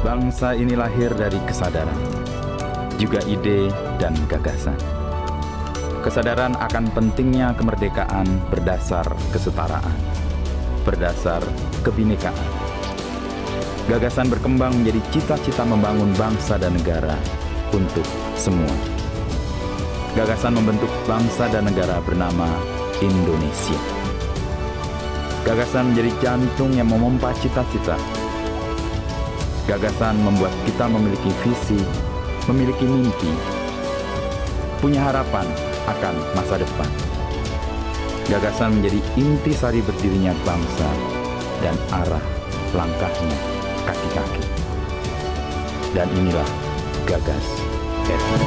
Bangsa ini lahir dari kesadaran, juga ide dan gagasan. Kesadaran akan pentingnya kemerdekaan berdasar kesetaraan, berdasar kebinekaan. Gagasan berkembang menjadi cita-cita membangun bangsa dan negara untuk semua. Gagasan membentuk bangsa dan negara bernama Indonesia. Gagasan menjadi jantung yang memompa cita-cita. Gagasan membuat kita memiliki visi, memiliki mimpi, punya harapan akan masa depan. Gagasan menjadi intisari berdirinya bangsa dan arah langkahnya kaki-kaki. Dan inilah Gagas RI.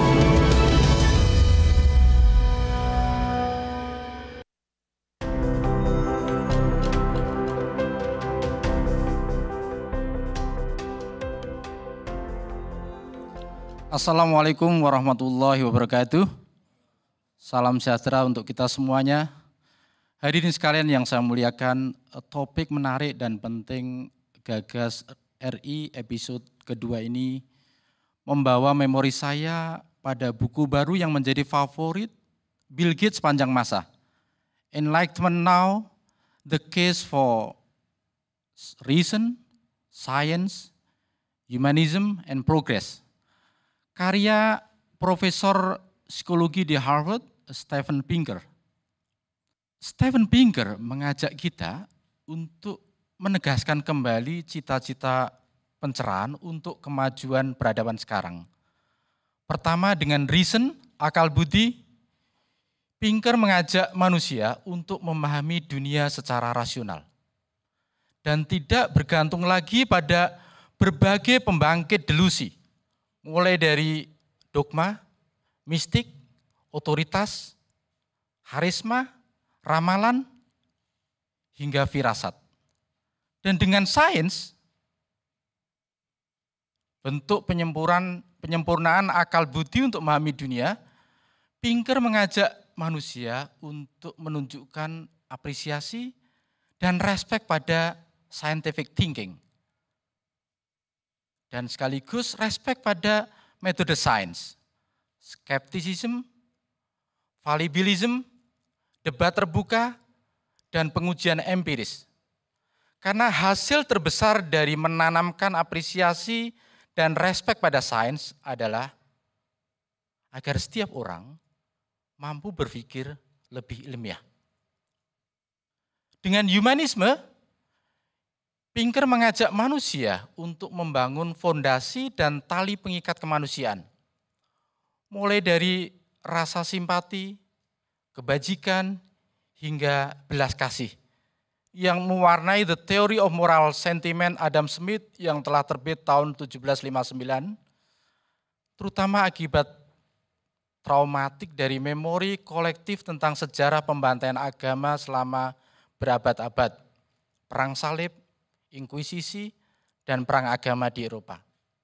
Assalamualaikum warahmatullahi wabarakatuh. Salam sejahtera untuk kita semuanya. Hadirin sekalian yang saya muliakan, topik menarik dan penting Gagas RI episode kedua ini membawa memori saya pada buku baru yang menjadi favorit Bill Gates sepanjang masa. Enlightenment Now, The Case for Reason, Science, Humanism, and Progress. Karya Profesor Psikologi di Harvard, Steven Pinker. Steven Pinker mengajak kita untuk menegaskan kembali cita-cita pencerahan untuk kemajuan peradaban sekarang. Pertama dengan reason, akal budi, Pinker mengajak manusia untuk memahami dunia secara rasional. Dan tidak bergantung lagi pada berbagai pembangkit delusi. Mulai dari dogma, mistik, otoritas, harisma, ramalan, hingga firasat. Dan dengan sains, bentuk penyempurnaan akal budi untuk memahami dunia, Pinker mengajak manusia untuk menunjukkan apresiasi dan respek pada scientific thinking. Dan sekaligus respek pada metode sains, skeptisism, fallibilism, debat terbuka, dan pengujian empiris. Karena hasil terbesar dari menanamkan apresiasi dan respek pada sains adalah agar setiap orang mampu berpikir lebih ilmiah. Dengan humanisme, Pinker mengajak manusia untuk membangun fondasi dan tali pengikat kemanusiaan. Mulai dari rasa simpati, kebajikan, hingga belas kasih. Yang mewarnai The Theory of Moral Sentiment Adam Smith yang telah terbit tahun 1759. Terutama akibat traumatik dari memori kolektif tentang sejarah pembantaian agama selama berabad-abad. Perang salib, inkuisisi, dan perang agama di Eropa.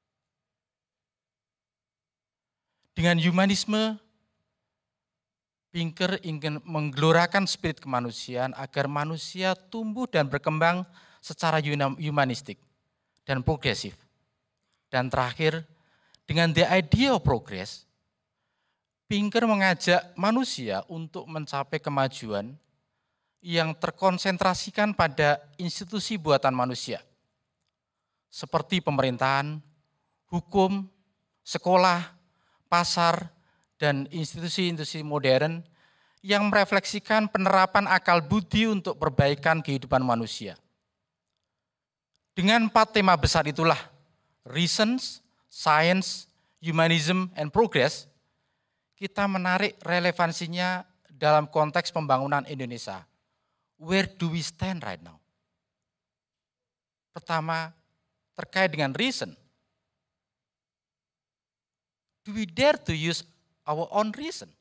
Dengan humanisme, Pinker ingin menggelorakan spirit kemanusiaan agar manusia tumbuh dan berkembang secara humanistik dan progresif. Dan terakhir, dengan the idea of progress, Pinker mengajak manusia untuk mencapai kemajuan yang terkonsentrasikan pada institusi buatan manusia, seperti pemerintahan, hukum, sekolah, pasar, dan institusi-institusi modern yang merefleksikan penerapan akal budi untuk perbaikan kehidupan manusia. Dengan 4 tema besar itulah, reasons, science, humanism, and progress, kita menarik relevansinya dalam konteks pembangunan Indonesia. Where do we stand right now? Pertama, terkait dengan reason. Do we dare to use our own reason?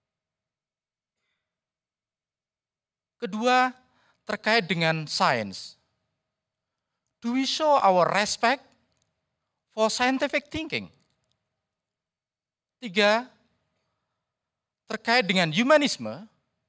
Kedua, terkait dengan science. Do we show our respect for scientific thinking? Tiga, terkait dengan humanisme.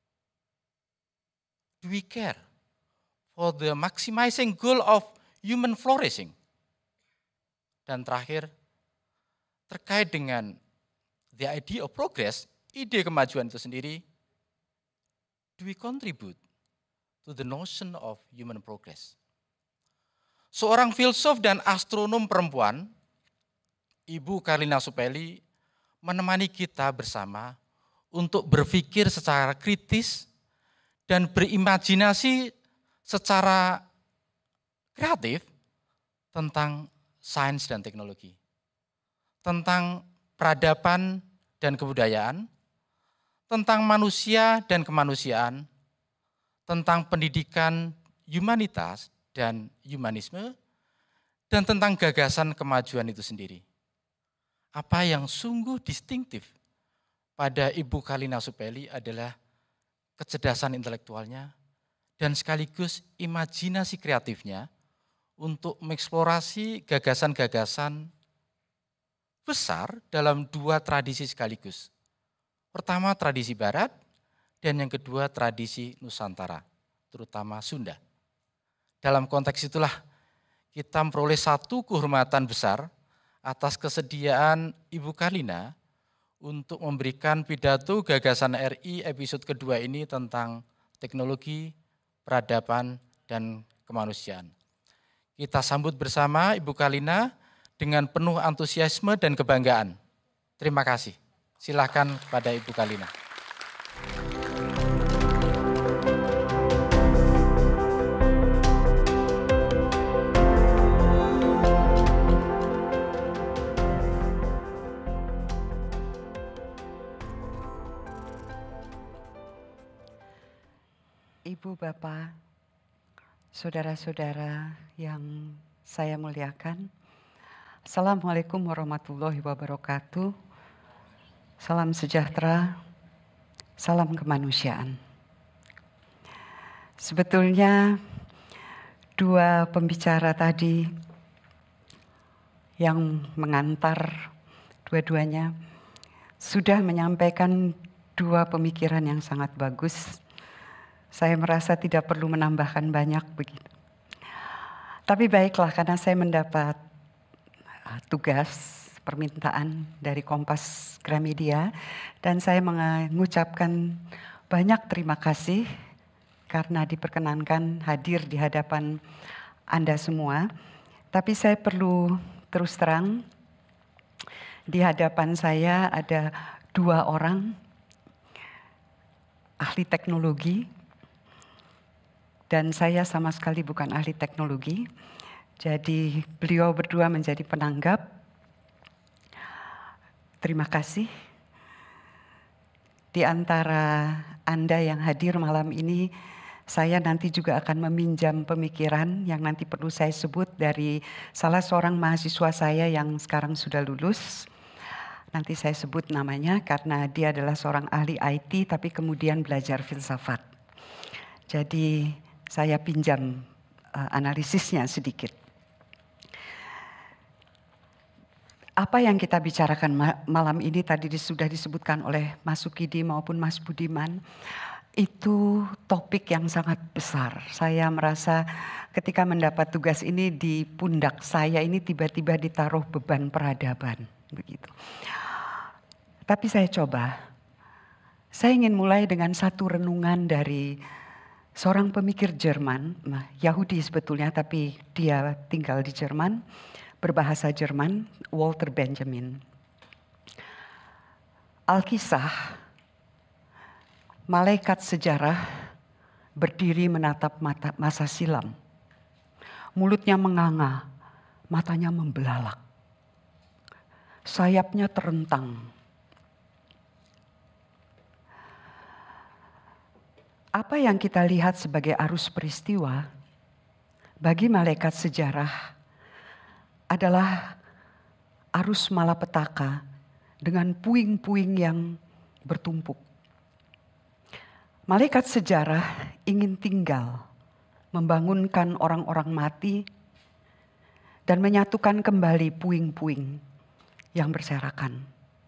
Do we care for the maximizing goal of human flourishing? Dan terakhir, terkait dengan the idea of progress, ide kemajuan itu sendiri, do we contribute to the notion of human progress? Seorang filsuf dan astronom perempuan, Ibu Carlina Supeli, menemani kita bersama untuk berpikir secara kritis dan berimajinasi secara kreatif tentang sains dan teknologi, tentang peradaban dan kebudayaan, tentang manusia dan kemanusiaan, tentang pendidikan humanitas dan humanisme, dan tentang gagasan kemajuan itu sendiri. Apa yang sungguh distintif pada Ibu Carlina Supeli adalah kecerdasan intelektualnya dan sekaligus imajinasi kreatifnya untuk mengeksplorasi gagasan-gagasan besar dalam dua tradisi sekaligus. Pertama tradisi Barat dan yang kedua tradisi Nusantara, terutama Sunda. Dalam konteks itulah kita memperoleh satu kehormatan besar atas kesediaan Ibu Carlina untuk memberikan pidato gagasan RI episode kedua ini tentang teknologi, peradaban, dan kemanusiaan. Kita sambut bersama Ibu Carlina dengan penuh antusiasme dan kebanggaan. Terima kasih. Silakan kepada Ibu Carlina. Ibu, Bapak, saudara-saudara yang saya muliakan, Assalamualaikum warahmatullahi wabarakatuh. Salam sejahtera, salam kemanusiaan. Sebetulnya dua pembicara tadi yang mengantar dua-duanya sudah menyampaikan dua pemikiran yang sangat bagus. Saya merasa tidak perlu menambahkan banyak begitu. Tapi baiklah, karena saya mendapat tugas permintaan dari Kompas Gramedia dan saya mengucapkan banyak terima kasih karena diperkenankan hadir di hadapan Anda semua. Tapi saya perlu terus terang, di hadapan saya ada dua orang ahli teknologi. Dan saya sama sekali bukan ahli teknologi, jadi beliau berdua menjadi penanggap. Terima kasih. Di antara Anda yang hadir malam ini, saya nanti juga akan meminjam pemikiran yang nanti perlu saya sebut dari salah seorang mahasiswa saya yang sekarang sudah lulus. Nanti saya sebut namanya karena dia adalah seorang ahli IT tapi kemudian belajar filsafat. Jadi saya pinjam analisisnya sedikit. Apa yang kita bicarakan malam ini tadi sudah disebutkan oleh Mas Sukidi maupun Mas Budiman, itu topik yang sangat besar. Saya merasa ketika mendapat tugas ini di pundak saya ini tiba-tiba ditaruh beban peradaban, begitu. Tapi saya coba. Saya ingin mulai dengan satu renungan dari seorang pemikir Jerman, Yahudi sebetulnya tapi dia tinggal di Jerman, berbahasa Jerman, Walter Benjamin. Alkisah, malaikat sejarah berdiri menatap masa silam. Mulutnya menganga, matanya membelalak. Sayapnya terentang. Apa yang kita lihat sebagai arus peristiwa bagi malaikat sejarah adalah arus malapetaka dengan puing-puing yang bertumpuk. Malaikat sejarah ingin tinggal, membangunkan orang-orang mati dan menyatukan kembali puing-puing yang berserakan.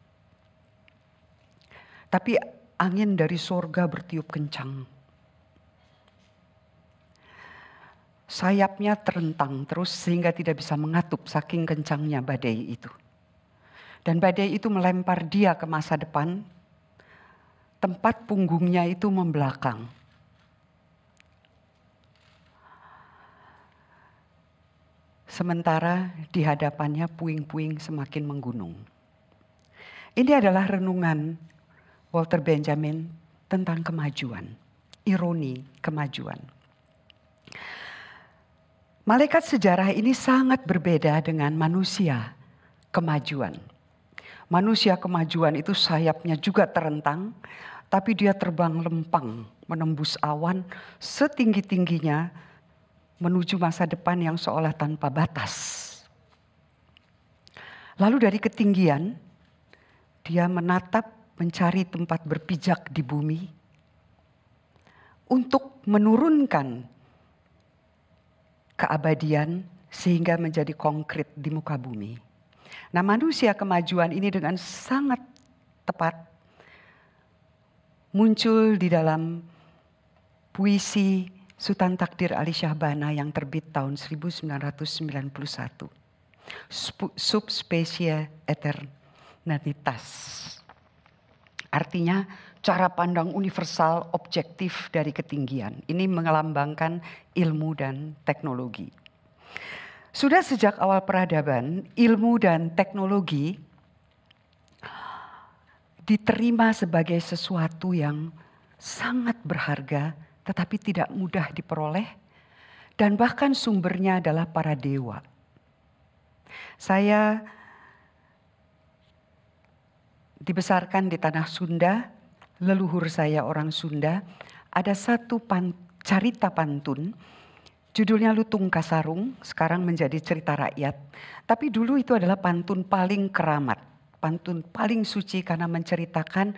Tapi angin dari sorga bertiup kencang. sayapnya terentang terus sehingga tidak bisa mengatup saking kencangnya badai itu. Dan badai itu melempar dia ke masa depan, tempat punggungnya itu membelakang. Sementara di hadapannya puing-puing semakin menggunung. Ini adalah renungan Walter Benjamin tentang kemajuan, ironi kemajuan. Malaikat sejarah ini sangat berbeda dengan manusia kemajuan. Manusia kemajuan itu sayapnya juga terentang, tapi dia terbang lempang menembus awan setinggi-tingginya menuju masa depan yang seolah tanpa batas. Lalu dari ketinggian, dia menatap mencari tempat berpijak di bumi untuk menurunkan keabadian sehingga menjadi konkret di muka bumi. Nah, manusia kemajuan ini dengan sangat tepat muncul di dalam puisi Sultan Takdir Ali Syahbana yang terbit tahun 1991. Subspecie Eternitatis. Artinya cara pandang universal objektif dari ketinggian. Ini melambangkan ilmu dan teknologi. Sudah sejak awal peradaban, ilmu dan teknologi diterima sebagai sesuatu yang sangat berharga, tetapi tidak mudah diperoleh, dan bahkan sumbernya adalah para dewa. Saya dibesarkan di tanah Sunda, leluhur saya orang Sunda. Ada satu carita pantun, judulnya Lutung Kasarung, sekarang menjadi cerita rakyat. Tapi dulu itu adalah pantun paling keramat, pantun paling suci karena menceritakan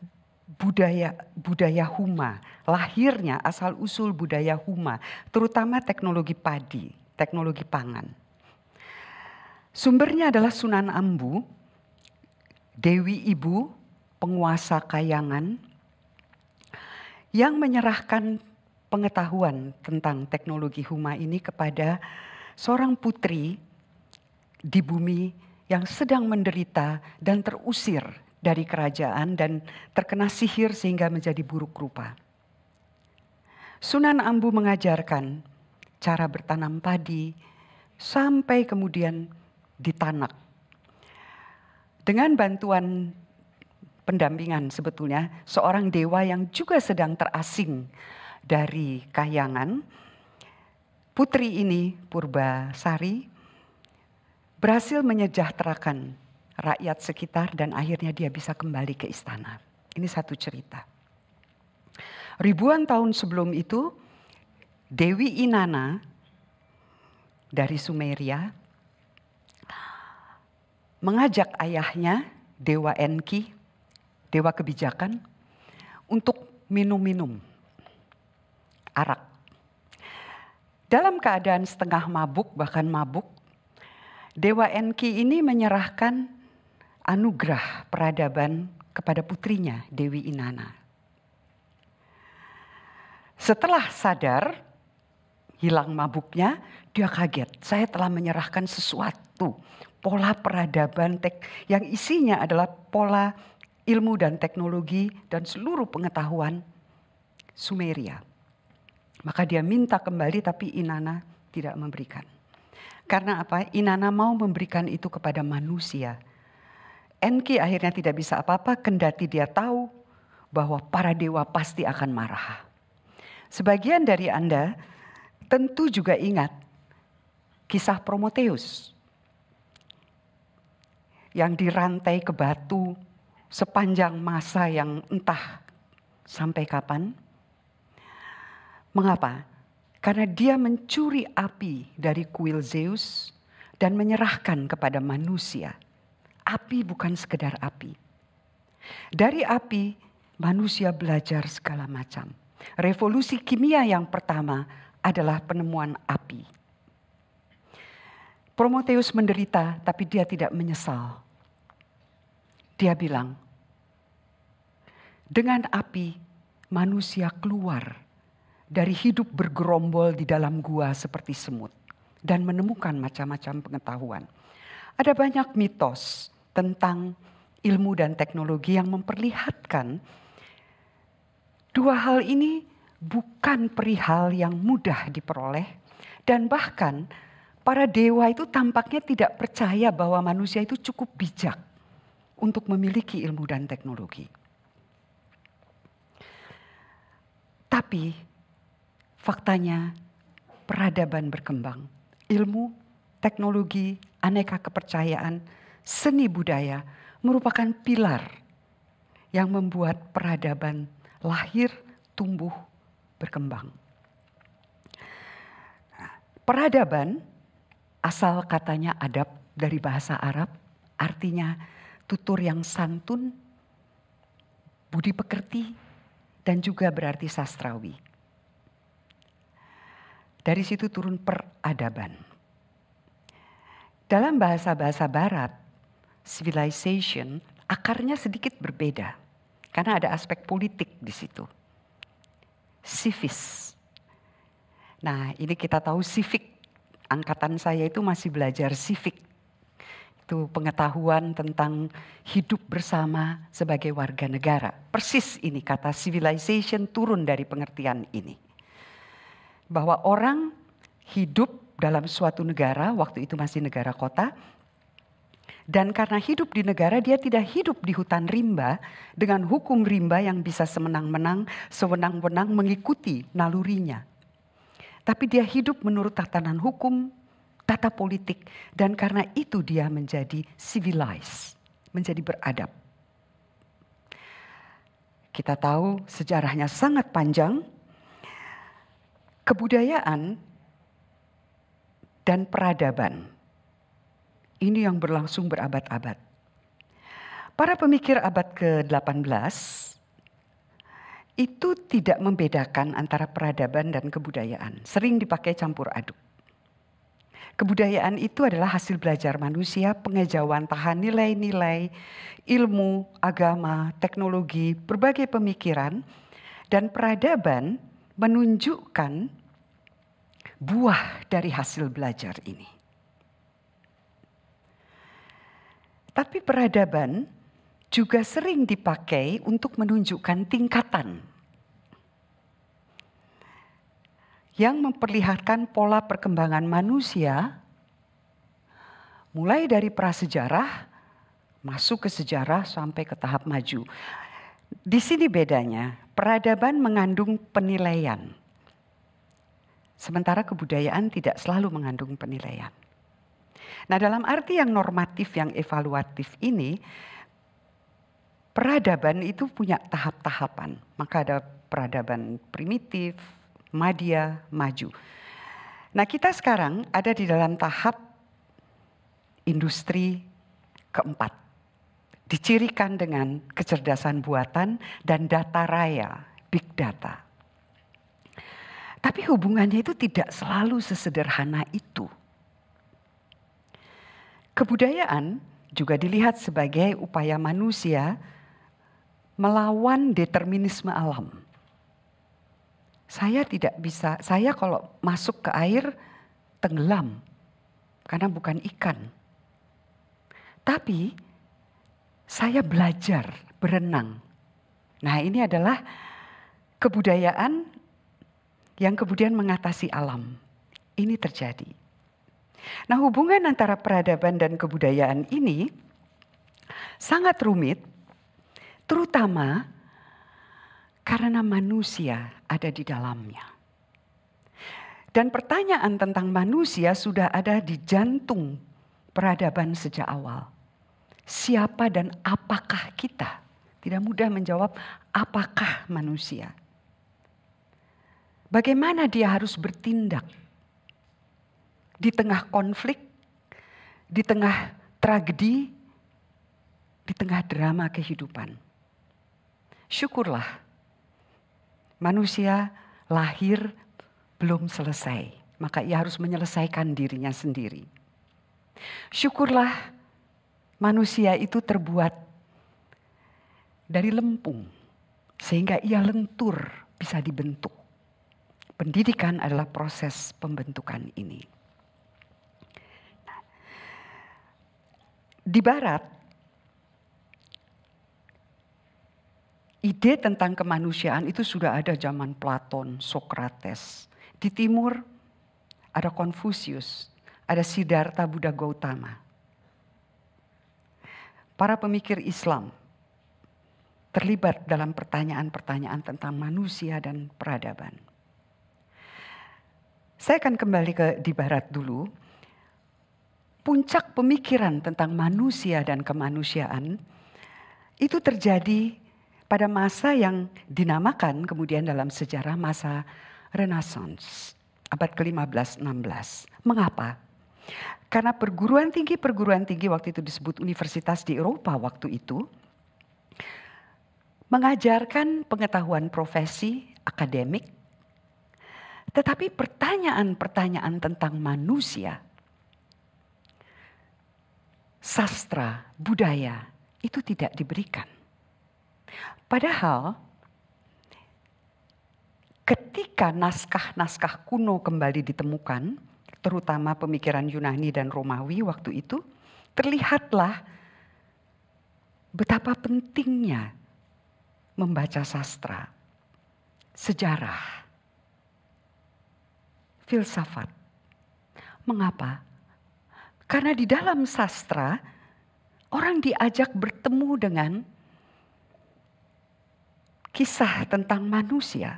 budaya Huma, lahirnya asal usul budaya Huma, terutama teknologi padi, teknologi pangan. Sumbernya adalah Sunan Ambu, Dewi Ibu, penguasa Kayangan, yang menyerahkan pengetahuan tentang teknologi Huma ini kepada seorang putri di bumi yang sedang menderita dan terusir dari kerajaan dan terkena sihir sehingga menjadi buruk rupa. Sunan Ambu mengajarkan cara bertanam padi sampai kemudian ditanak. Dengan bantuan pendampingan sebetulnya seorang dewa yang juga sedang terasing dari Kayangan, putri ini Purbasari berhasil menyejahterakan rakyat sekitar dan akhirnya dia bisa kembali ke istana. Ini satu cerita. Ribuan tahun sebelum itu, Dewi Inanna dari Sumeria mengajak ayahnya, Dewa Enki, dewa kebijakan, untuk minum-minum arak. Dalam keadaan setengah mabuk, bahkan mabuk, Dewa Enki ini menyerahkan anugerah peradaban kepada putrinya, Dewi Inanna. Setelah sadar, hilang mabuknya, dia kaget. Saya telah menyerahkan sesuatu, pola peradaban yang isinya adalah pola ilmu dan teknologi dan seluruh pengetahuan Sumeria. Maka dia minta kembali tapi Inanna tidak memberikan. Karena apa? Inanna mau memberikan itu kepada manusia. Enki akhirnya tidak bisa apa-apa kendati dia tahu bahwa para dewa pasti akan marah. Sebagian dari Anda tentu juga ingat kisah Prometheus yang dirantai ke batu sepanjang masa yang entah sampai kapan. Mengapa? Karena dia mencuri api dari kuil Zeus dan menyerahkan kepada manusia. Api bukan sekedar api. Dari api manusia belajar segala macam. Revolusi kimia yang pertama adalah penemuan api. Prometheus menderita tapi dia tidak menyesal. Dia bilang, dengan api manusia keluar dari hidup bergerombol di dalam gua seperti semut dan menemukan macam-macam pengetahuan. Ada banyak mitos tentang ilmu dan teknologi yang memperlihatkan dua hal ini bukan perihal yang mudah diperoleh, dan bahkan para dewa itu tampaknya tidak percaya bahwa manusia itu cukup bijak untuk memiliki ilmu dan teknologi. Tapi faktanya peradaban berkembang. Ilmu, teknologi, aneka kepercayaan, seni budaya merupakan pilar yang membuat peradaban lahir, tumbuh, berkembang. Peradaban, asal katanya adab dari bahasa Arab, artinya tutur yang santun, budi pekerti, dan juga berarti sastrawi. Dari situ turun peradaban. Dalam bahasa-bahasa barat, civilization akarnya sedikit berbeda karena ada aspek politik di situ. Civis. Nah, ini kita tahu civic. Angkatan saya itu masih belajar civic. Itu pengetahuan tentang hidup bersama sebagai warga negara. Persis ini kata civilization turun dari pengertian ini. Bahwa orang hidup dalam suatu negara, waktu itu masih negara kota. Dan karena hidup di negara, dia tidak hidup di hutan rimba dengan hukum rimba yang bisa semenang-menang, sewenang-wenang mengikuti nalurinya. Tapi dia hidup menurut tatanan hukum, tata politik, dan karena itu dia menjadi civilized, menjadi beradab. Kita tahu sejarahnya sangat panjang. Kebudayaan dan peradaban ini yang berlangsung berabad-abad. Para pemikir abad ke-18 itu tidak membedakan antara peradaban dan kebudayaan, sering dipakai campur aduk. Kebudayaan itu adalah hasil belajar manusia, pengejawantahan nilai-nilai, ilmu, agama, teknologi, berbagai pemikiran. Dan peradaban menunjukkan buah dari hasil belajar ini. Tapi peradaban juga sering dipakai untuk menunjukkan tingkatan yang memperlihatkan pola perkembangan manusia mulai dari prasejarah masuk ke sejarah sampai ke tahap maju. Di sini bedanya, peradaban mengandung penilaian. Sementara kebudayaan tidak selalu mengandung penilaian. Nah, dalam arti yang normatif, yang evaluatif ini, peradaban itu punya tahap-tahapan. Maka ada peradaban primitif, madya, maju. Nah, kita sekarang ada di dalam tahap industri keempat. Dicirikan dengan kecerdasan buatan dan data raya, big data. Tapi hubungannya itu tidak selalu sesederhana itu. Kebudayaan juga dilihat sebagai upaya manusia melawan determinisme alam. Saya kalau masuk ke air tenggelam karena bukan ikan. Tapi saya belajar berenang. Nah, ini adalah kebudayaan yang kemudian mengatasi alam. Ini terjadi. Nah, hubungan antara peradaban dan kebudayaan ini sangat rumit, terutama karena manusia ada di dalamnya. Dan pertanyaan tentang manusia sudah ada di jantung peradaban sejak awal. Siapa dan apakah kita? Tidak mudah menjawab apakah manusia. Bagaimana dia harus bertindak di tengah konflik, di tengah tragedi, di tengah drama kehidupan. Syukurlah manusia lahir belum selesai, maka ia harus menyelesaikan dirinya sendiri. Syukurlah manusia itu terbuat dari lempung, sehingga ia lentur bisa dibentuk. Pendidikan adalah proses pembentukan ini. Di Barat, ide tentang kemanusiaan itu sudah ada zaman Platon, Socrates. Di Timur ada Konfusius, ada Siddhartha Buddha Gautama. Para pemikir Islam terlibat dalam pertanyaan-pertanyaan tentang manusia dan peradaban. Saya akan kembali di Barat dulu. Puncak pemikiran tentang manusia dan kemanusiaan itu terjadi pada masa yang dinamakan kemudian dalam sejarah masa Renaissance, abad ke-15-16. Mengapa? Karena perguruan tinggi waktu itu disebut universitas di Eropa waktu itu, mengajarkan pengetahuan profesi akademik, tetapi pertanyaan-pertanyaan tentang manusia, sastra, budaya, itu tidak diberikan. Padahal ketika naskah-naskah kuno kembali ditemukan, terutama pemikiran Yunani dan Romawi waktu itu, terlihatlah betapa pentingnya membaca sastra, sejarah, filsafat. Mengapa? Karena di dalam sastra, orang diajak bertemu dengan kisah tentang manusia,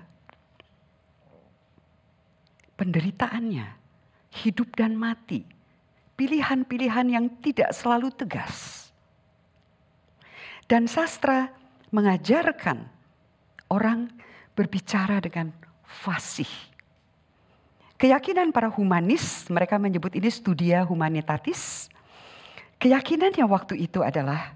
penderitaannya, hidup dan mati, pilihan-pilihan yang tidak selalu tegas. Dan sastra mengajarkan orang berbicara dengan fasih. Keyakinan para humanis, mereka menyebut ini studia humanitatis. Keyakinannya waktu itu adalah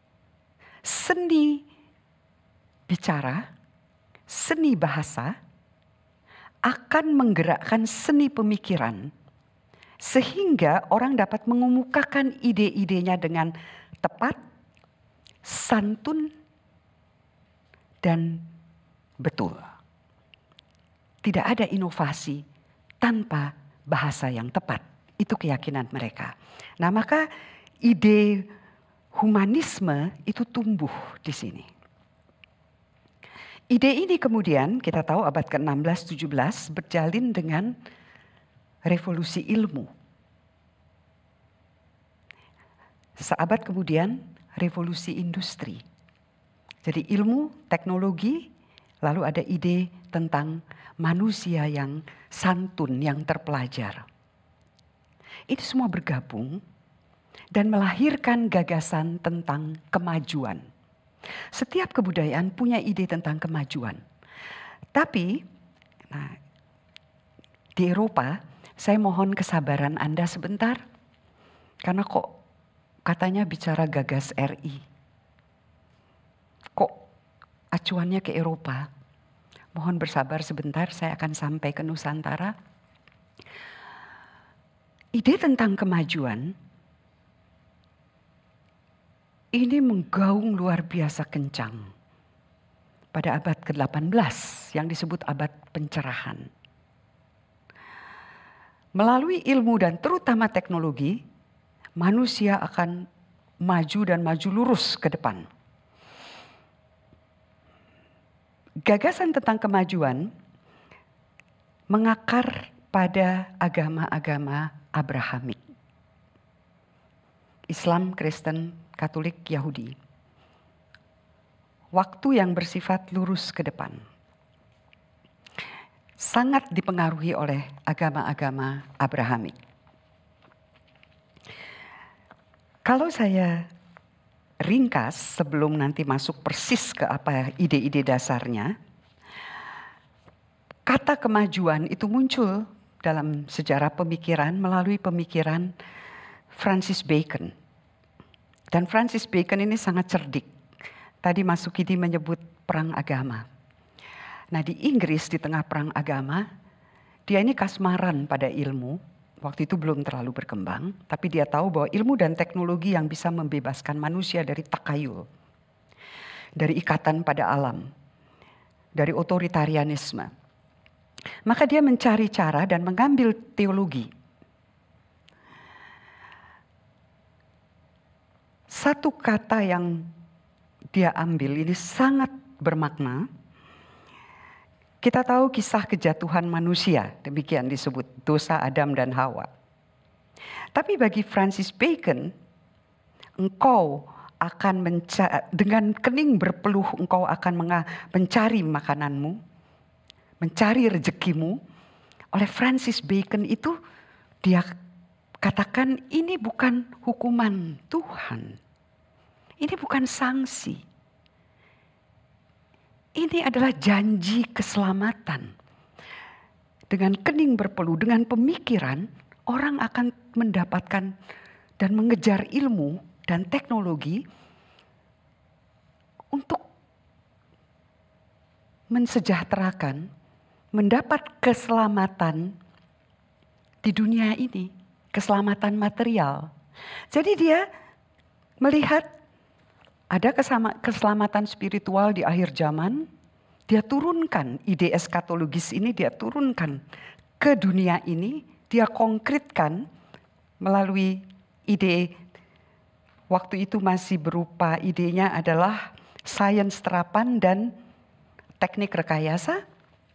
seni bicara, seni bahasa akan menggerakkan seni pemikiran sehingga orang dapat mengemukakan ide-idenya dengan tepat, santun, dan betul. Tidak ada inovasi tanpa bahasa yang tepat. Itu keyakinan mereka. Nah, maka ide humanisme itu tumbuh di sini. Ide ini kemudian kita tahu abad ke-16-17 berjalin dengan revolusi ilmu. Seabad kemudian revolusi industri. Jadi ilmu, teknologi, lalu ada ide tentang manusia yang santun, yang terpelajar. Ini semua bergabung dan melahirkan gagasan tentang kemajuan. Setiap kebudayaan punya ide tentang kemajuan. Tapi di Eropa, saya mohon kesabaran Anda sebentar. Karena kok katanya bicara gagas RI. Kok acuannya ke Eropa? Mohon bersabar sebentar, saya akan sampai ke Nusantara. Ide tentang kemajuan ini menggaung luar biasa kencang pada abad ke-18 yang disebut abad pencerahan. Melalui ilmu dan terutama teknologi, manusia akan maju dan maju lurus ke depan. Gagasan tentang kemajuan mengakar pada agama-agama Abrahamik. Islam, Kristen, Katolik, Yahudi. Waktu yang bersifat lurus ke depan. Sangat dipengaruhi oleh agama-agama Abrahamik. Kalau saya ringkas sebelum nanti masuk persis ke apa ide-ide dasarnya, kata kemajuan itu muncul dalam sejarah pemikiran melalui pemikiran Francis Bacon. Dan Francis Bacon ini sangat cerdik. Tadi Mas Sukidi menyebut perang agama. Nah, di Inggris di tengah perang agama, dia ini kasmaran pada ilmu. Waktu itu belum terlalu berkembang, tapi dia tahu bahwa ilmu dan teknologi yang bisa membebaskan manusia dari takayul, dari ikatan pada alam, dari otoritarianisme. Maka dia mencari cara dan mengambil teologi. Satu kata yang dia ambil ini sangat bermakna. Kita tahu kisah kejatuhan manusia, demikian disebut dosa Adam dan Hawa. Tapi bagi Francis Bacon, engkau akan dengan kening berpeluh engkau akan mencari makananmu, mencari rezekimu. Oleh Francis Bacon itu dia katakan ini bukan hukuman Tuhan. Ini bukan sanksi. Ini adalah janji keselamatan. Dengan kening berpeluh, dengan pemikiran, orang akan mendapatkan dan mengejar ilmu dan teknologi untuk mensejahterakan, mendapat keselamatan di dunia ini, keselamatan material. Jadi dia melihat ada keselamatan spiritual di akhir zaman. Dia turunkan ide eskatologis ini, dia turunkan ke dunia ini. Dia konkretkan melalui ide, waktu itu masih berupa idenya adalah sains terapan dan teknik rekayasa.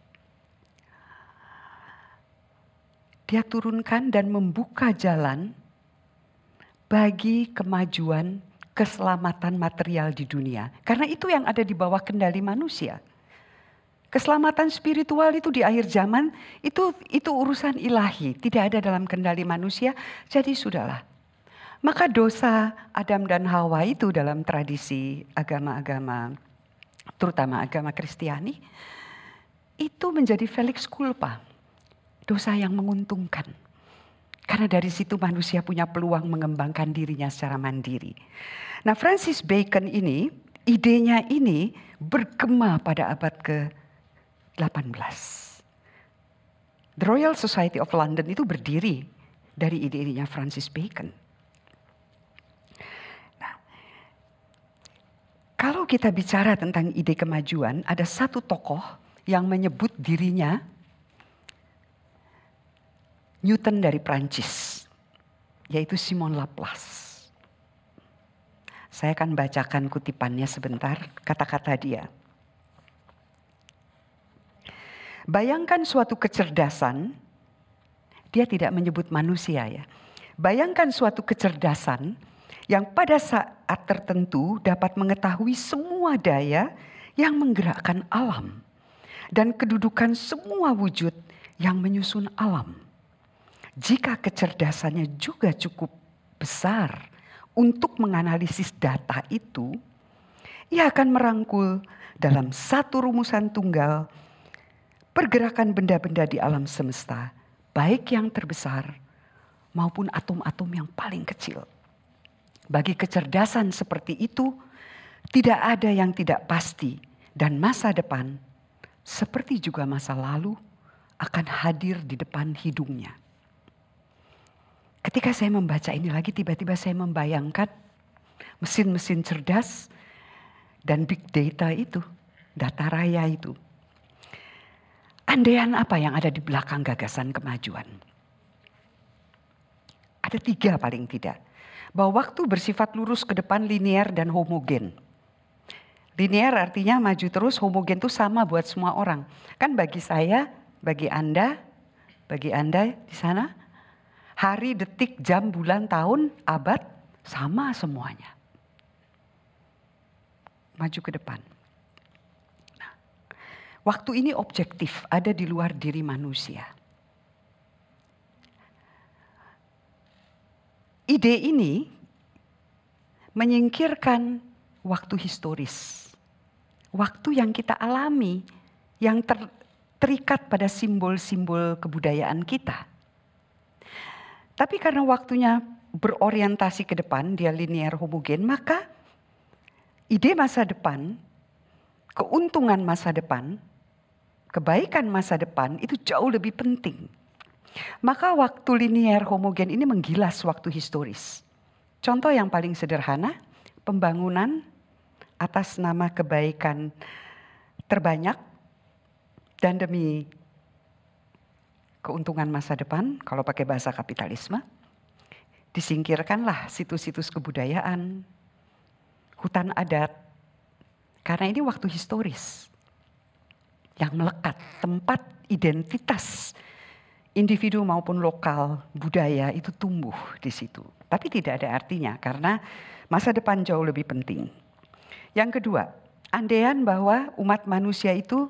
Dia turunkan dan membuka jalan bagi kemajuan keselamatan material di dunia. Karena itu yang ada di bawah kendali manusia. Keselamatan spiritual itu di akhir zaman itu urusan ilahi, tidak ada dalam kendali manusia. Jadi sudahlah. Maka dosa Adam dan Hawa itu dalam tradisi agama-agama, terutama agama Kristiani, itu menjadi felix culpa. Dosa yang menguntungkan. Karena dari situ manusia punya peluang mengembangkan dirinya secara mandiri. Nah, Francis Bacon ini, idenya ini bergema pada abad ke-18. The Royal Society of London itu berdiri dari ide-idenya Francis Bacon. Nah, kalau kita bicara tentang ide kemajuan, ada satu tokoh yang menyebut dirinya Newton dari Prancis, yaitu Simon Laplace. Saya akan bacakan kutipannya sebentar, kata-kata dia. Bayangkan suatu kecerdasan, dia tidak menyebut manusia ya. Bayangkan suatu kecerdasan yang pada saat tertentu dapat mengetahui semua daya yang menggerakkan alam dan kedudukan semua wujud yang menyusun alam. Jika kecerdasannya juga cukup besar untuk menganalisis data itu, ia akan merangkul dalam satu rumusan tunggal pergerakan benda-benda di alam semesta, baik yang terbesar maupun atom-atom yang paling kecil. Bagi kecerdasan seperti itu, tidak ada yang tidak pasti, dan masa depan, seperti juga masa lalu, akan hadir di depan hidungnya. Ketika saya membaca ini lagi, tiba-tiba saya membayangkan mesin-mesin cerdas dan big data itu, data raya itu. Andaian apa yang ada di belakang gagasan kemajuan? Ada 3 paling tidak. Bahwa waktu bersifat lurus ke depan, linear dan homogen. Linear artinya maju terus, homogen itu sama buat semua orang. Kan bagi saya, bagi Anda di sana, hari, detik, jam, bulan, tahun, abad, sama semuanya. Maju ke depan. Nah, waktu ini objektif, ada di luar diri manusia. Ide ini menyingkirkan waktu historis. Waktu yang kita alami, yang terikat pada simbol-simbol kebudayaan kita. Tapi karena waktunya berorientasi ke depan, dia linear homogen, maka ide masa depan, keuntungan masa depan, kebaikan masa depan itu jauh lebih penting. Maka waktu linear homogen ini menggilas waktu historis. Contoh yang paling sederhana, pembangunan atas nama kebaikan terbanyak dan demi keuntungan masa depan, kalau pakai bahasa kapitalisme, disingkirkanlah situs-situs kebudayaan, hutan adat, karena ini waktu historis yang melekat, tempat identitas individu maupun lokal budaya itu tumbuh di situ. Tapi tidak ada artinya karena masa depan jauh lebih penting. Yang kedua, andaian bahwa umat manusia itu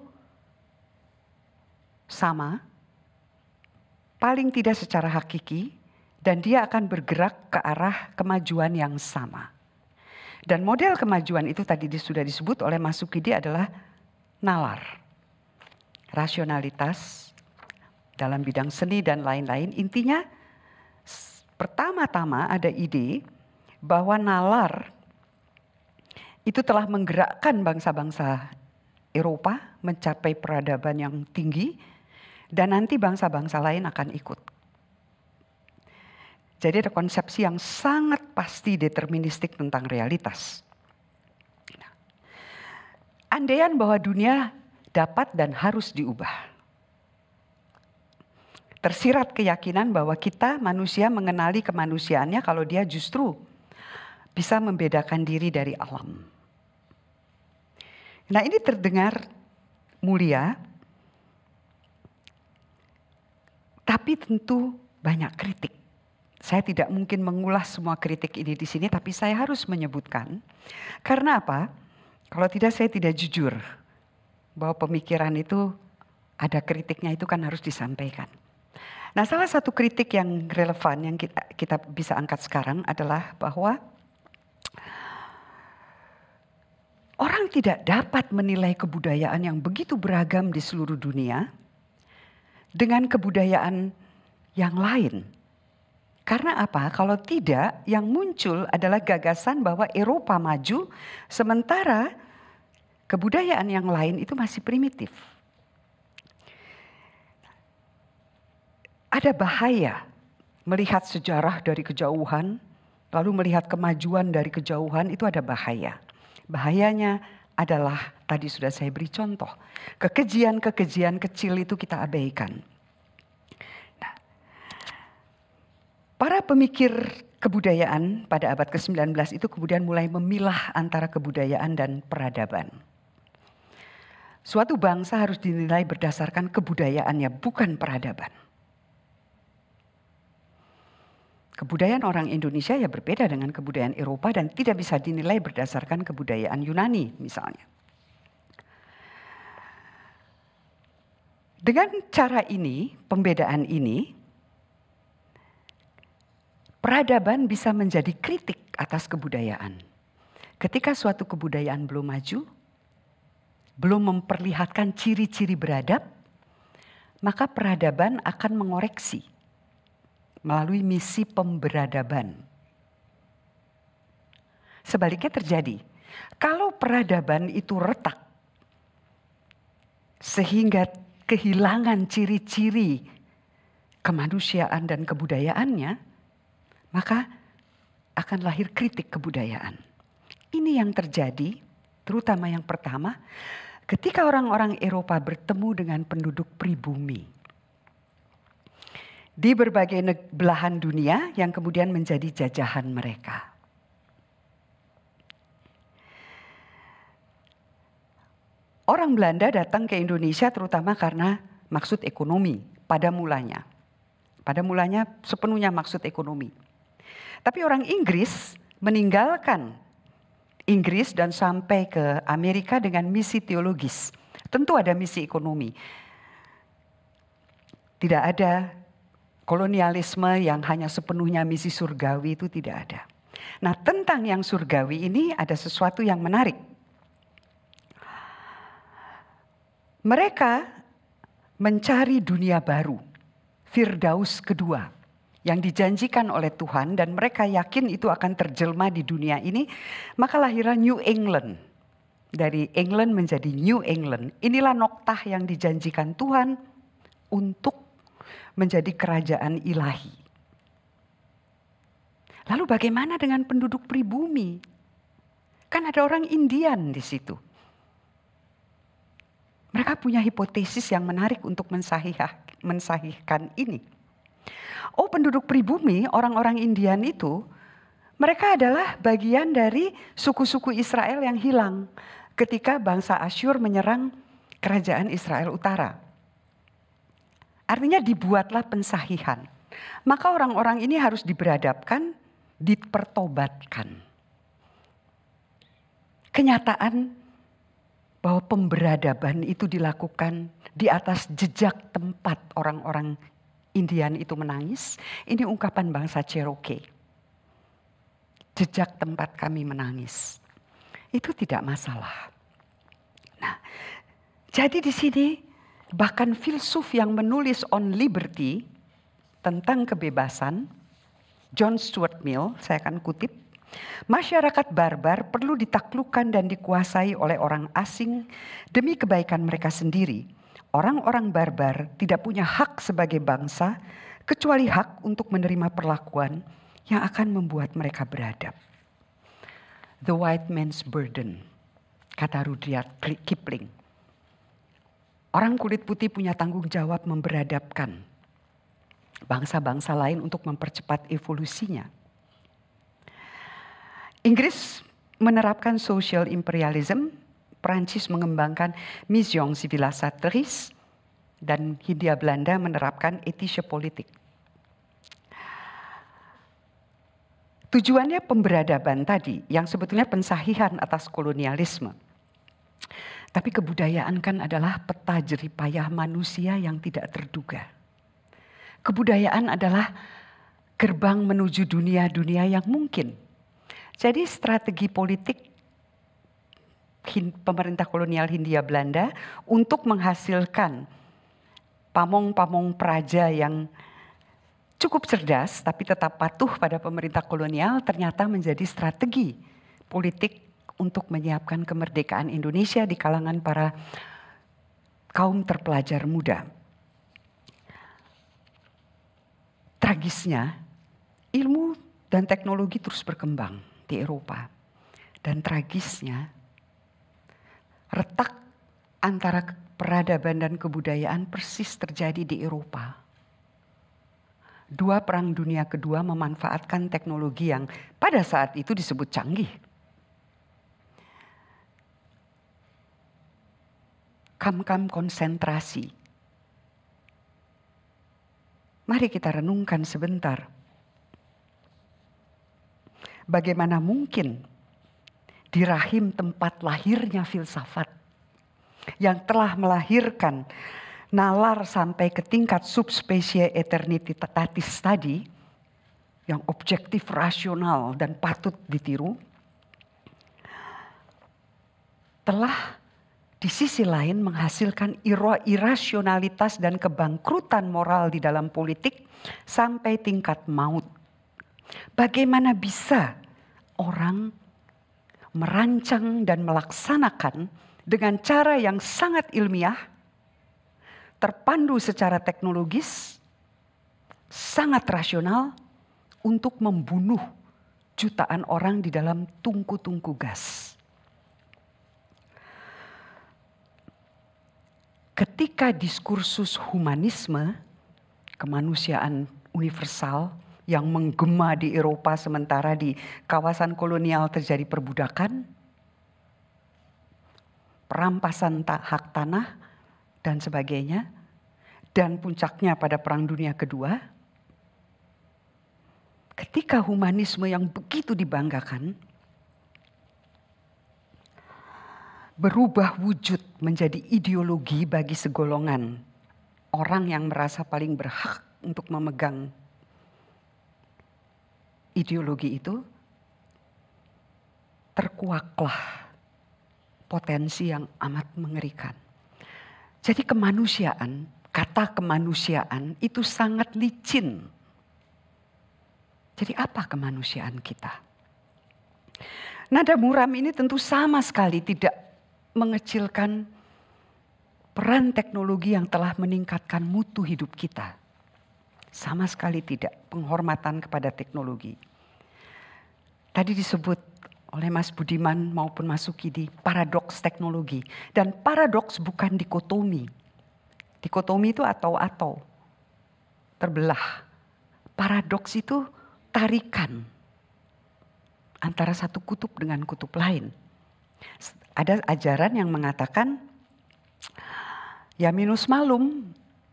sama, paling tidak secara hakiki, dan dia akan bergerak ke arah kemajuan yang sama. Dan model kemajuan itu tadi sudah disebut oleh Mas Sukidi adalah nalar. Rasionalitas dalam bidang seni dan lain-lain. Intinya pertama-tama ada ide bahwa nalar itu telah menggerakkan bangsa-bangsa Eropa mencapai peradaban yang tinggi dan nanti bangsa-bangsa lain akan ikut. Jadi ada konsepsi yang sangat pasti deterministik tentang realitas. Andaian bahwa dunia dapat dan harus diubah. Tersirat keyakinan bahwa kita manusia mengenali kemanusiaannya kalau dia justru bisa membedakan diri dari alam. Nah, ini terdengar mulia, tapi tentu banyak kritik. Saya tidak mungkin mengulas semua kritik ini di sini, tapi saya harus menyebutkan. Karena apa? Kalau tidak saya tidak jujur bahwa pemikiran itu ada kritiknya, itu kan harus disampaikan. Nah, salah satu kritik yang relevan yang kita bisa angkat sekarang adalah bahwa orang tidak dapat menilai kebudayaan yang begitu beragam di seluruh dunia dengan kebudayaan yang lain. Karena apa? Kalau tidak, yang muncul adalah gagasan bahwa Eropa maju, sementara kebudayaan yang lain itu masih primitif. Ada bahaya melihat sejarah dari kejauhan, lalu melihat kemajuan dari kejauhan, itu ada bahaya. Bahayanya adalah, tadi sudah saya beri contoh, kekejian-kekejian kecil itu kita abaikan. Para pemikir kebudayaan pada abad ke-19 itu kemudian mulai memilah antara kebudayaan dan peradaban. Suatu bangsa harus dinilai berdasarkan kebudayaannya, bukan peradaban. Kebudayaan orang Indonesia ya berbeda dengan kebudayaan Eropa dan tidak bisa dinilai berdasarkan kebudayaan Yunani misalnya. Dengan cara ini, pembedaan ini, peradaban bisa menjadi kritik atas kebudayaan. Ketika suatu kebudayaan belum maju, belum memperlihatkan ciri-ciri beradab, maka peradaban akan mengoreksi melalui misi pemberadaban. Sebaliknya terjadi. Kalau peradaban itu retak, sehingga kehilangan ciri-ciri kemanusiaan dan kebudayaannya, maka akan lahir kritik kebudayaan. Ini yang terjadi, terutama yang pertama, ketika orang-orang Eropa bertemu dengan penduduk pribumi di berbagai belahan dunia yang kemudian menjadi jajahan mereka. Orang Belanda datang ke Indonesia terutama karena maksud ekonomi pada mulanya. Pada mulanya sepenuhnya maksud ekonomi. Tapi orang Inggris meninggalkan Inggris dan sampai ke Amerika dengan misi teologis. Tentu ada misi ekonomi. Tidak ada kolonialisme yang hanya sepenuhnya misi surgawi, itu tidak ada. Nah, tentang yang surgawi ini ada sesuatu yang menarik. Mereka mencari dunia baru, Firdaus kedua, yang dijanjikan oleh Tuhan dan mereka yakin itu akan terjelma di dunia ini, maka lahirlah New England. Dari England menjadi New England. Inilah noktah yang dijanjikan Tuhan untuk menjadi kerajaan ilahi. Lalu bagaimana dengan penduduk pribumi? Kan ada orang Indian di situ. Mereka punya hipotesis yang menarik untuk mensahihkan mensahihkan ini. Oh, penduduk pribumi, orang-orang Indian itu, mereka adalah bagian dari suku-suku Israel yang hilang ketika bangsa Asyur menyerang kerajaan Israel Utara. Artinya dibuatlah pensahihan. Maka orang-orang ini harus diberadabkan, dipertobatkan. Kenyataan bahwa pemberadaban itu dilakukan di atas jejak tempat orang-orang Indian itu menangis. Ini ungkapan bangsa Cherokee. Jejak tempat kami menangis. Itu tidak masalah. Nah, jadi di sini bahkan filsuf yang menulis On Liberty tentang kebebasan, John Stuart Mill, saya akan kutip, masyarakat barbar perlu ditaklukkan dan dikuasai oleh orang asing demi kebaikan mereka sendiri. Orang-orang barbar tidak punya hak sebagai bangsa kecuali hak untuk menerima perlakuan yang akan membuat mereka beradab. The white man's burden, kata Rudyard Kipling. Orang kulit putih punya tanggung jawab memberadabkan bangsa-bangsa lain untuk mempercepat evolusinya. Inggris menerapkan social imperialism, Prancis mengembangkan mission civilisatrice, dan Hindia Belanda menerapkan ethische politik. Tujuannya pemberadaban tadi yang sebetulnya pensahihan atas kolonialisme. Tapi kebudayaan kan adalah peta jeripayah manusia yang tidak terduga. Kebudayaan adalah gerbang menuju dunia-dunia yang mungkin. Jadi strategi politik pemerintah kolonial Hindia Belanda untuk menghasilkan pamong-pamong praja yang cukup cerdas tapi tetap patuh pada pemerintah kolonial ternyata menjadi strategi politik untuk menyiapkan kemerdekaan Indonesia di kalangan para kaum terpelajar muda. Tragisnya, ilmu dan teknologi terus berkembang di Eropa. Dan tragisnya, retak antara peradaban dan kebudayaan persis terjadi di Eropa. Dua perang dunia kedua memanfaatkan teknologi yang pada saat itu disebut canggih. Kamp-kamp konsentrasi. Mari kita renungkan sebentar. Bagaimana mungkin di rahim tempat lahirnya filsafat yang telah melahirkan nalar sampai ke tingkat subspecie eternitatis tadi yang objektif, rasional dan patut ditiru, telah di sisi lain menghasilkan irasionalitas dan kebangkrutan moral di dalam politik sampai tingkat maut. Bagaimana bisa orang merancang dan melaksanakan dengan cara yang sangat ilmiah, terpandu secara teknologis, sangat rasional untuk membunuh jutaan orang di dalam tungku-tungku gas. Ketika diskursus humanisme, kemanusiaan universal yang menggema di Eropa sementara di kawasan kolonial terjadi perbudakan, perampasan hak tanah dan sebagainya, dan puncaknya pada Perang Dunia Kedua, ketika humanisme yang begitu dibanggakan berubah wujud menjadi ideologi bagi segolongan orang yang merasa paling berhak untuk memegang ideologi itu, terkuaklah potensi yang amat mengerikan. Jadi kemanusiaan, kata kemanusiaan itu sangat licin. Jadi apa kemanusiaan kita? Nada muram ini tentu sama sekali tidak mengecilkan peran teknologi yang telah meningkatkan mutu hidup kita. Sama sekali tidak, penghormatan kepada teknologi. Tadi disebut oleh Mas Budiman maupun Mas Sukidi, paradoks teknologi. Dan paradoks bukan dikotomi. Dikotomi itu atau-atau. terbelah. Paradoks itu tarikan antara satu kutub dengan kutub lain. Ada ajaran yang mengatakan ya minus malum.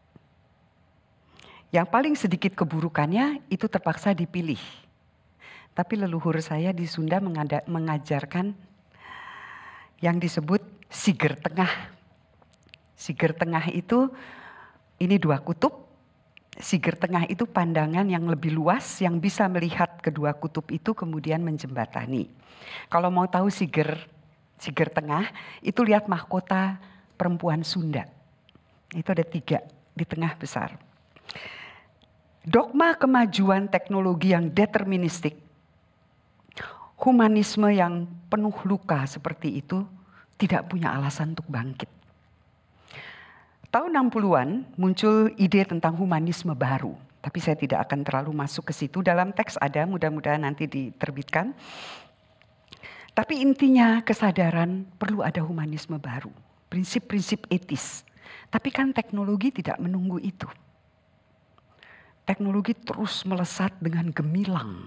Yang paling sedikit keburukannya itu terpaksa dipilih. Tapi leluhur saya di Sunda mengajarkan yang disebut siger tengah. Siger tengah itu ini dua kutub. Siger tengah itu pandangan yang lebih luas yang bisa melihat kedua kutub itu kemudian menjembatani. Kalau mau tahu siger tengah itu lihat mahkota perempuan Sunda. Itu ada 3 di tengah besar. Dogma kemajuan teknologi yang deterministik, humanisme yang penuh luka seperti itu tidak punya alasan untuk bangkit. Tahun 60-an muncul ide tentang humanisme baru. Tapi saya tidak akan terlalu masuk ke situ. Dalam teks ada, mudah-mudahan nanti diterbitkan. Tapi intinya kesadaran perlu ada humanisme baru. Prinsip-prinsip etis. Tapi kan teknologi tidak menunggu itu. Teknologi terus melesat dengan gemilang.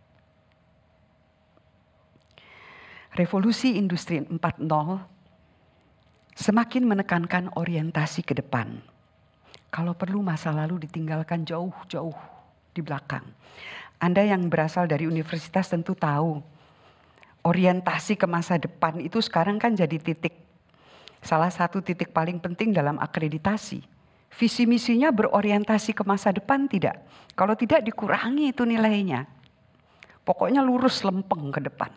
Revolusi Industri 4.0 semakin menekankan orientasi ke depan. Kalau perlu masa lalu ditinggalkan jauh-jauh di belakang. Anda yang berasal dari universitas tentu tahu. Orientasi ke masa depan itu sekarang kan jadi salah satu titik paling penting dalam akreditasi. Visi misinya berorientasi ke masa depan tidak? Kalau tidak dikurangi itu nilainya. Pokoknya lurus lempeng ke depan.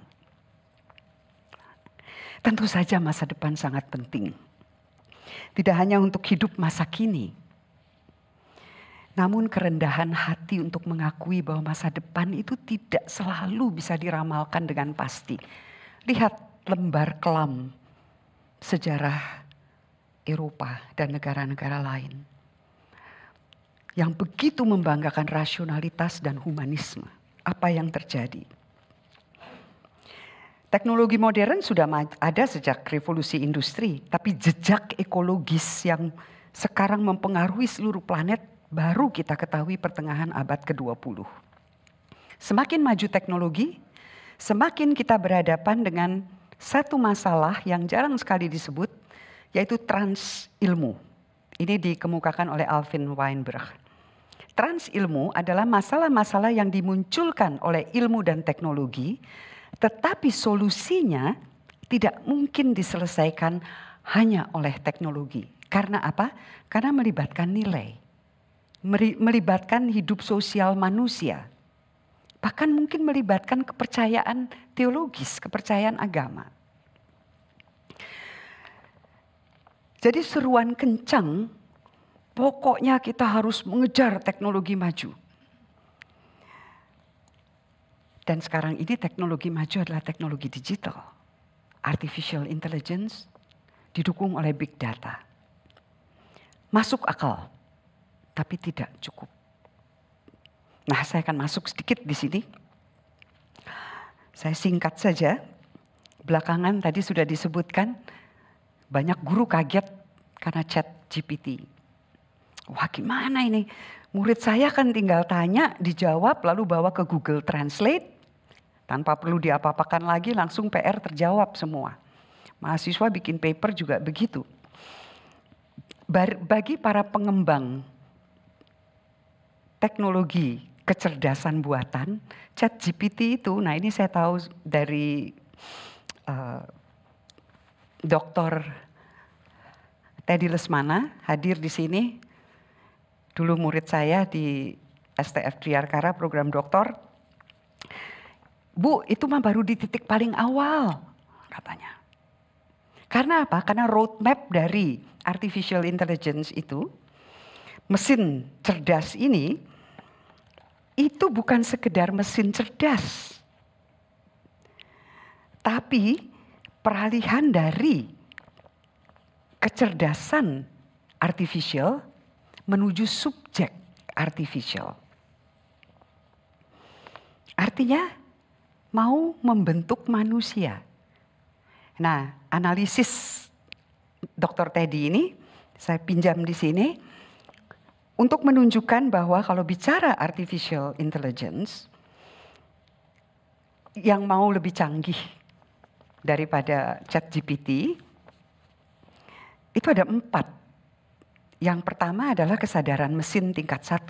Tentu saja masa depan sangat penting. Tidak hanya untuk hidup masa kini. Namun kerendahan hati untuk mengakui bahwa masa depan itu tidak selalu bisa diramalkan dengan pasti. Lihat lembar kelam sejarah Eropa dan negara-negara lain. Yang begitu membanggakan rasionalitas dan humanisme. Apa yang terjadi? Teknologi modern sudah ada sejak revolusi industri, tapi jejak ekologis yang sekarang mempengaruhi seluruh planet baru kita ketahui pertengahan abad ke-20. Semakin maju teknologi, semakin kita berhadapan dengan satu masalah yang jarang sekali disebut, yaitu trans ilmu. Ini dikemukakan oleh Alvin Weinberg. Trans ilmu adalah masalah-masalah yang dimunculkan oleh ilmu dan teknologi, tetapi solusinya tidak mungkin diselesaikan hanya oleh teknologi. Karena apa? Karena melibatkan nilai. Melibatkan hidup sosial manusia. Bahkan mungkin melibatkan kepercayaan teologis, kepercayaan agama. Jadi seruan kencang, pokoknya kita harus mengejar teknologi maju. Dan sekarang ini teknologi maju adalah teknologi digital. Artificial intelligence didukung oleh big data. Masuk akal, tapi tidak cukup. Nah, saya akan masuk sedikit di sini. Saya singkat saja. Belakangan tadi sudah disebutkan, banyak guru kaget karena ChatGPT. Wah, gimana ini? Murid saya kan tinggal tanya, dijawab, lalu bawa ke Google Translate. Tanpa perlu diapa-apakan lagi, langsung PR terjawab semua. Mahasiswa bikin paper juga begitu. Bagi para pengembang teknologi kecerdasan buatan, ChatGPT itu, nah ini saya tahu dari Dr. Teddy Lesmana hadir di sini. Dulu murid saya di STF Triarkara program doktor. Bu, itu mah baru di titik paling awal katanya. Karena apa? Karena roadmap dari artificial intelligence itu, mesin cerdas ini, itu bukan sekedar mesin cerdas. Tapi peralihan dari kecerdasan artificial menuju subjek artificial. Artinya mau membentuk manusia. Nah, analisis Dr. Teddy ini saya pinjam di sini untuk menunjukkan bahwa kalau bicara artificial intelligence, yang mau lebih canggih daripada ChatGPT, itu ada 4. Yang pertama adalah kesadaran mesin tingkat 1.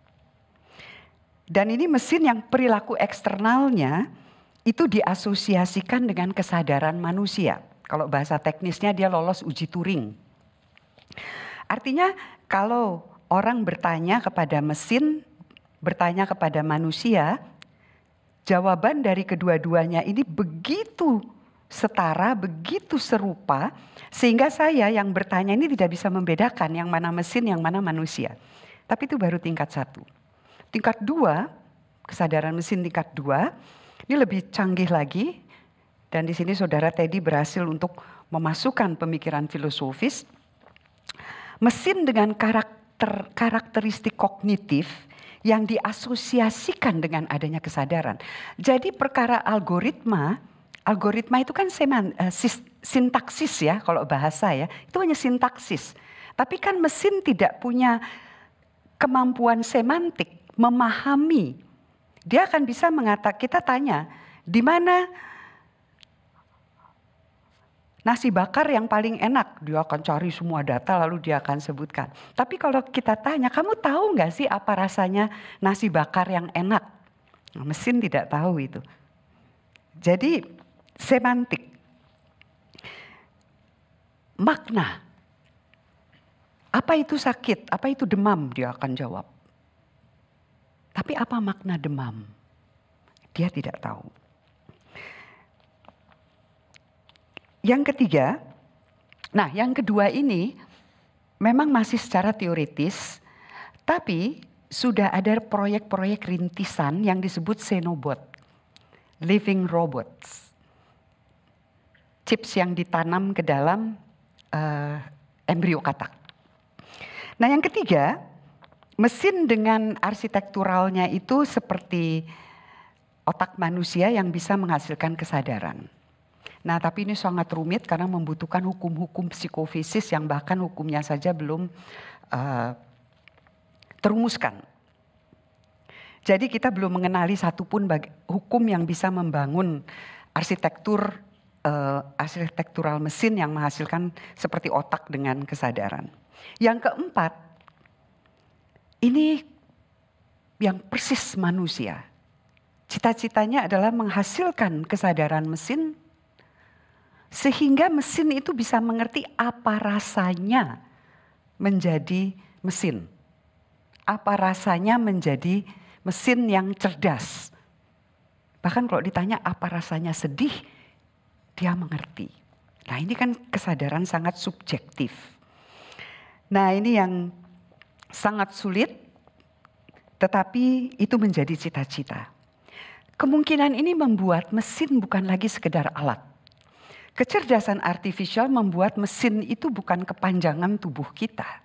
Dan ini mesin yang perilaku eksternalnya itu diasosiasikan dengan kesadaran manusia. Kalau bahasa teknisnya dia lolos uji Turing. Artinya kalau orang bertanya kepada mesin, bertanya kepada manusia, jawaban dari kedua-duanya ini begitu setara, begitu serupa, sehingga saya yang bertanya ini tidak bisa membedakan yang mana mesin, yang mana manusia. Tapi itu baru tingkat 1. Tingkat 2, kesadaran mesin tingkat 2, ini lebih canggih lagi. Dan di sini saudara Teddy berhasil untuk memasukkan pemikiran filosofis. Mesin dengan karakteristik kognitif yang diasosiasikan dengan adanya kesadaran. Jadi perkara algoritma itu kan sintaksis ya, kalau bahasa ya, itu hanya sintaksis. Tapi kan mesin tidak punya kemampuan semantik, memahami. Dia akan bisa mengatakan, kita tanya, di mana nasi bakar yang paling enak? Dia akan cari semua data lalu dia akan sebutkan. Tapi kalau kita tanya, kamu tahu nggak sih apa rasanya nasi bakar yang enak? Nah, mesin tidak tahu itu. Jadi semantik. Makna. Apa itu sakit? Apa itu demam? Dia akan jawab. Tapi apa makna demam? Dia tidak tahu. Yang ketiga, yang kedua ini memang masih secara teoritis, tapi sudah ada proyek-proyek rintisan yang disebut Xenobot, living robots. Chips yang ditanam ke dalam embrio katak. Nah yang ketiga, mesin dengan arsitekturalnya itu seperti otak manusia yang bisa menghasilkan kesadaran. Nah tapi ini sangat rumit karena membutuhkan hukum-hukum psikofisis yang bahkan hukumnya saja belum terumuskan. Jadi kita belum mengenali satupun hukum yang bisa membangun arsitektural mesin yang menghasilkan seperti otak dengan kesadaran. Yang keempat, ini yang persis manusia. Cita-citanya adalah menghasilkan kesadaran mesin sehingga mesin itu bisa mengerti apa rasanya menjadi mesin. Apa rasanya menjadi mesin yang cerdas. Bahkan kalau ditanya apa rasanya sedih, dia mengerti. Nah ini kan kesadaran sangat subjektif. Nah ini yang sangat sulit, tetapi itu menjadi cita-cita. Kemungkinan ini membuat mesin bukan lagi sekedar alat. Kecerdasan artifisial membuat mesin itu bukan kepanjangan tubuh kita.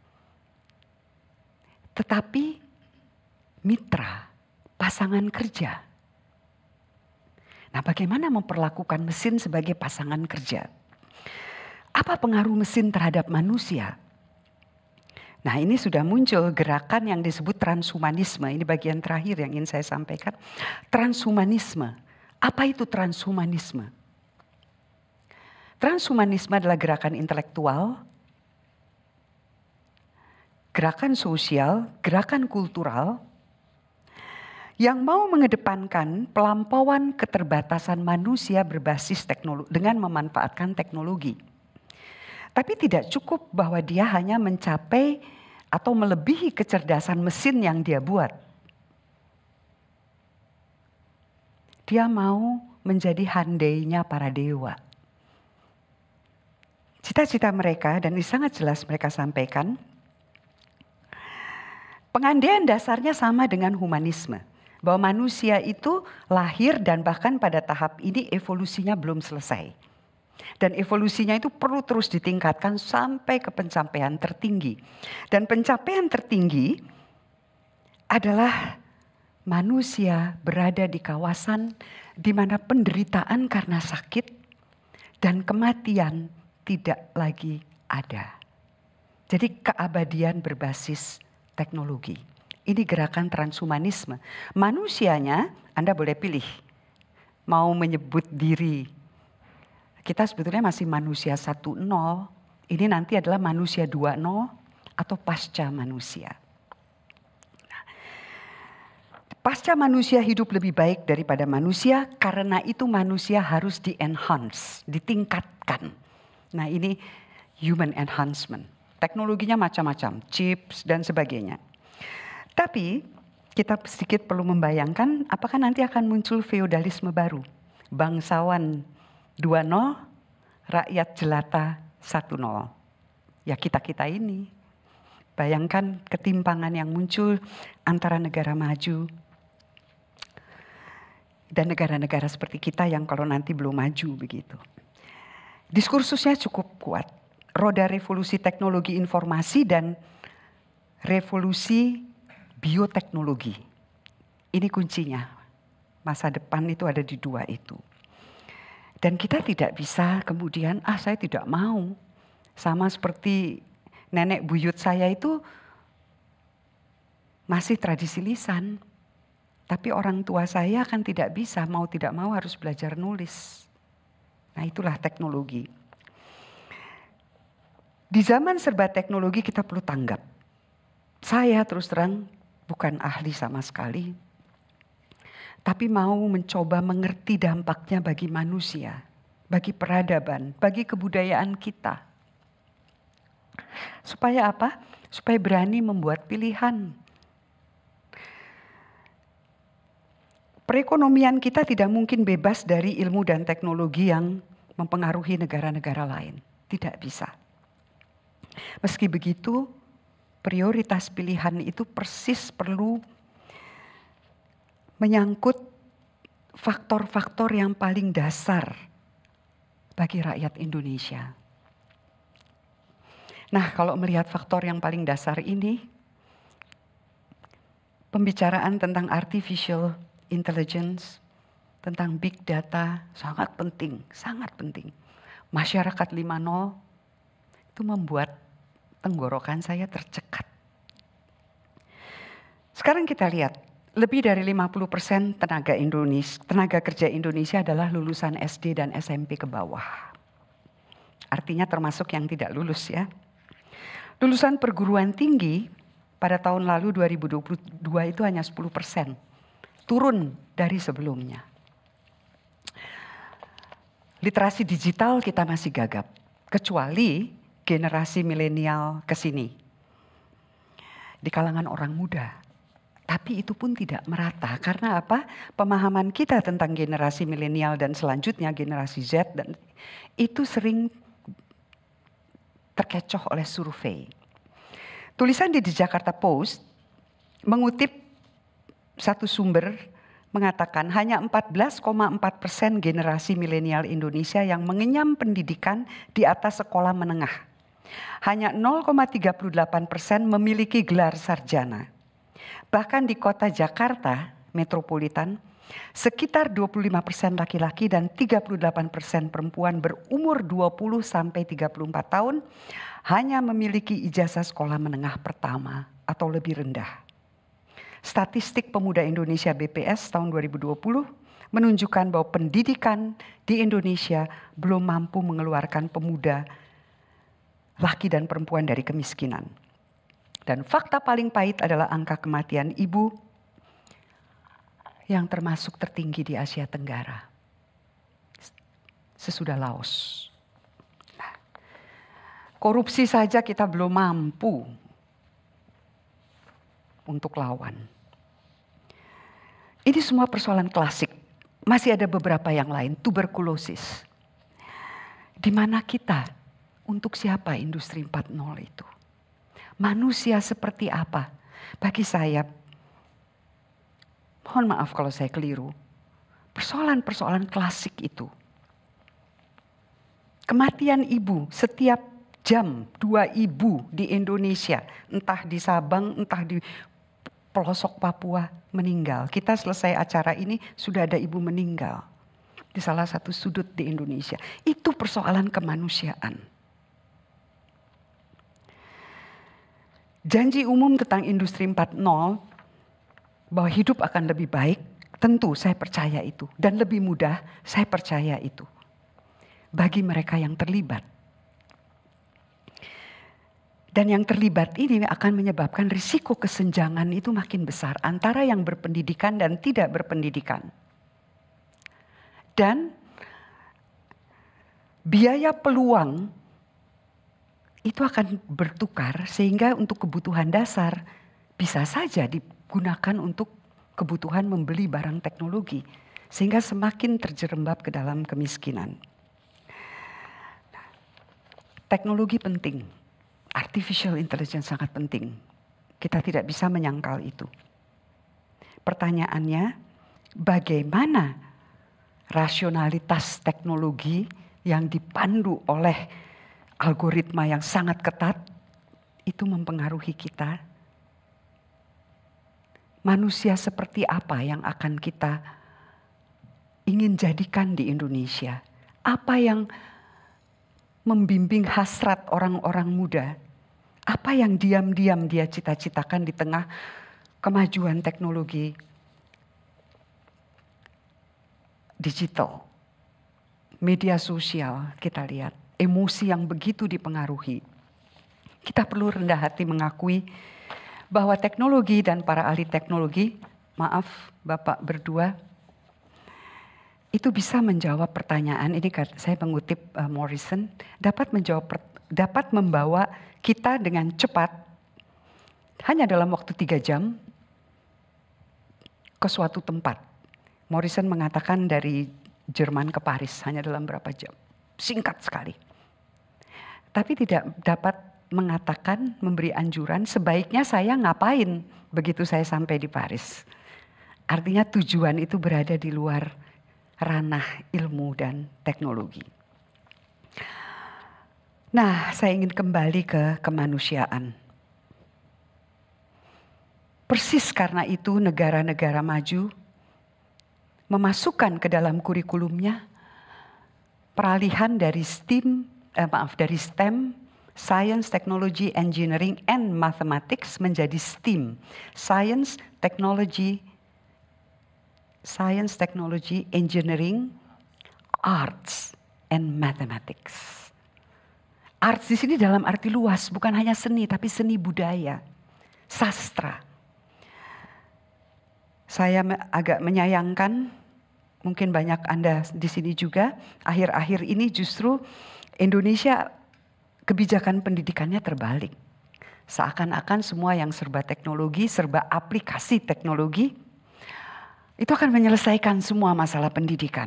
Tetapi mitra, pasangan kerja. Nah bagaimana memperlakukan mesin sebagai pasangan kerja? Apa pengaruh mesin terhadap manusia? Nah ini sudah muncul gerakan yang disebut transhumanisme. Ini bagian terakhir yang ingin saya sampaikan. Transhumanisme. Apa itu transhumanisme? Transhumanisme adalah gerakan intelektual, gerakan sosial, gerakan kultural yang mau mengedepankan pelampauan keterbatasan manusia berbasis teknologi dengan memanfaatkan teknologi. Tapi tidak cukup bahwa dia hanya mencapai atau melebihi kecerdasan mesin yang dia buat. Dia mau menjadi handainya para dewa. Cita-cita mereka, dan ini sangat jelas mereka sampaikan, pengandaian dasarnya sama dengan humanisme. Bahwa manusia itu lahir dan bahkan pada tahap ini evolusinya belum selesai. Dan evolusinya itu perlu terus ditingkatkan sampai ke pencapaian tertinggi. Dan pencapaian tertinggi adalah manusia berada di kawasan di mana penderitaan karena sakit dan kematian tidak lagi ada. Jadi keabadian berbasis teknologi. Ini gerakan transhumanisme. Manusianya Anda boleh pilih. Mau menyebut diri. Kita sebetulnya masih manusia 1.0. Ini nanti adalah manusia 2.0 atau pasca manusia. Pasca manusia hidup lebih baik daripada manusia, karena itu manusia harus di-enhance, ditingkatkan. Nah ini human enhancement. Teknologinya macam-macam, chips dan sebagainya. Tapi kita sedikit perlu membayangkan apakah nanti akan muncul feodalisme baru. Bangsawan 2.0, rakyat jelata 1.0. Ya kita-kita ini. Bayangkan ketimpangan yang muncul antara negara maju dan negara-negara seperti kita yang kalau nanti belum maju begitu. Diskursusnya cukup kuat. Roda revolusi teknologi informasi dan revolusi bioteknologi. Ini kuncinya. Masa depan itu ada di dua itu. Dan kita tidak bisa kemudian, saya tidak mau. Sama seperti nenek buyut saya itu masih tradisi lisan. Tapi orang tua saya kan tidak bisa, mau tidak mau harus belajar nulis. Nah itulah teknologi. Di zaman serba teknologi kita perlu tanggap. Saya terus terang bukan ahli sama sekali. Tapi mau mencoba mengerti dampaknya bagi manusia. Bagi peradaban, bagi kebudayaan kita. Supaya apa? Supaya berani membuat pilihan. Perekonomian kita tidak mungkin bebas dari ilmu dan teknologi yang mempengaruhi negara-negara lain. Tidak bisa. Meski begitu, prioritas pilihan itu persis perlu menyangkut faktor-faktor yang paling dasar bagi rakyat Indonesia. Nah, kalau melihat faktor yang paling dasar ini, pembicaraan tentang artificial intelligence, tentang big data sangat penting, sangat penting. Masyarakat 5.0 itu membuat tenggorokan saya tercekat. Sekarang kita lihat, lebih dari 50% tenaga kerja Indonesia adalah lulusan SD dan SMP ke bawah. Artinya termasuk yang tidak lulus ya. Lulusan perguruan tinggi pada tahun lalu 2022 itu hanya 10%. Turun dari sebelumnya. Literasi digital kita masih gagap. Kecuali generasi milenial ke sini. Di kalangan orang muda. Tapi itu pun tidak merata. Karena apa? Pemahaman kita tentang generasi milenial dan selanjutnya generasi Z dan itu sering terkecoh oleh survei. Tulisan di Jakarta Post mengutip satu sumber mengatakan hanya 14,4% generasi milenial Indonesia yang mengenyam pendidikan di atas sekolah menengah. Hanya 0,38% memiliki gelar sarjana. Bahkan di kota Jakarta metropolitan, sekitar 25% laki-laki dan 38% perempuan berumur 20 sampai 34 tahun hanya memiliki ijazah sekolah menengah pertama atau lebih rendah. Statistik Pemuda Indonesia BPS tahun 2020 menunjukkan bahwa pendidikan di Indonesia belum mampu mengeluarkan pemuda laki dan perempuan dari kemiskinan. Dan fakta paling pahit adalah angka kematian ibu yang termasuk tertinggi di Asia Tenggara. Sesudah Laos. Nah, korupsi saja kita belum mampu untuk lawan. Ini semua persoalan klasik. Masih ada beberapa yang lain, tuberkulosis. Di mana kita, untuk siapa industri 4.0 itu? Manusia seperti apa? Bagi saya, mohon maaf kalau saya keliru, persoalan-persoalan klasik itu. Kematian ibu setiap jam 2 ibu di Indonesia, entah di Sabang, entah di pelosok Papua meninggal. Kita selesai acara ini sudah ada ibu meninggal di salah satu sudut di Indonesia. Itu persoalan kemanusiaan. Janji umum tentang industri 4.0 bahwa hidup akan lebih baik, tentu saya percaya itu. Dan lebih mudah, saya percaya itu. Bagi mereka yang terlibat. Dan yang terlibat ini akan menyebabkan risiko kesenjangan itu makin besar antara yang berpendidikan dan tidak berpendidikan. Dan biaya peluang itu akan bertukar sehingga untuk kebutuhan dasar bisa saja digunakan untuk kebutuhan membeli barang teknologi. Sehingga semakin terjerembab ke dalam kemiskinan. Teknologi penting. Artificial intelligence sangat penting. Kita tidak bisa menyangkal itu. Pertanyaannya, bagaimana rasionalitas teknologi yang dipandu oleh algoritma yang sangat ketat itu mempengaruhi kita? Manusia seperti apa yang akan kita ingin jadikan di Indonesia? Apa yang membimbing hasrat orang-orang muda? Apa yang diam-diam dia cita-citakan di tengah kemajuan teknologi digital, media sosial, kita lihat emosi yang begitu dipengaruhi. Kita perlu rendah hati mengakui bahwa teknologi dan para ahli teknologi, maaf Bapak berdua, itu bisa menjawab pertanyaan, ini saya mengutip Morrison, dapat membawa kita dengan cepat, hanya dalam waktu 3 jam, ke suatu tempat. Morrison mengatakan dari Jerman ke Paris, hanya dalam berapa jam. Singkat sekali. Tapi tidak dapat mengatakan, memberi anjuran, sebaiknya saya ngapain begitu saya sampai di Paris. Artinya tujuan itu berada di luar ranah ilmu dan teknologi. Nah, saya ingin kembali ke kemanusiaan. Persis karena itu negara-negara maju memasukkan ke dalam kurikulumnya peralihan dari STEM, Science, Technology, Engineering, and Mathematics menjadi STEAM, Science, Technology, Engineering, Arts, and Mathematics. Arts di sini dalam arti luas, bukan hanya seni, tapi seni budaya, sastra. Saya agak menyayangkan, mungkin banyak Anda di sini juga, akhir-akhir ini justru Indonesia kebijakan pendidikannya terbalik. Seakan-akan semua yang serba teknologi, serba aplikasi teknologi, itu akan menyelesaikan semua masalah pendidikan.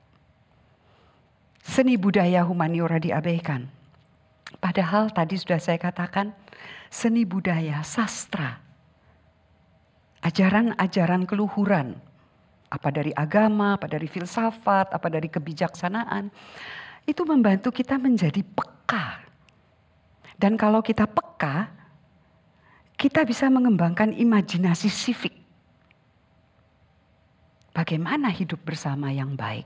Seni budaya humaniora diabaikan. Padahal tadi sudah saya katakan, seni budaya, sastra, ajaran-ajaran keluhuran, apa dari agama, apa dari filsafat, apa dari kebijaksanaan, itu membantu kita menjadi peka. Dan kalau kita peka, kita bisa mengembangkan imajinasi sivik. Bagaimana hidup bersama yang baik.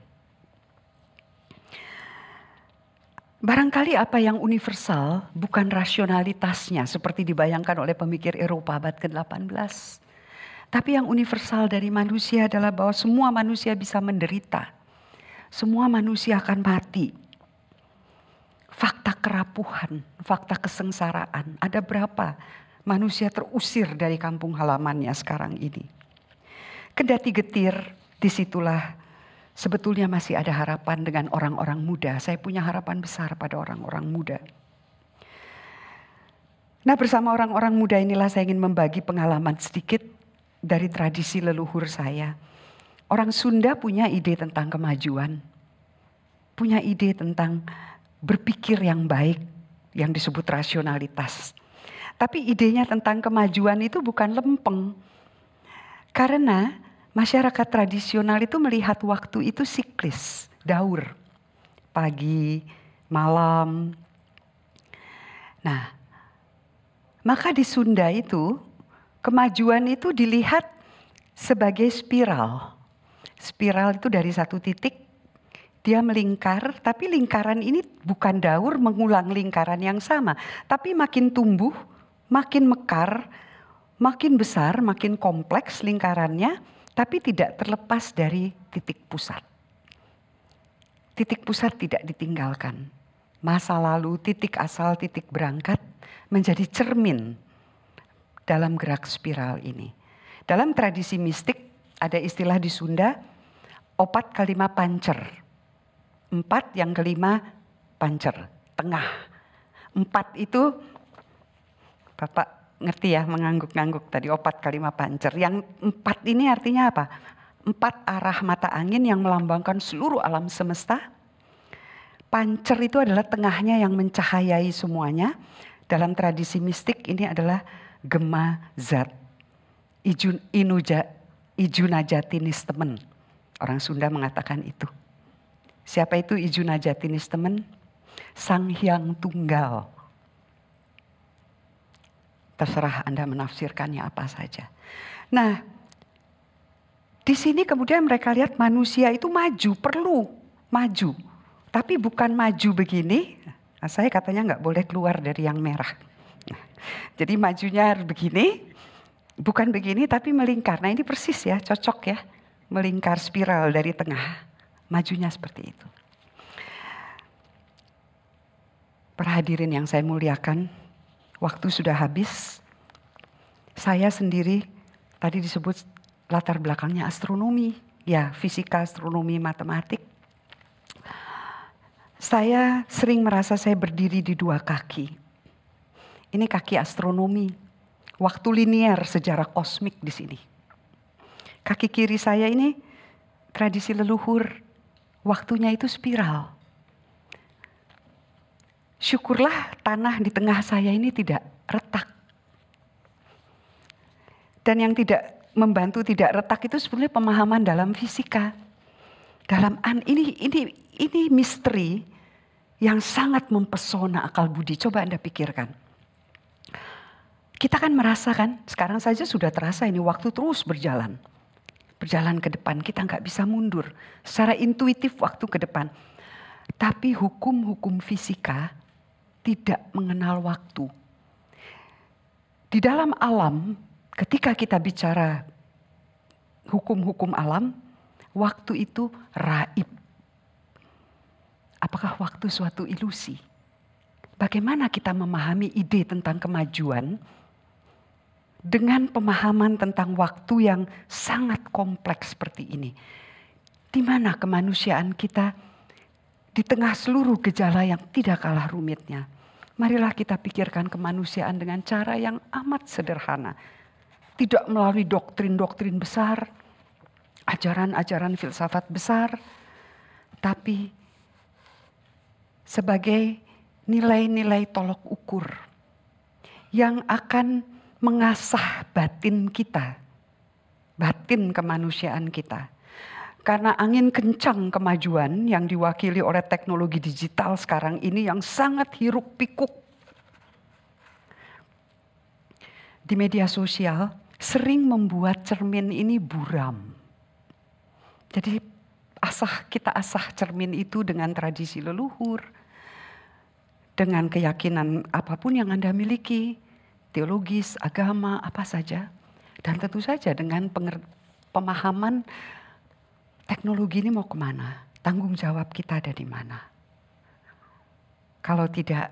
Barangkali apa yang universal bukan rasionalitasnya seperti dibayangkan oleh pemikir Eropa abad ke-18. Tapi yang universal dari manusia adalah bahwa semua manusia bisa menderita. Semua manusia akan mati. Fakta kerapuhan, fakta kesengsaraan. Ada berapa manusia terusir dari kampung halamannya sekarang ini. Kendati getir, disitulah sebetulnya masih ada harapan dengan orang-orang muda. Saya punya harapan besar pada orang-orang muda. Nah, bersama orang-orang muda inilah saya ingin membagi pengalaman sedikit dari tradisi leluhur saya. Orang Sunda punya ide tentang kemajuan. Punya ide tentang berpikir yang baik, yang disebut rasionalitas. Tapi idenya tentang kemajuan itu bukan lempeng. Karena masyarakat tradisional itu melihat waktu itu siklis, daur. Pagi, malam. Nah, maka di Sunda itu kemajuan itu dilihat sebagai spiral. Spiral itu dari satu titik dia melingkar, tapi lingkaran ini bukan daur mengulang lingkaran yang sama, tapi makin tumbuh, makin mekar, makin besar, makin kompleks lingkarannya, tapi tidak terlepas dari titik pusat. Titik pusat tidak ditinggalkan. Masa lalu, titik asal, titik berangkat menjadi cermin dalam gerak spiral ini. Dalam tradisi mistik ada istilah di Sunda, opat kalima pancer. 4 yang kelima pancer, tengah. 4 itu, Bapak ngerti ya, mengangguk-ngangguk tadi, opat kalima pancer. Yang 4 ini artinya apa? 4 arah mata angin yang melambangkan seluruh alam semesta. Pancer itu adalah tengahnya yang mencahayai semuanya. Dalam tradisi mistik ini adalah gema zat. Ijunajatinis temen. Orang Sunda mengatakan itu. Siapa itu Ijunajatinis temen? Sang Hyang Tunggal. Terserah Anda menafsirkannya apa saja. Nah, di sini kemudian mereka lihat manusia itu maju, perlu maju. Tapi bukan maju begini, nah, saya katanya nggak boleh keluar dari yang merah. Nah, jadi majunya harus begini, bukan begini tapi melingkar. Nah ini persis ya, cocok ya. Melingkar spiral dari tengah, majunya seperti itu. Para hadirin yang saya muliakan, waktu sudah habis. Saya sendiri tadi disebut latar belakangnya astronomi, ya fisika, astronomi, matematik. Saya sering merasa saya berdiri di 2 kaki. Ini kaki astronomi, waktu linier sejarah kosmik di sini. Kaki kiri saya ini tradisi leluhur, waktunya itu spiral. Syukurlah tanah di tengah saya ini tidak retak. Dan yang tidak membantu tidak retak itu sebetulnya pemahaman dalam fisika. Ini misteri yang sangat mempesona akal budi. Coba Anda pikirkan. Kita kan merasakan, sekarang saja sudah terasa ini waktu terus berjalan. Berjalan ke depan, kita nggak bisa mundur. Secara intuitif waktu ke depan. Tapi hukum-hukum fisika tidak mengenal waktu. Di dalam alam, ketika kita bicara hukum-hukum alam, waktu itu raib. Apakah waktu suatu ilusi? Bagaimana kita memahami ide tentang kemajuan dengan pemahaman tentang waktu yang sangat kompleks seperti ini? Di mana kemanusiaan kita di tengah seluruh gejala yang tidak kalah rumitnya? Marilah kita pikirkan kemanusiaan dengan cara yang amat sederhana. Tidak melalui doktrin-doktrin besar, ajaran-ajaran filsafat besar, tapi sebagai nilai-nilai tolok ukur yang akan mengasah batin kita, batin kemanusiaan kita. Karena angin kencang kemajuan yang diwakili oleh teknologi digital sekarang ini yang sangat hiruk pikuk. Di media sosial sering membuat cermin ini buram. Jadi kita asah cermin itu dengan tradisi leluhur, dengan keyakinan apapun yang Anda miliki, teologis, agama, apa saja. Dan tentu saja dengan pemahaman teknologi ini mau kemana, tanggung jawab kita ada di mana. Kalau tidak,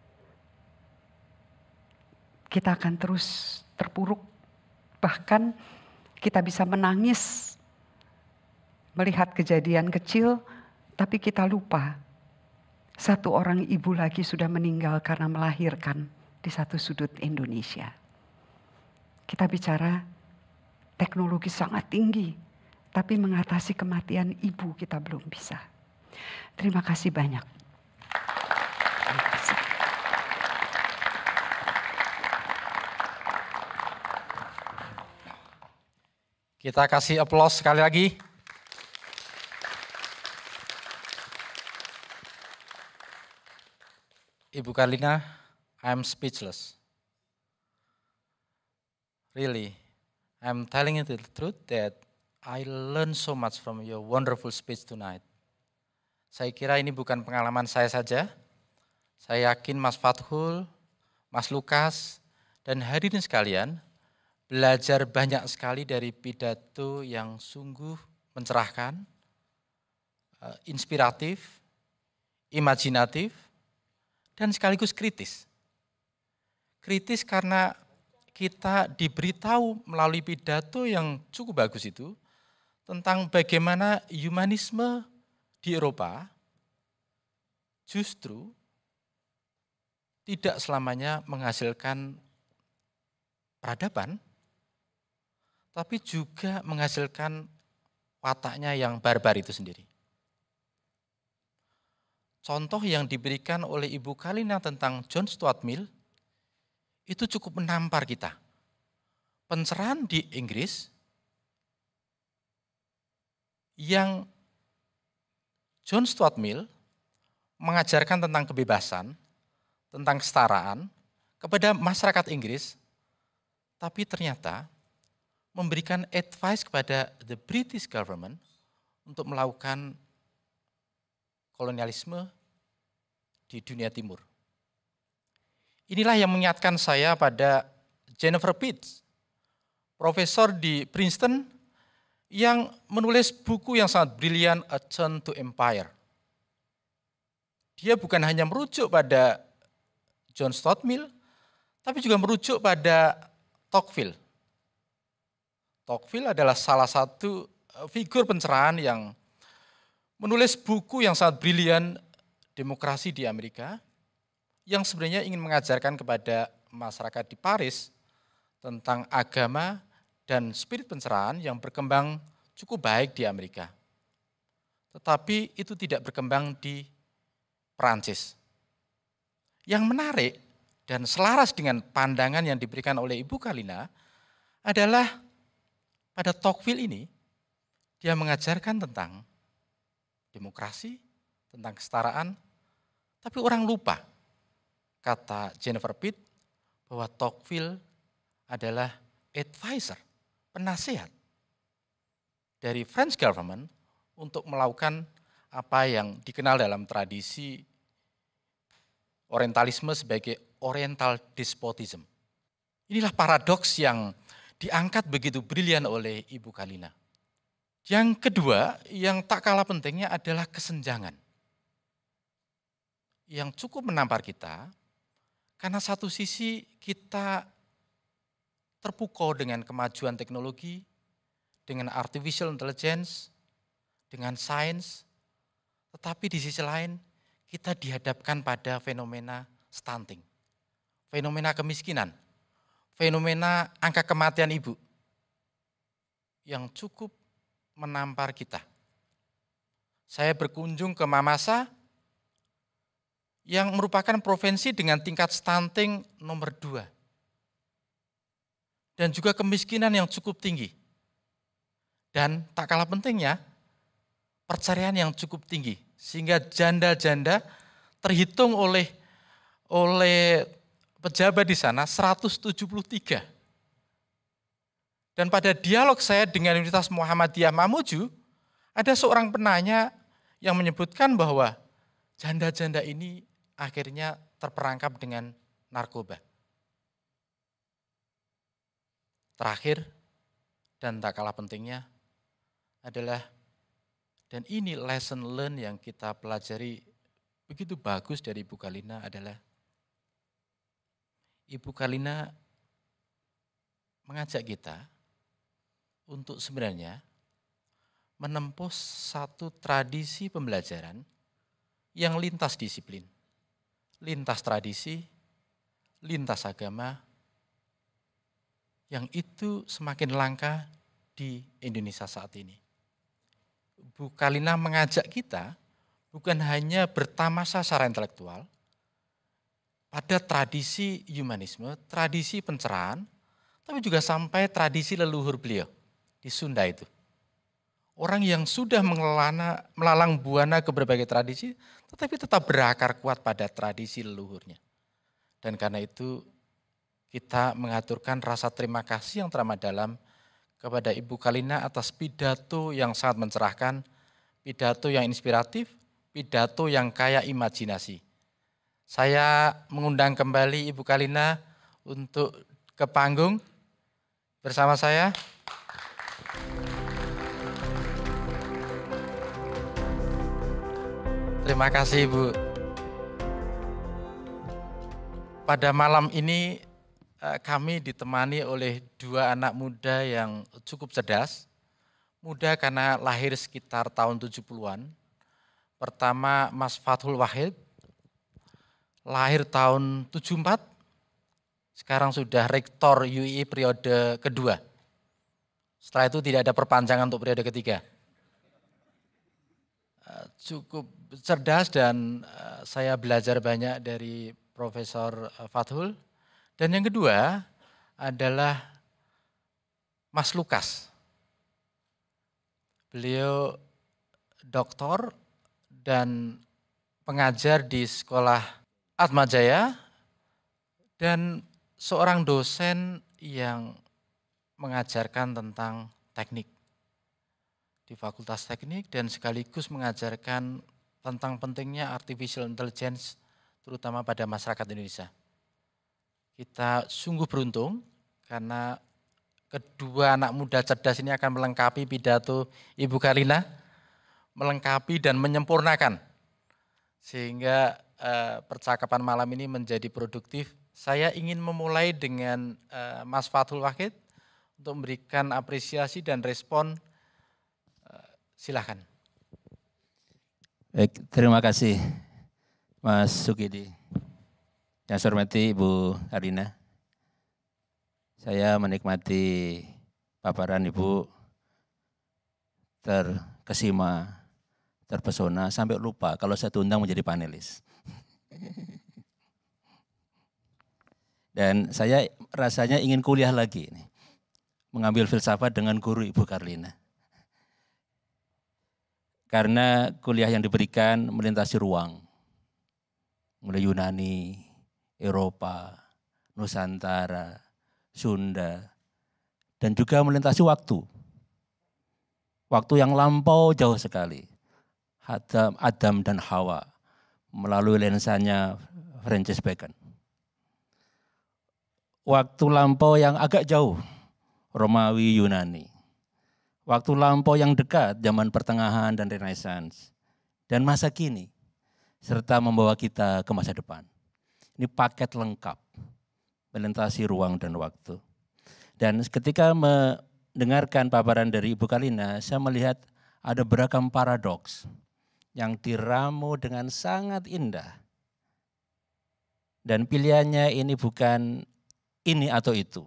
kita akan terus terpuruk. Bahkan kita bisa menangis melihat kejadian kecil, tapi kita lupa. 1 orang ibu lagi sudah meninggal karena melahirkan di satu sudut Indonesia. Kita bicara teknologi sangat tinggi, tapi mengatasi kematian ibu kita belum bisa. Terima kasih banyak. Terima kasih. Kita kasih aplaus sekali lagi. Ibu Karlina, I'm speechless. Really, I'm telling you the truth that I learned so much from your wonderful speech tonight. Saya kira ini bukan pengalaman saya saja. Saya yakin Mas Fathul, Mas Lukas, Dan hadirin sekalian, belajar banyak sekali dari pidato yang sungguh mencerahkan, inspiratif, imajinatif, dan sekaligus kritis. Kritis karena kita diberitahu melalui pidato yang cukup bagus itu tentang bagaimana humanisme di Eropa justru tidak selamanya menghasilkan peradaban, tapi juga menghasilkan wataknya yang barbar itu sendiri. Contoh yang diberikan oleh Ibu Kalina tentang John Stuart Mill itu cukup menampar kita. Pencerahan di Inggris yang John Stuart Mill mengajarkan tentang kebebasan, tentang kesetaraan kepada masyarakat Inggris, tapi ternyata memberikan advice kepada the British government untuk melakukan kolonialisme di dunia timur. Inilah yang mengingatkan saya pada Jennifer Pitts, profesor di Princeton yang menulis buku yang sangat brilian, A Turn to Empire. Dia bukan hanya merujuk pada John Stuart Mill, tapi juga merujuk pada Tocqueville. Tocqueville adalah salah satu figur pencerahan yang menulis buku yang sangat brilian, Demokrasi di Amerika, yang sebenarnya ingin mengajarkan kepada masyarakat di Paris tentang agama dan spirit pencerahan yang berkembang cukup baik di Amerika. Tetapi itu tidak berkembang di Perancis. Yang menarik dan selaras dengan pandangan yang diberikan oleh Ibu Kalina adalah pada Tocqueville ini, dia mengajarkan tentang demokrasi, tentang kesetaraan, tapi orang lupa, kata Jennifer Pitts, bahwa Tocqueville adalah advisor, penasihat dari French government untuk melakukan apa yang dikenal dalam tradisi Orientalisme sebagai Oriental despotism. Inilah paradoks yang diangkat begitu brilian oleh Ibu Kalina. Yang kedua, yang tak kalah pentingnya adalah kesenjangan. Yang cukup menampar kita, karena satu sisi kita terpukau dengan kemajuan teknologi, dengan artificial intelligence, dengan sains, tetapi di sisi lain kita dihadapkan pada fenomena stunting, fenomena kemiskinan, fenomena angka kematian ibu yang cukup menampar kita. Saya berkunjung ke Mamasa yang merupakan provinsi dengan tingkat stunting nomor 2 dan juga kemiskinan yang cukup tinggi. Dan tak kalah pentingnya, perceraian yang cukup tinggi, sehingga janda-janda terhitung oleh pejabat di sana 173. Dan pada dialog saya dengan Universitas Muhammadiyah Mamuju, ada seorang penanya yang menyebutkan bahwa janda-janda ini akhirnya terperangkap dengan narkoba. Terakhir, dan tak kalah pentingnya, adalah, dan ini lesson learn yang kita pelajari begitu bagus dari Ibu Kalina adalah, Ibu Kalina mengajak kita untuk sebenarnya menempuh satu tradisi pembelajaran yang lintas disiplin, lintas tradisi, lintas agama, yang itu semakin langka di Indonesia saat ini. Bu Kalina mengajak kita bukan hanya bertamasa secara intelektual pada tradisi humanisme, tradisi pencerahan, tapi juga sampai tradisi leluhur beliau di Sunda itu. Orang yang sudah melalang buana ke berbagai tradisi, tetapi tetap berakar kuat pada tradisi leluhurnya. Dan karena itu kita mengaturkan rasa terima kasih yang teramat dalam kepada Ibu Kalina atas pidato yang sangat mencerahkan, pidato yang inspiratif, pidato yang kaya imajinasi. Saya mengundang kembali Ibu Kalina untuk ke panggung bersama saya. Terima kasih Ibu. Pada malam ini kami ditemani oleh dua anak muda yang cukup cerdas. Muda karena lahir sekitar tahun 70-an. Pertama Mas Fathul Wahid, lahir tahun 74, sekarang sudah rektor UI periode kedua. Setelah itu tidak ada perpanjangan untuk periode ketiga. Cukup cerdas dan saya belajar banyak dari Profesor Fathul. Dan yang kedua adalah Mas Lukas. Beliau doktor dan pengajar di sekolah Atmajaya dan seorang dosen yang mengajarkan tentang teknik di Fakultas Teknik dan sekaligus mengajarkan tentang pentingnya artificial intelligence terutama pada masyarakat Indonesia. Kita sungguh beruntung karena kedua anak muda cerdas ini akan melengkapi pidato Ibu Karlina, melengkapi dan menyempurnakan sehingga percakapan malam ini menjadi produktif. Saya ingin memulai dengan Mas Fathul Wahid untuk memberikan apresiasi dan respon. Silakan. Baik, terima kasih Mas Sukidi. Yang saya hormati Ibu Karlina. Saya menikmati paparan Ibu terkesima, terpesona, sampai lupa kalau saya diundang menjadi panelis. Dan saya rasanya ingin kuliah lagi, mengambil filsafat dengan guru Ibu Karlina. Karena kuliah yang diberikan melintasi ruang, mulai Yunani, Eropa, Nusantara, Sunda, dan juga melintasi waktu. Waktu yang lampau jauh sekali. Adam dan Hawa melalui lensanya Francis Bacon. Waktu lampau yang agak jauh, Romawi, Yunani. Waktu lampau yang dekat, zaman pertengahan dan Renaissance. Dan masa kini, serta membawa kita ke masa depan. Ini paket lengkap, melintasi ruang dan waktu. Dan ketika mendengarkan paparan dari Ibu Karlina, saya melihat ada beragam paradoks yang diramu dengan sangat indah. Dan pilihannya ini bukan ini atau itu.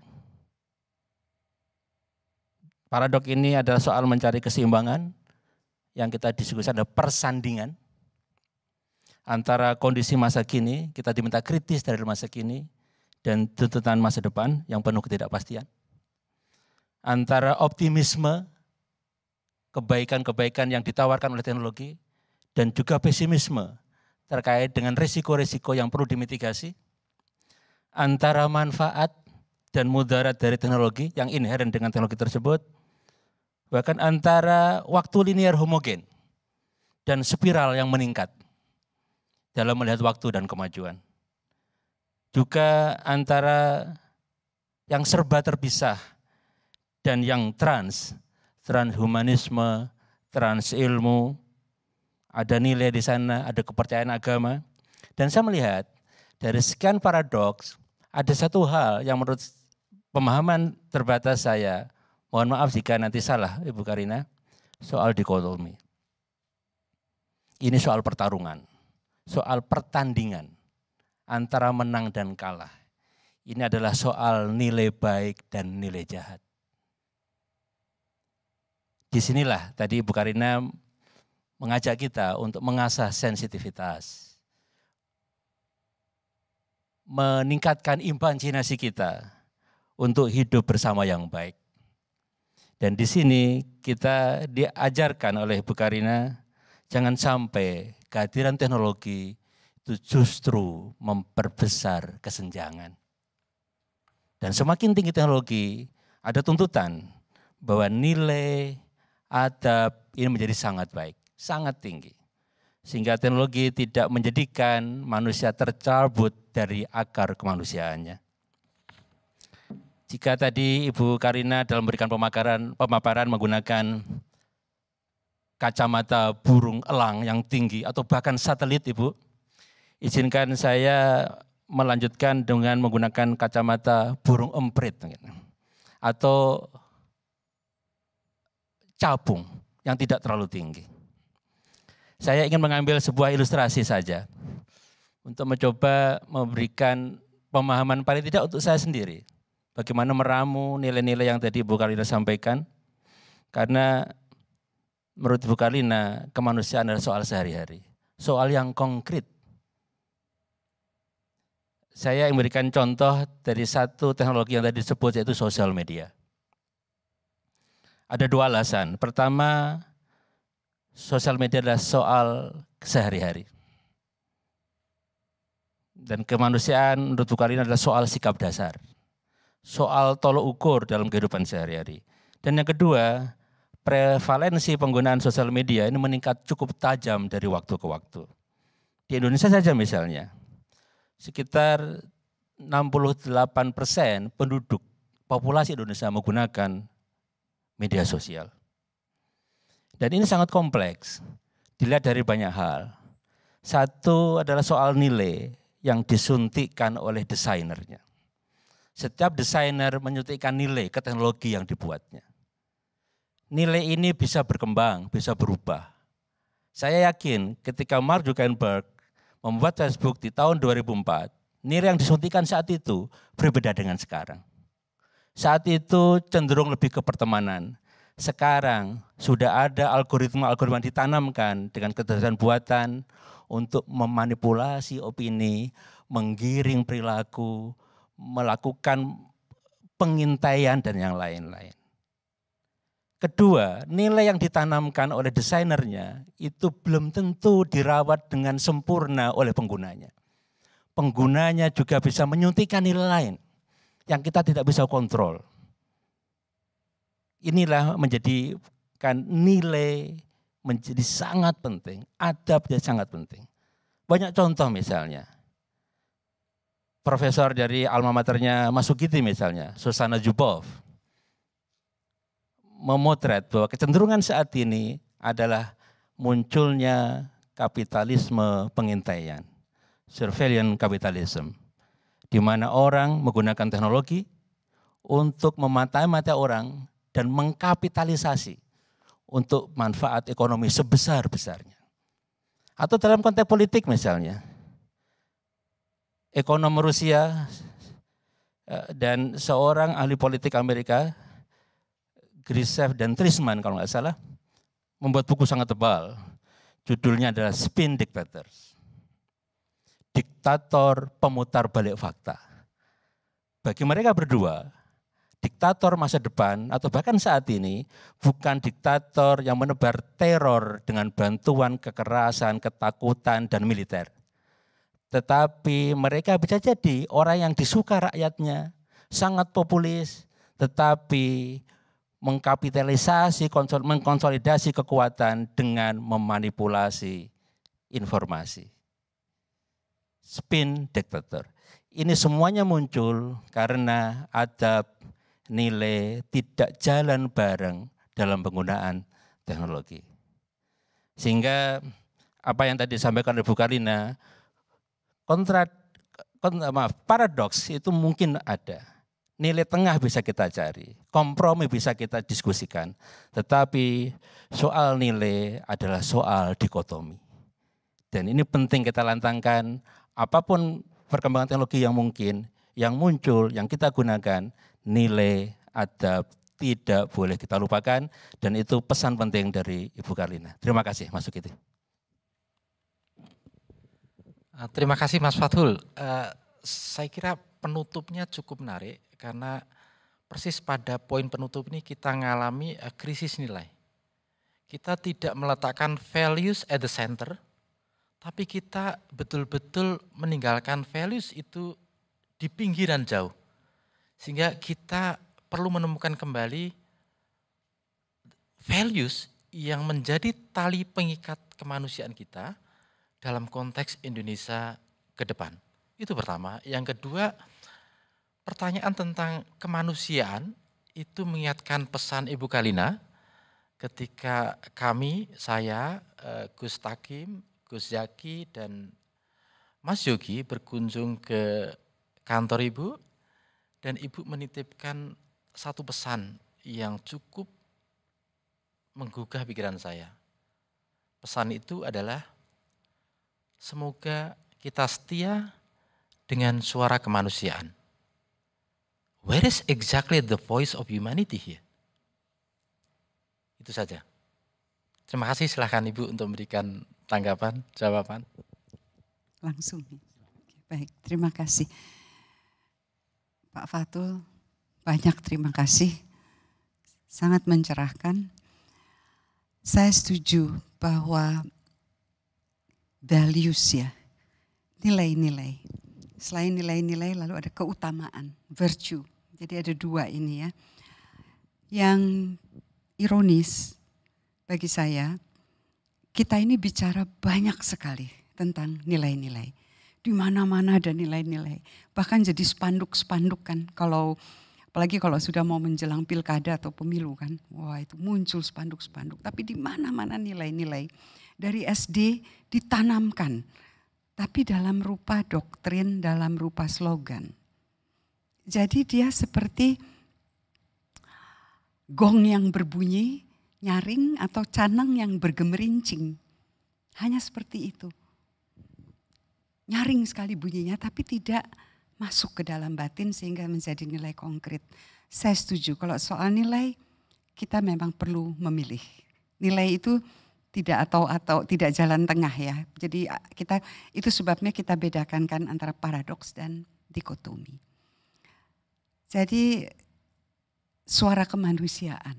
Paradok ini adalah soal mencari keseimbangan, yang kita diskusikan adalah persandingan antara kondisi masa kini, kita diminta kritis dari masa kini, dan tuntutan masa depan yang penuh ketidakpastian. Antara optimisme, kebaikan-kebaikan yang ditawarkan oleh teknologi, dan juga pesimisme terkait dengan risiko-risiko yang perlu dimitigasi. Antara manfaat dan mudarat dari teknologi yang inheren dengan teknologi tersebut, bahkan antara waktu linear homogen dan spiral yang meningkat dalam melihat waktu dan kemajuan. Juga antara yang serba terpisah dan yang transhumanisme, transilmu, ada nilai di sana, ada kepercayaan agama. Dan saya melihat dari sekian paradoks, ada satu hal yang menurut pemahaman terbatas saya, mohon maaf jika nanti salah Ibu Karlina, soal dikotomi. Ini soal pertarungan, soal pertandingan antara menang dan kalah. Ini adalah soal nilai baik dan nilai jahat. Disinilah tadi Ibu Karlina mengajak kita untuk mengasah sensitivitas, meningkatkan imajinasi kita untuk hidup bersama yang baik. Dan di sini kita diajarkan oleh Ibu Karlina, jangan sampai kehadiran teknologi itu justru memperbesar kesenjangan. Dan semakin tinggi teknologi, ada tuntutan bahwa nilai adab ini menjadi sangat baik, sangat tinggi. Sehingga teknologi tidak menjadikan manusia tercabut dari akar kemanusiaannya. Jika tadi Ibu Karina dalam memberikan pemaparan menggunakan kacamata burung elang yang tinggi atau bahkan satelit, Ibu, izinkan saya melanjutkan dengan menggunakan kacamata burung emprit atau capung yang tidak terlalu tinggi. Saya ingin mengambil sebuah ilustrasi saja untuk mencoba memberikan pemahaman paling tidak untuk saya sendiri. Bagaimana meramu nilai-nilai yang tadi Ibu Karina sampaikan. Karena menurut Ibu Karina, kemanusiaan adalah soal sehari-hari. Soal yang konkret. Saya ingin memberikan contoh dari satu teknologi yang tadi disebut, yaitu sosial media. Ada dua alasan. Pertama, sosial media adalah soal sehari-hari. Dan kemanusiaan menurut Ibu Karina adalah soal sikap dasar. Soal tolok ukur dalam kehidupan sehari-hari. Dan yang kedua, prevalensi penggunaan sosial media ini meningkat cukup tajam dari waktu ke waktu. Di Indonesia saja misalnya, sekitar 68% penduduk populasi Indonesia menggunakan media sosial. Dan ini sangat kompleks, dilihat dari banyak hal. Satu adalah soal nilai yang disuntikkan oleh desainernya. Setiap desainer menyuntikkan nilai ke teknologi yang dibuatnya. Nilai ini bisa berkembang, bisa berubah. Saya yakin ketika Mark Zuckerberg membuat Facebook di tahun 2004, nilai yang disuntikkan saat itu berbeda dengan sekarang. Saat itu cenderung lebih ke pertemanan. Sekarang sudah ada algoritma-algoritma ditanamkan dengan kecerdasan buatan untuk memanipulasi opini, menggiring perilaku, melakukan pengintaian dan yang lain-lain. Kedua, nilai yang ditanamkan oleh desainernya itu belum tentu dirawat dengan sempurna oleh penggunanya. Penggunanya juga bisa menyuntikkan nilai lain yang kita tidak bisa kontrol. Inilah menjadikan nilai menjadi sangat penting, adab jadi sangat penting. Banyak contoh misalnya. Profesor dari alma maternya Mas Sukidi misalnya, Shoshana Zuboff, memotret bahwa kecenderungan saat ini adalah munculnya kapitalisme pengintaian, surveillance capitalism, di mana orang menggunakan teknologi untuk memata-mata orang dan mengkapitalisasi untuk manfaat ekonomi sebesar-besarnya. Atau dalam konteks politik misalnya, ekonom Rusia dan seorang ahli politik Amerika, Grishev dan Trisman kalau nggak salah, membuat buku sangat tebal. Judulnya adalah Spin Dictators. Diktator pemutar balik fakta. Bagi mereka berdua, diktator masa depan atau bahkan saat ini bukan diktator yang menebar teror dengan bantuan kekerasan, ketakutan, dan militer. Tetapi mereka bisa jadi orang yang disuka rakyatnya, sangat populis, tetapi mengkapitalisasi, mengkonsolidasi kekuatan dengan memanipulasi informasi. Spin dictator. Ini semuanya muncul karena adab, nilai tidak jalan bareng dalam penggunaan teknologi. Sehingga apa yang tadi disampaikan oleh Bu Karina, paradoks itu mungkin ada. Nilai tengah bisa kita cari, kompromi bisa kita diskusikan. Tetapi soal nilai adalah soal dikotomi. Dan ini penting kita lantangkan, apapun perkembangan teknologi yang mungkin, yang muncul, yang kita gunakan, nilai adab tidak boleh kita lupakan. Dan itu pesan penting dari Ibu Karina. Terima kasih Mas Sukidi. Terima kasih Mas Fathul. Saya kira penutupnya cukup menarik karena persis pada poin penutup ini kita mengalami krisis nilai. Kita tidak meletakkan values at the center, tapi kita betul-betul meninggalkan values itu di pinggiran jauh. Sehingga kita perlu menemukan kembali values yang menjadi tali pengikat kemanusiaan kita dalam konteks Indonesia ke depan. Itu pertama. Yang kedua, pertanyaan tentang kemanusiaan itu mengingatkan pesan Ibu Kalina ketika kami, saya, Gus Takim, Gus Zaki, dan Mas Yogi berkunjung ke kantor Ibu, dan Ibu menitipkan satu pesan yang cukup menggugah pikiran saya. Pesan itu adalah, semoga kita setia dengan suara kemanusiaan. Where is exactly the voice of humanity here? Itu saja. Terima kasih, silahkan Ibu untuk memberikan tanggapan, jawaban. Langsung. Baik, terima kasih. Pak Fatul, banyak terima kasih. Sangat mencerahkan. Saya setuju bahwa values ya, nilai-nilai. Selain nilai-nilai lalu ada keutamaan, virtue. Jadi ada dua ini ya. Yang ironis bagi saya, kita ini bicara banyak sekali tentang nilai-nilai. Di mana-mana ada nilai-nilai. Bahkan jadi spanduk-spanduk kan. Apalagi kalau sudah mau menjelang pilkada atau pemilu kan. Wah, itu muncul spanduk-spanduk. Tapi di mana-mana nilai-nilai. Dari SD ditanamkan. Tapi dalam rupa doktrin, dalam rupa slogan. Jadi dia seperti gong yang berbunyi, nyaring atau canang yang bergemerincing. Hanya seperti itu. Nyaring sekali bunyinya tapi tidak masuk ke dalam batin sehingga menjadi nilai konkret. Saya setuju kalau soal nilai kita memang perlu memilih. Nilai itu tidak atau tidak jalan tengah ya. Jadi itu sebabnya kita bedakan kan antara paradoks dan dikotomi. Jadi suara kemanusiaan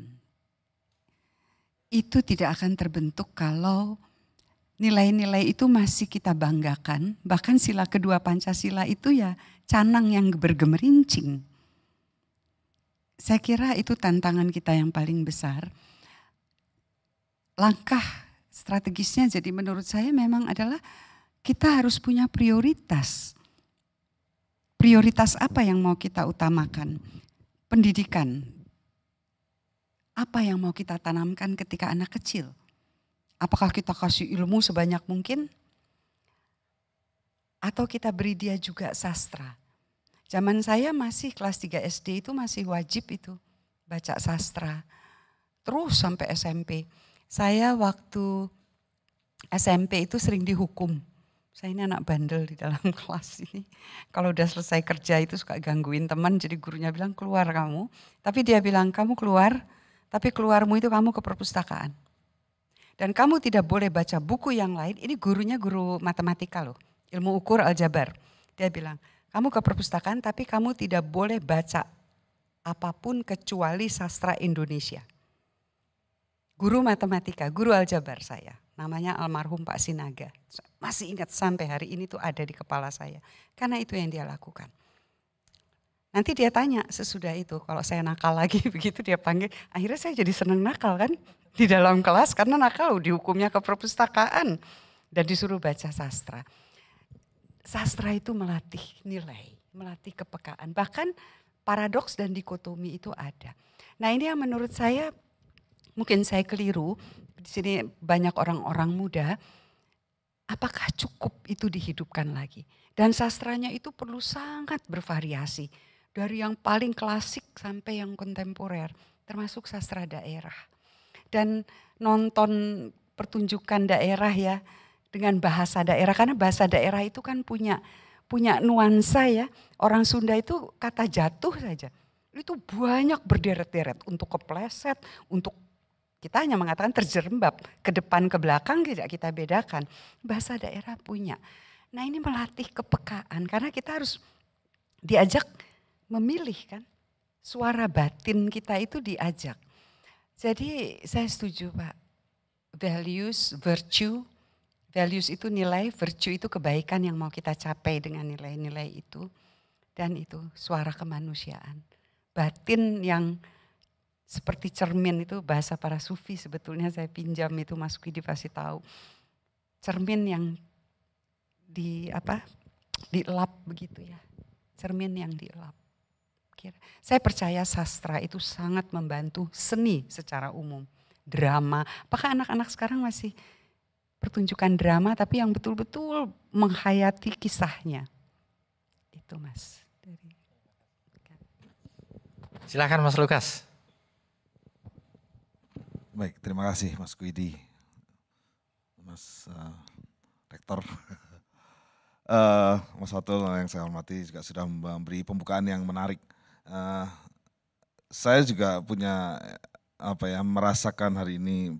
itu tidak akan terbentuk kalau nilai-nilai itu masih kita banggakan. Bahkan sila kedua Pancasila itu ya canang yang bergemerincing. Saya kira itu tantangan kita yang paling besar. Langkah strategisnya jadi menurut saya memang adalah kita harus punya prioritas. Prioritas apa yang mau kita utamakan? Pendidikan. Apa yang mau kita tanamkan ketika anak kecil? Apakah kita kasih ilmu sebanyak mungkin? Atau kita beri dia juga sastra? Zaman saya masih kelas 3 SD itu masih wajib itu baca sastra. Terus sampai SMP. Saya waktu SMP itu sering dihukum. Saya ini anak bandel di dalam kelas ini. Kalau udah selesai kerja itu suka gangguin teman. Jadi gurunya bilang keluar kamu. Tapi dia bilang kamu keluar. Tapi keluarmu itu kamu ke perpustakaan. Dan kamu tidak boleh baca buku yang lain. Ini gurunya guru matematika loh. Ilmu ukur aljabar. Dia bilang kamu ke perpustakaan tapi kamu tidak boleh baca apapun kecuali sastra Indonesia. Guru matematika, guru aljabar saya. Namanya almarhum Pak Sinaga. Masih ingat sampai hari ini tuh ada di kepala saya. Karena itu yang dia lakukan. Nanti dia tanya sesudah itu, kalau saya nakal lagi begitu dia panggil. Akhirnya saya jadi senang nakal kan di dalam kelas karena nakal dihukumnya ke perpustakaan. Dan disuruh baca sastra. Sastra itu melatih nilai, melatih kepekaan. Bahkan paradoks dan dikotomi itu ada. Nah ini yang menurut saya mungkin saya keliru. Di sini banyak orang-orang muda. Apakah cukup itu dihidupkan lagi? Dan sastranya itu perlu sangat bervariasi. Dari yang paling klasik sampai yang kontemporer. Termasuk sastra daerah. Dan nonton pertunjukan daerah ya. Dengan bahasa daerah. Karena bahasa daerah itu kan punya nuansa ya. Orang Sunda itu kata jatuh saja. Itu banyak berderet-deret. Untuk kepleset, untuk kita hanya mengatakan terjerembab. Ke depan, ke belakang tidak kita bedakan. Bahasa daerah punya. Nah ini melatih kepekaan. Karena kita harus diajak memilih kan. Suara batin kita itu diajak. Jadi saya setuju Pak. Values, virtue. Values itu nilai, virtue itu kebaikan yang mau kita capai dengan nilai-nilai itu. Dan itu suara kemanusiaan. Batin yang seperti cermin itu bahasa para sufi sebetulnya saya pinjam itu Mas Widi pasti tahu. Cermin yang dielap begitu ya. Cermin yang dielap. kira. Saya percaya sastra itu sangat membantu seni secara umum. Drama, apakah anak-anak sekarang masih pertunjukan drama tapi yang betul-betul menghayati kisahnya. Itu Mas. Silakan Mas Lukas. Baik, terima kasih Mas Kwidi, Mas Rektor. Mas Fatul yang saya hormati juga sudah memberi pembukaan yang menarik. Saya juga punya merasakan hari ini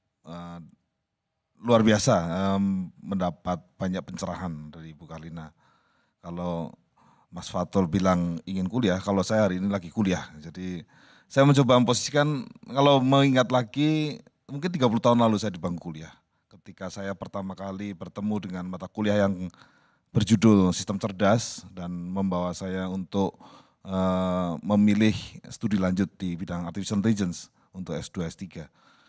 luar biasa mendapat banyak pencerahan dari Bu Karlina. Kalau Mas Fatul bilang ingin kuliah, kalau saya hari ini lagi kuliah. Jadi saya mencoba memposisikan, kalau mengingat lagi mungkin 30 tahun lalu saya di bangku kuliah. Ketika saya pertama kali bertemu dengan mata kuliah yang berjudul Sistem Cerdas dan membawa saya untuk memilih studi lanjut di bidang Artificial Intelligence untuk S2, S3.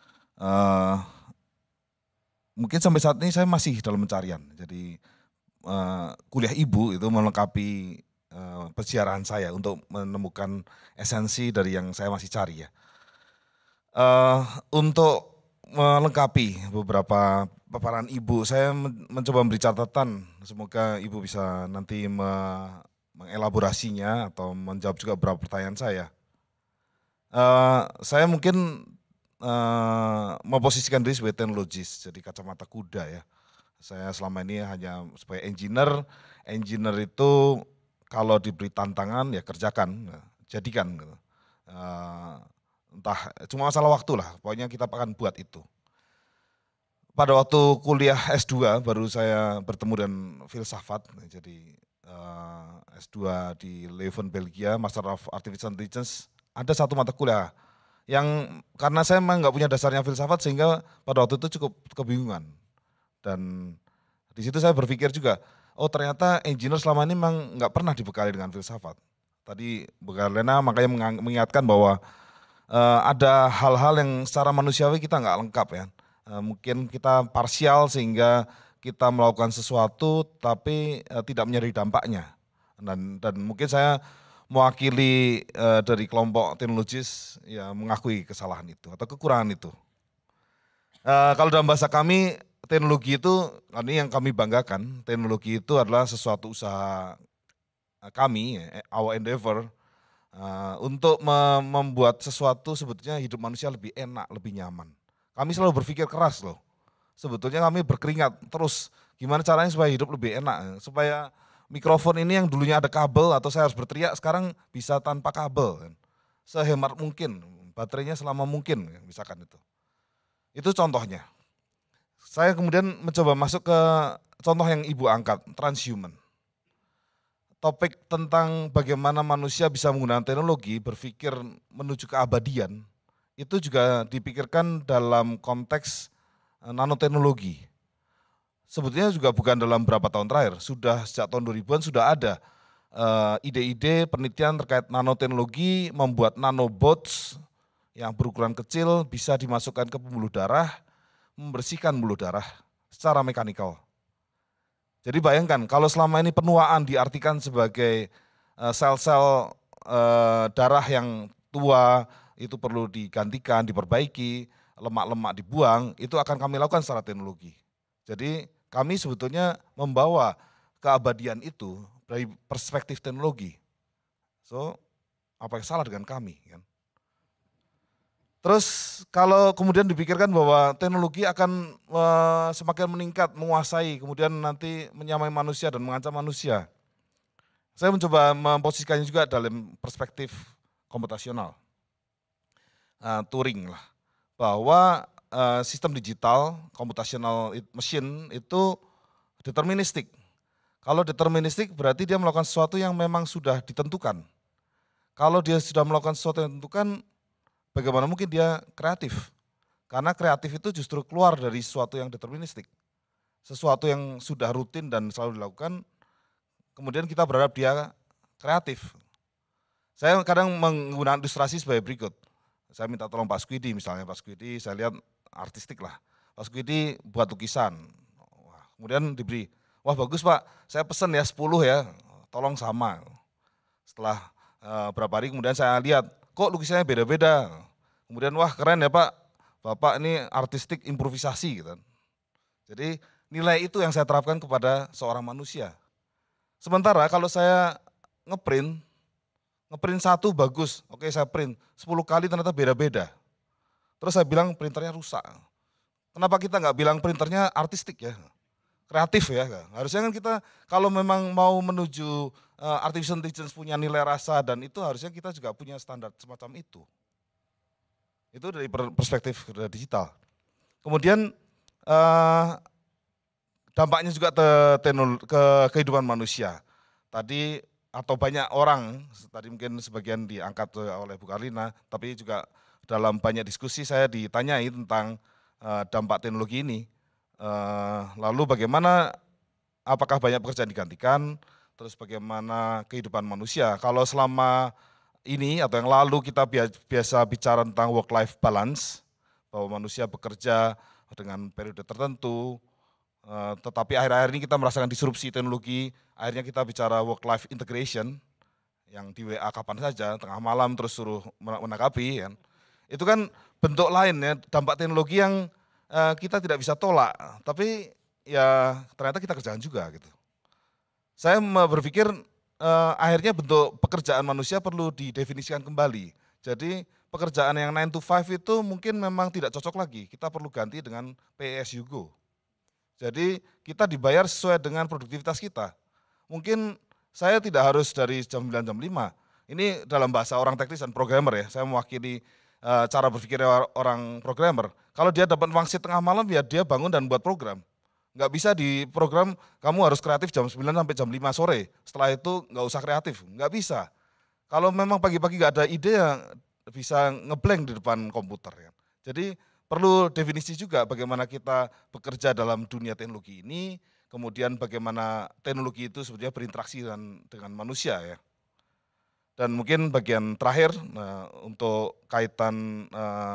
Mungkin sampai saat ini saya masih dalam pencarian. Jadi kuliah ibu itu melengkapi persiaran saya untuk menemukan esensi dari yang saya masih cari ya. Untuk melengkapi beberapa paparan ibu, saya mencoba memberi catatan. Semoga ibu bisa nanti mengelaborasinya atau menjawab juga beberapa pertanyaan saya. Saya mungkin memposisikan diri sebagai teknologis, jadi kacamata kuda ya. Saya selama ini hanya sebagai engineer. Engineer itu kalau diberi tantangan ya kerjakan, jadikan. Entah cuma masalah waktu lah, pokoknya kita akan buat itu. Pada waktu kuliah S2 baru saya bertemu dengan filsafat, jadi S2 di Leuven, Belgia, Master of Artificial Intelligence. Ada satu mata kuliah yang karena saya memang nggak punya dasarnya filsafat sehingga pada waktu itu cukup kebingungan. Dan di situ saya berpikir juga, oh ternyata engineer selama ini memang nggak pernah dibekali dengan filsafat. Tadi Bu Karlina makanya mengingatkan bahwa ada hal-hal yang secara manusiawi kita nggak lengkap ya. Mungkin kita parsial sehingga kita melakukan sesuatu tapi tidak menyadari dampaknya. Dan mungkin saya mewakili dari kelompok teknologis ya mengakui kesalahan itu atau kekurangan itu. Kalau dalam bahasa kami teknologi itu, ini yang kami banggakan, teknologi itu adalah sesuatu usaha kami, our endeavor, untuk membuat sesuatu sebetulnya hidup manusia lebih enak, lebih nyaman. Kami selalu berpikir keras loh, sebetulnya kami berkeringat terus, gimana caranya supaya hidup lebih enak, supaya mikrofon ini yang dulunya ada kabel atau saya harus berteriak, sekarang bisa tanpa kabel, sehemat mungkin, baterainya selama mungkin, misalkan itu. Itu contohnya. Saya kemudian mencoba masuk ke contoh yang Ibu angkat, transhuman. Topik tentang bagaimana manusia bisa menggunakan teknologi, berpikir menuju keabadian, itu juga dipikirkan dalam konteks nanoteknologi. Sebetulnya juga bukan dalam beberapa tahun terakhir, sudah sejak tahun 2000-an sudah ada ide-ide penelitian terkait nanoteknologi, membuat nanobots yang berukuran kecil bisa dimasukkan ke pembuluh darah, membersihkan pembuluh darah secara mekanikal. Jadi bayangkan kalau selama ini penuaan diartikan sebagai sel-sel darah yang tua itu perlu digantikan, diperbaiki, lemak-lemak dibuang, itu akan kami lakukan secara teknologi. Jadi kami sebetulnya membawa keabadian itu dari perspektif teknologi. So, apa yang salah dengan kami? Kan? Terus kalau kemudian dipikirkan bahwa teknologi akan semakin meningkat, menguasai, kemudian nanti menyamai manusia dan mengancam manusia. Saya mencoba memposisikannya juga dalam perspektif komputasional. Turing lah, bahwa sistem digital, computational machine itu deterministik. Kalau deterministik berarti dia melakukan sesuatu yang memang sudah ditentukan. Kalau dia sudah melakukan sesuatu yang ditentukan, bagaimana mungkin dia kreatif? Karena kreatif itu justru keluar dari sesuatu yang deterministik. Sesuatu yang sudah rutin dan selalu dilakukan, kemudian kita berharap dia kreatif. Saya kadang menggunakan ilustrasi sebagai berikut. Saya minta tolong Pak Squidi misalnya, Pak Squidi saya lihat artistik lah. Pak Squidi buat lukisan, kemudian diberi, wah bagus Pak, saya pesen ya 10 ya, tolong sama. Setelah Berapa hari kemudian saya lihat, kok lukisannya beda-beda. Kemudian wah keren ya Pak, Bapak ini artistik improvisasi gitu. Jadi nilai itu yang saya terapkan kepada seorang manusia. Sementara kalau saya ngeprint satu bagus, oke saya print, 10 kali ternyata beda-beda. Terus saya bilang printernya rusak. Kenapa kita nggak bilang printernya artistik ya, kreatif ya? Harusnya kan kita kalau memang mau menuju artificial intelligence punya nilai rasa dan itu harusnya kita juga punya standar semacam itu. Itu dari perspektif digital. Kemudian dampaknya juga ke kehidupan manusia. Tadi atau banyak orang, tadi mungkin sebagian diangkat oleh Bu Karlina, tapi juga dalam banyak diskusi saya ditanyai tentang dampak teknologi ini. Lalu bagaimana, apakah banyak pekerjaan digantikan, terus bagaimana kehidupan manusia. Kalau selama ini atau yang lalu kita biasa bicara tentang work-life balance, bahwa manusia bekerja dengan periode tertentu, tetapi akhir-akhir ini kita merasakan disrupsi teknologi, akhirnya kita bicara work-life integration, yang di WA kapan saja, tengah malam terus suruh menanggapi. Kan. Itu kan bentuk lain ya, dampak teknologi yang kita tidak bisa tolak, tapi ya ternyata kita kerjaan juga gitu. Saya berpikir akhirnya bentuk pekerjaan manusia perlu didefinisikan kembali. Jadi pekerjaan yang 9 to 5 itu mungkin memang tidak cocok lagi, kita perlu ganti dengan pay as you go. Jadi kita dibayar sesuai dengan produktivitas kita. Mungkin saya tidak harus dari jam 9 jam 5. Ini dalam bahasa orang teknis dan programmer ya, saya mewakili cara berpikir orang programmer. Kalau dia dapat wangsit tengah malam ya dia bangun dan buat program. Nggak bisa di program kamu harus kreatif jam 9 sampai jam 5 sore, setelah itu nggak usah kreatif, nggak bisa. Kalau memang pagi-pagi nggak ada ide ya bisa ngeblank di depan komputer. Ya. Jadi perlu definisi juga bagaimana kita bekerja dalam dunia teknologi ini, kemudian bagaimana teknologi itu sebetulnya berinteraksi dengan manusia ya. Dan mungkin bagian terakhir untuk kaitan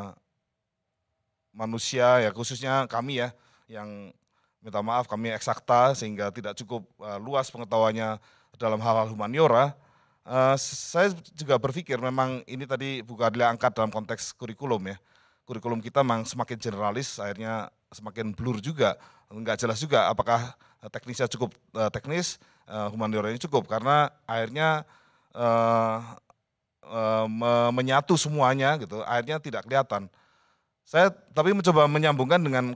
manusia ya khususnya kami ya yang minta maaf kami eksakta sehingga tidak cukup luas pengetahuannya dalam hal-hal humaniora. Saya juga berpikir memang ini tadi Bu Karlia angkat dalam konteks kurikulum ya. Kurikulum kita memang semakin generalis akhirnya semakin blur juga. Enggak jelas juga apakah teknisnya cukup teknis, humanioranya cukup karena akhirnya menyatu semuanya gitu, akhirnya tidak kelihatan. Saya tapi mencoba menyambungkan dengan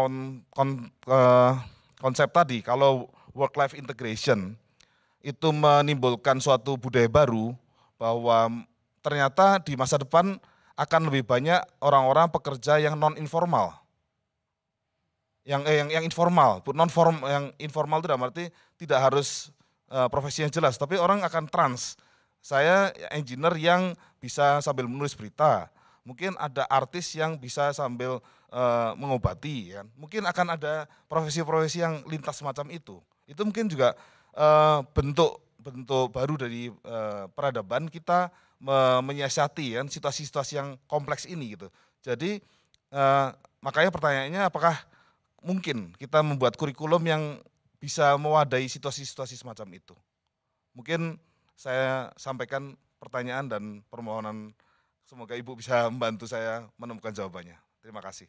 konsep tadi, kalau work-life integration itu menimbulkan suatu budaya baru bahwa ternyata di masa depan akan lebih banyak orang-orang pekerja yang non-informal. Yang informal, yang informal itu dalam arti tidak harus profesi yang jelas, tapi orang akan trans. Saya engineer yang bisa sambil menulis berita, mungkin ada artis yang bisa sambil mengobati, kan? Mungkin akan ada profesi-profesi yang lintas semacam itu. Itu mungkin juga bentuk baru dari peradaban kita menyiasati kan situasi-situasi yang kompleks ini gitu. Jadi makanya pertanyaannya apakah mungkin kita membuat kurikulum yang bisa mewadahi situasi-situasi semacam itu. Mungkin saya sampaikan pertanyaan dan permohonan. Semoga Ibu bisa membantu saya menemukan jawabannya. Terima kasih.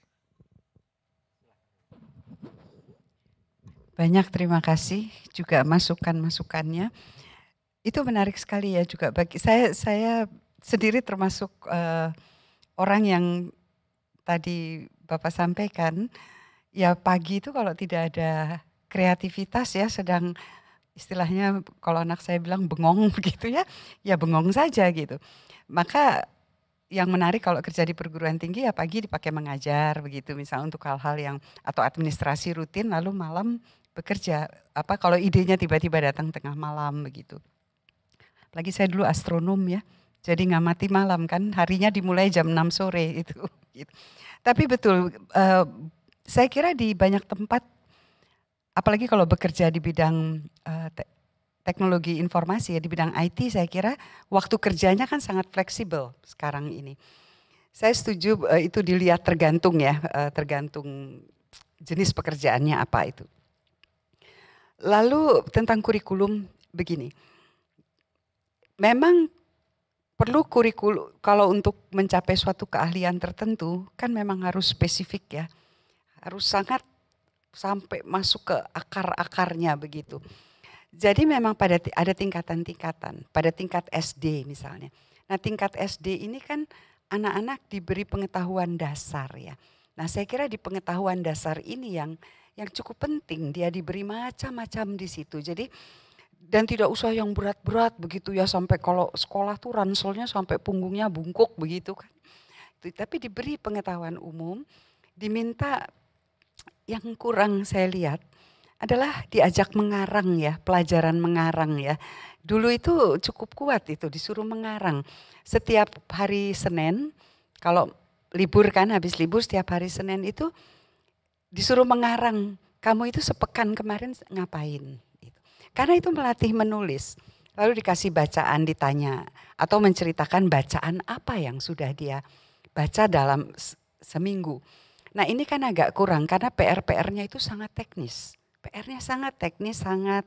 Banyak terima kasih juga masukan-masukannya. Itu menarik sekali ya juga bagi saya sendiri termasuk orang yang tadi Bapak sampaikan, ya pagi itu kalau tidak ada kreativitas ya sedang istilahnya kalau anak saya bilang bengong begitu ya bengong saja gitu. Maka yang menarik kalau kerja di perguruan tinggi ya pagi dipakai mengajar begitu misalnya untuk hal-hal yang atau administrasi rutin lalu malam bekerja. Kalau idenya tiba-tiba datang tengah malam begitu. Apalagi saya dulu astronom ya. Jadi ngamati malam kan harinya dimulai jam 6 sore itu. Gitu. Tapi betul saya kira di banyak tempat apalagi kalau bekerja di bidang teknologi informasi ya di bidang IT saya kira waktu kerjanya kan sangat fleksibel sekarang ini. Saya setuju itu dilihat tergantung ya, tergantung jenis pekerjaannya apa itu. Lalu tentang kurikulum begini, memang perlu kurikulum, kalau untuk mencapai suatu keahlian tertentu kan memang harus spesifik ya. Harus sangat sampai masuk ke akar-akarnya begitu. Jadi memang ada tingkatan-tingkatan, pada tingkat SD misalnya. Nah tingkat SD ini kan anak-anak diberi pengetahuan dasar ya. Nah saya kira di pengetahuan dasar ini yang cukup penting, dia diberi macam-macam di situ. Jadi dan tidak usah yang berat-berat begitu ya, sampai kalau sekolah tuh ranselnya sampai punggungnya bungkuk begitu kan. Tapi diberi pengetahuan umum, diminta yang kurang saya lihat adalah diajak mengarang ya, pelajaran mengarang ya. Dulu itu cukup kuat itu, disuruh mengarang. Setiap hari Senin, kalau libur kan, habis libur setiap hari Senin itu disuruh mengarang. Kamu itu sepekan kemarin ngapain? Karena itu melatih menulis, lalu dikasih bacaan, ditanya, atau menceritakan bacaan apa yang sudah dia baca dalam seminggu. Nah ini kan agak kurang karena PR-nya itu sangat teknis. PR-nya sangat teknis, sangat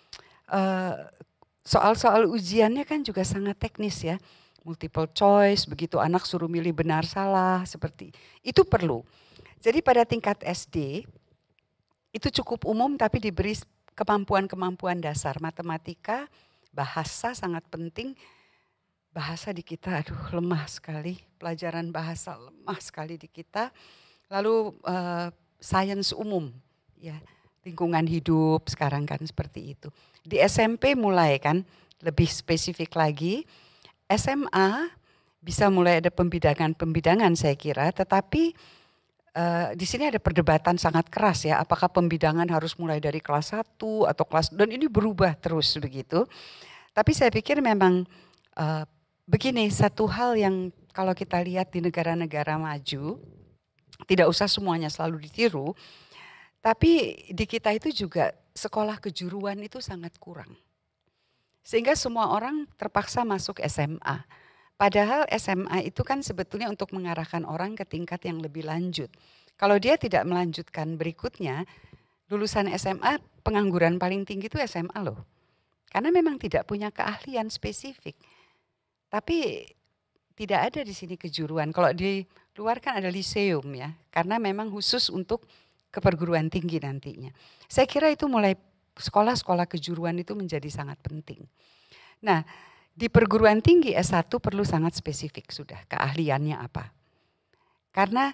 soal-soal ujiannya kan juga sangat teknis ya. Multiple choice, begitu anak suruh milih benar salah, seperti itu perlu. Jadi pada tingkat SD itu cukup umum tapi diberi kemampuan-kemampuan dasar, matematika, bahasa sangat penting. Bahasa di kita aduh lemah sekali, pelajaran bahasa lemah sekali di kita. Lalu sains umum ya, lingkungan hidup sekarang kan seperti itu. Di SMP mulai kan lebih spesifik lagi. SMA bisa mulai ada pembidangan saya kira, tetapi di sini ada perdebatan sangat keras ya, apakah pembidangan harus mulai dari kelas 1 atau kelas, dan ini berubah terus begitu. Tapi saya pikir memang begini, satu hal yang kalau kita lihat di negara-negara maju, tidak usah semuanya selalu ditiru, tapi di kita itu juga sekolah kejuruan itu sangat kurang. Sehingga semua orang terpaksa masuk SMA. Padahal SMA itu kan sebetulnya untuk mengarahkan orang ke tingkat yang lebih lanjut. Kalau dia tidak melanjutkan berikutnya, lulusan SMA pengangguran paling tinggi itu SMA loh. Karena memang tidak punya keahlian spesifik. Tapi tidak ada di sini kejuruan. Kalau di luar kan ada liseum ya. Karena memang khusus untuk ke perguruan tinggi nantinya. Saya kira itu mulai sekolah-sekolah kejuruan itu menjadi sangat penting. Nah, di perguruan tinggi S1 perlu sangat spesifik sudah keahliannya apa. Karena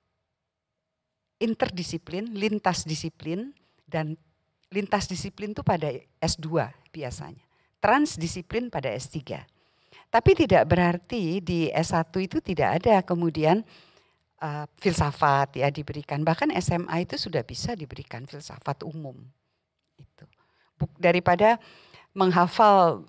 interdisiplin, lintas disiplin, dan lintas disiplin itu pada S2 biasanya. Transdisiplin pada S3. Tapi tidak berarti di S1 itu tidak ada kemudian filsafat ya diberikan. Bahkan SMA itu sudah bisa diberikan filsafat umum. Itu. Daripada menghafal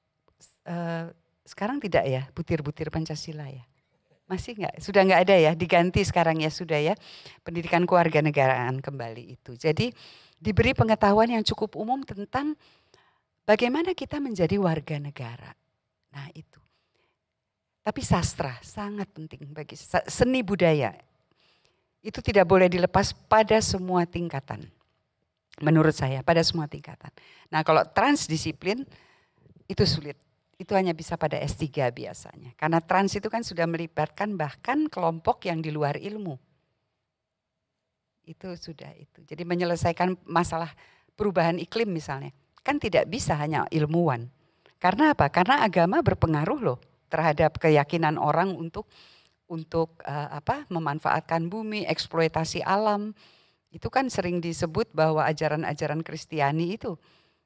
sekarang tidak ya butir-butir Pancasila ya, masih nggak, sudah nggak ada ya, diganti sekarang ya sudah ya, pendidikan kewarganegaraan kembali itu. Jadi diberi pengetahuan yang cukup umum tentang bagaimana kita menjadi warga negara. Nah itu. Tapi sastra sangat penting bagi seni budaya. Itu tidak boleh dilepas pada semua tingkatan. Menurut saya pada semua tingkatan. Nah kalau transdisiplin itu sulit. Itu hanya bisa pada S3 biasanya. Karena trans itu kan sudah melibatkan bahkan kelompok yang di luar ilmu. Itu sudah itu. Jadi menyelesaikan masalah perubahan iklim misalnya. Kan tidak bisa hanya ilmuwan. Karena apa? Karena agama berpengaruh loh terhadap keyakinan orang untuk memanfaatkan bumi, eksploitasi alam. Itu kan sering disebut bahwa ajaran-ajaran Kristiani itu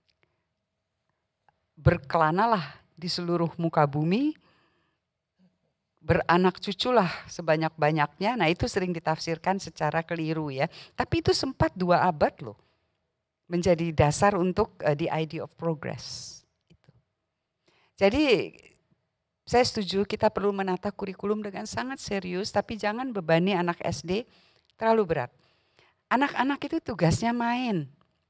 berkelanalah di seluruh muka bumi, beranak cuculah sebanyak-banyaknya. Nah itu sering ditafsirkan secara keliru ya. Tapi itu sempat 2 abad loh. Menjadi dasar untuk the idea of progress. Jadi saya setuju kita perlu menata kurikulum dengan sangat serius. Tapi jangan bebani anak SD terlalu berat. Anak-anak itu tugasnya main.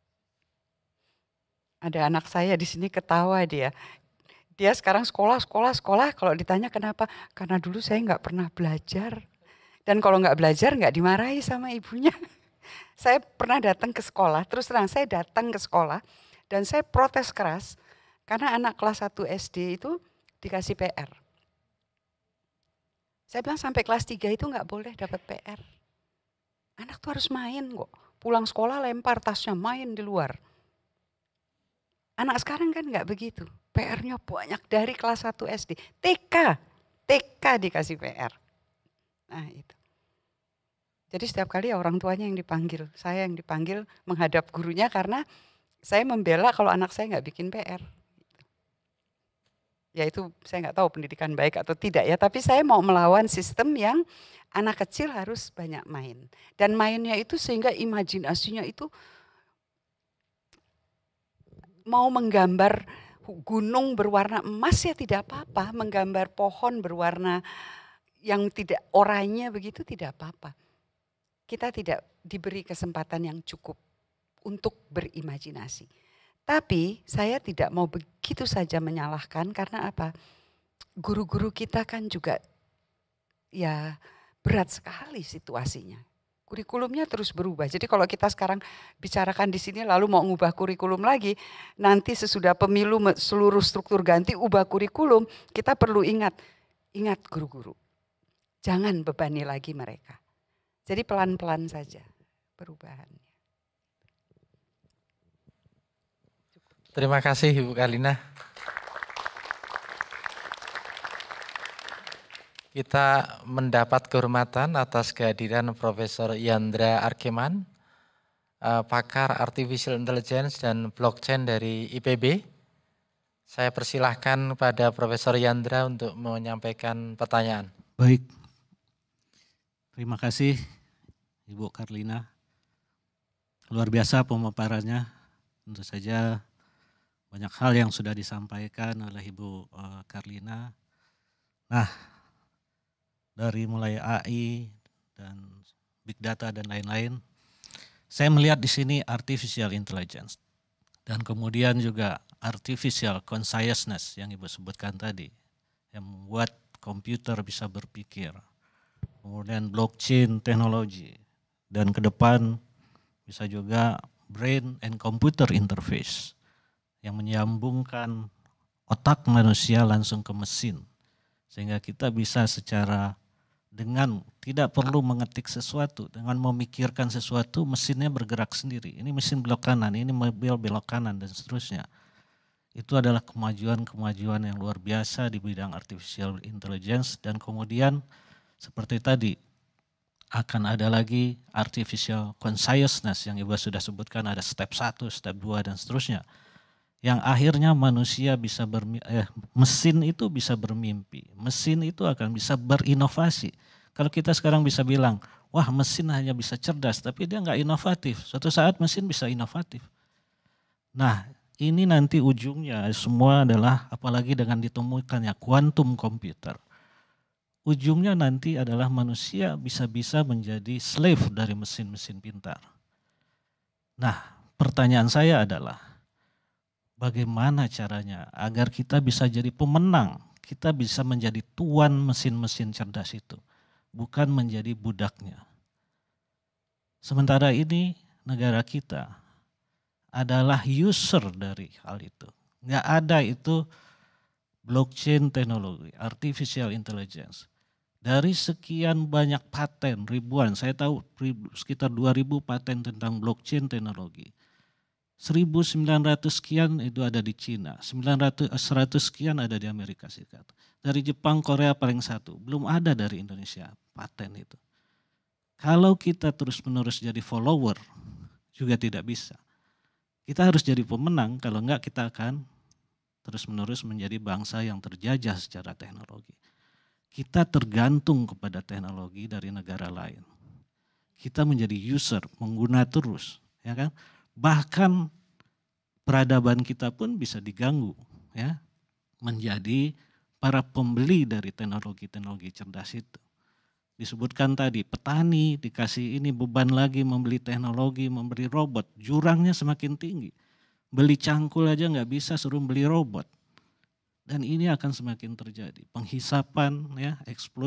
Ada anak saya di sini ketawa dia. Dia sekarang sekolah. Kalau ditanya kenapa? Karena dulu saya nggak pernah belajar. Dan kalau nggak belajar nggak dimarahi sama ibunya. Saya pernah datang ke sekolah, terus terang saya datang ke sekolah. Dan saya protes keras. Karena anak kelas 1 SD itu dikasih PR. Saya bilang sampai kelas 3 itu nggak boleh dapat PR. Anak tuh harus main kok. Pulang sekolah lempar tasnya main di luar. Anak sekarang kan nggak begitu. PR-nya banyak dari kelas 1 SD. TK dikasih PR. Nah itu. Jadi setiap kali orang tuanya yang dipanggil. Saya yang dipanggil menghadap gurunya karena saya membela kalau anak saya nggak bikin PR. Ya itu saya nggak tahu pendidikan baik atau tidak ya, tapi saya mau melawan sistem yang anak kecil harus banyak main. Dan mainnya itu sehingga imajinasinya itu mau menggambar gunung berwarna emas ya tidak apa-apa, menggambar pohon berwarna yang tidak oranye begitu tidak apa-apa. Kita tidak diberi kesempatan yang cukup untuk berimajinasi. Tapi saya tidak mau begitu saja menyalahkan karena apa? Guru-guru kita kan juga ya berat sekali situasinya. Kurikulumnya terus berubah. Jadi kalau kita sekarang bicarakan di sini lalu mau ngubah kurikulum lagi, nanti sesudah pemilu seluruh struktur ganti ubah kurikulum, kita perlu ingat guru-guru. Jangan bebani lagi mereka. Jadi pelan-pelan saja perubahannya. Terima kasih Ibu Karlina. Kita mendapat kehormatan atas kehadiran Profesor Yandra Arkeman, pakar Artificial Intelligence dan Blockchain dari IPB. Saya persilahkan pada Profesor Yandra untuk menyampaikan pertanyaan. Baik, terima kasih Ibu Karlina. Luar biasa pemaparannya, tentu saja banyak hal yang sudah disampaikan oleh Ibu Karlina. Nah, dari mulai AI dan Big Data dan lain-lain, saya melihat di sini Artificial Intelligence. Dan kemudian juga Artificial Consciousness yang Ibu sebutkan tadi, yang membuat komputer bisa berpikir. Kemudian blockchain teknologi, dan ke depan bisa juga brain and computer interface yang menyambungkan otak manusia langsung ke mesin. Sehingga kita bisa secara dengan tidak perlu mengetik sesuatu, dengan memikirkan sesuatu mesinnya bergerak sendiri. Ini mesin belok kanan, ini mobil belok kanan dan seterusnya. Itu adalah kemajuan-kemajuan yang luar biasa di bidang artificial intelligence dan kemudian seperti tadi akan ada lagi artificial consciousness yang Ibu sudah sebutkan ada step 1, step 2 dan seterusnya. Yang akhirnya manusia bisa mesin itu bisa bermimpi, mesin itu akan bisa berinovasi. Kalau kita sekarang bisa bilang, wah mesin hanya bisa cerdas, tapi dia nggak inovatif. Suatu saat mesin bisa inovatif. Nah ini nanti ujungnya semua adalah apalagi dengan ditemukannya quantum computer. Ujungnya nanti adalah manusia bisa-bisa menjadi slave dari mesin-mesin pintar. Nah pertanyaan saya adalah, bagaimana caranya agar kita bisa jadi pemenang, kita bisa menjadi tuan mesin-mesin cerdas itu, bukan menjadi budaknya. Sementara ini negara kita adalah user dari hal itu. Nggak ada itu blockchain teknologi, artificial intelligence. Dari sekian banyak paten, ribuan, saya tahu sekitar 2000 paten tentang blockchain teknologi. 1900 sekian itu ada di Cina, 100 sekian ada di Amerika Serikat. Dari Jepang, Korea paling satu, belum ada dari Indonesia paten itu. Kalau kita terus-menerus jadi follower, juga tidak bisa. Kita harus jadi pemenang, kalau enggak kita akan terus-menerus menjadi bangsa yang terjajah secara teknologi. Kita tergantung kepada teknologi dari negara lain. Kita menjadi user, mengguna terus, ya kan? Bahkan peradaban kita pun bisa diganggu ya, menjadi para pembeli dari teknologi-teknologi cerdas itu. Disebutkan tadi petani dikasih ini beban lagi membeli teknologi, membeli robot, jurangnya semakin tinggi. Beli cangkul aja nggak bisa, suruh beli robot. Dan ini akan semakin terjadi. Penghisapan ya,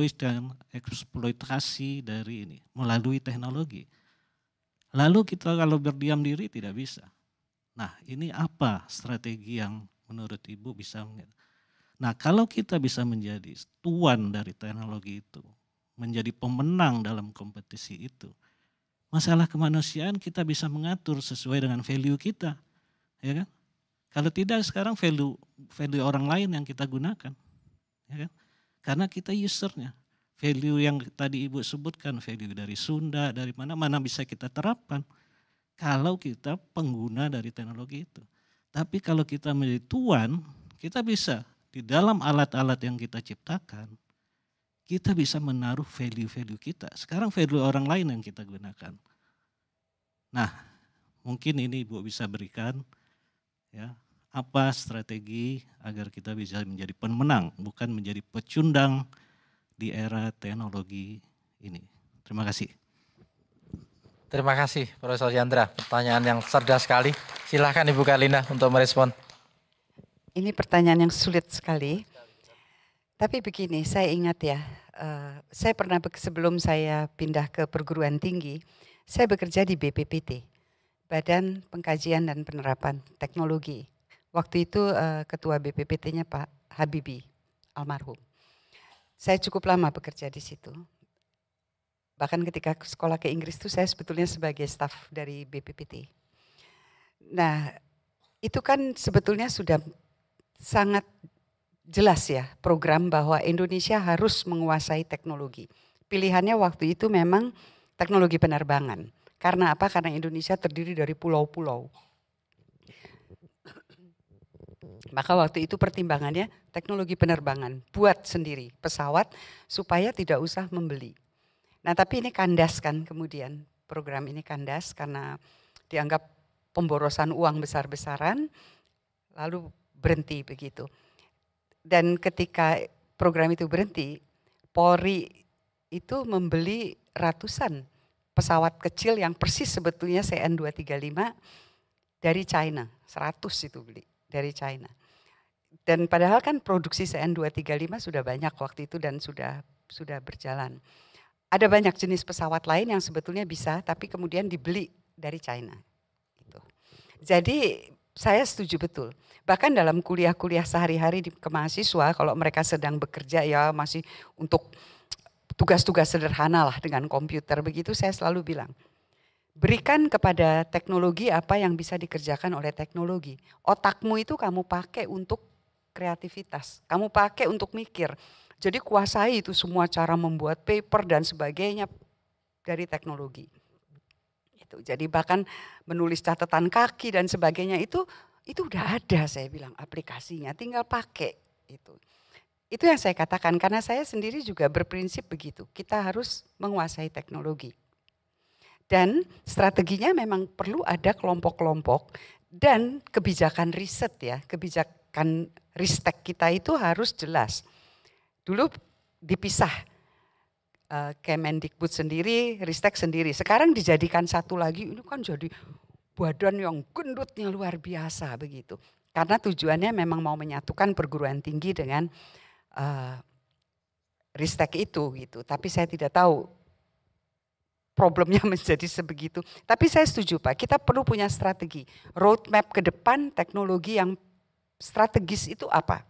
eksploitasi dari ini melalui teknologi. Lalu kita kalau berdiam diri tidak bisa. Nah ini apa strategi yang menurut Ibu bisa? Nah kalau kita bisa menjadi tuan dari teknologi itu, menjadi pemenang dalam kompetisi itu. Masalah kemanusiaan kita bisa mengatur sesuai dengan value kita, ya kan? Kalau tidak sekarang value orang lain yang kita gunakan, ya kan? Karena kita usernya. Value yang tadi Ibu sebutkan, value dari Sunda, dari mana bisa kita terapkan kalau kita pengguna dari teknologi itu. Tapi kalau kita menjadi tuan, kita bisa di dalam alat-alat yang kita ciptakan, kita bisa menaruh value-value kita. Sekarang value orang lain yang kita gunakan. Nah, mungkin ini Ibu bisa berikan ya, apa strategi agar kita bisa menjadi pemenang, bukan menjadi pecundang di era teknologi ini. Terima kasih. Terima kasih Profesor Chandra, pertanyaan yang cerdas sekali. Silahkan Ibu Karlina untuk merespon. Ini pertanyaan yang sulit sekali. Tapi begini, saya ingat ya, saya pernah sebelum saya pindah ke perguruan tinggi, saya bekerja di BPPT, Badan Pengkajian dan Penerapan Teknologi. Waktu itu ketua BPPT-nya Pak Habibie, almarhum. Saya cukup lama bekerja di situ. Bahkan ketika sekolah ke Inggris itu saya sebetulnya sebagai staf dari BPPT. Nah, itu kan sebetulnya sudah sangat jelas ya program bahwa Indonesia harus menguasai teknologi. Pilihannya waktu itu memang teknologi penerbangan. Karena apa? Karena Indonesia terdiri dari pulau-pulau. Maka waktu itu pertimbangannya teknologi penerbangan, buat sendiri pesawat supaya tidak usah membeli. Nah tapi ini kandas kan kemudian, program ini kandas karena dianggap pemborosan uang besar-besaran, lalu berhenti begitu. Dan ketika program itu berhenti, Polri itu membeli ratusan pesawat kecil yang persis sebetulnya CN235 dari China, 100 itu beli dari China. Dan padahal kan produksi CN235 sudah banyak waktu itu dan sudah berjalan. Ada banyak jenis pesawat lain yang sebetulnya bisa, tapi kemudian dibeli dari China. Gitu. Jadi saya setuju betul. Bahkan dalam kuliah-kuliah sehari-hari ke mahasiswa, kalau mereka sedang bekerja ya masih untuk tugas-tugas sederhana lah dengan komputer begitu, saya selalu bilang, berikan kepada teknologi apa yang bisa dikerjakan oleh teknologi. Otakmu itu kamu pakai untuk kreativitas, kamu pakai untuk mikir. Jadi kuasai itu semua cara membuat paper dan sebagainya dari teknologi. Itu. Jadi bahkan menulis catatan kaki dan sebagainya itu udah ada saya bilang aplikasinya, tinggal pakai itu. Itu yang saya katakan karena saya sendiri juga berprinsip begitu. Kita harus menguasai teknologi. Dan strateginya memang perlu ada kelompok-kelompok dan kebijakan riset ya, kebijakan ristek kita itu harus jelas. Dulu dipisah Kemendikbud sendiri, ristek sendiri. Sekarang dijadikan satu lagi, ini kan jadi badan yang gendutnya luar biasa begitu. Karena tujuannya memang mau menyatukan perguruan tinggi dengan ristek itu gitu. Tapi saya tidak tahu problemnya menjadi sebegitu. Tapi saya setuju Pak, kita perlu punya strategi. Roadmap ke depan teknologi yang strategis itu apa?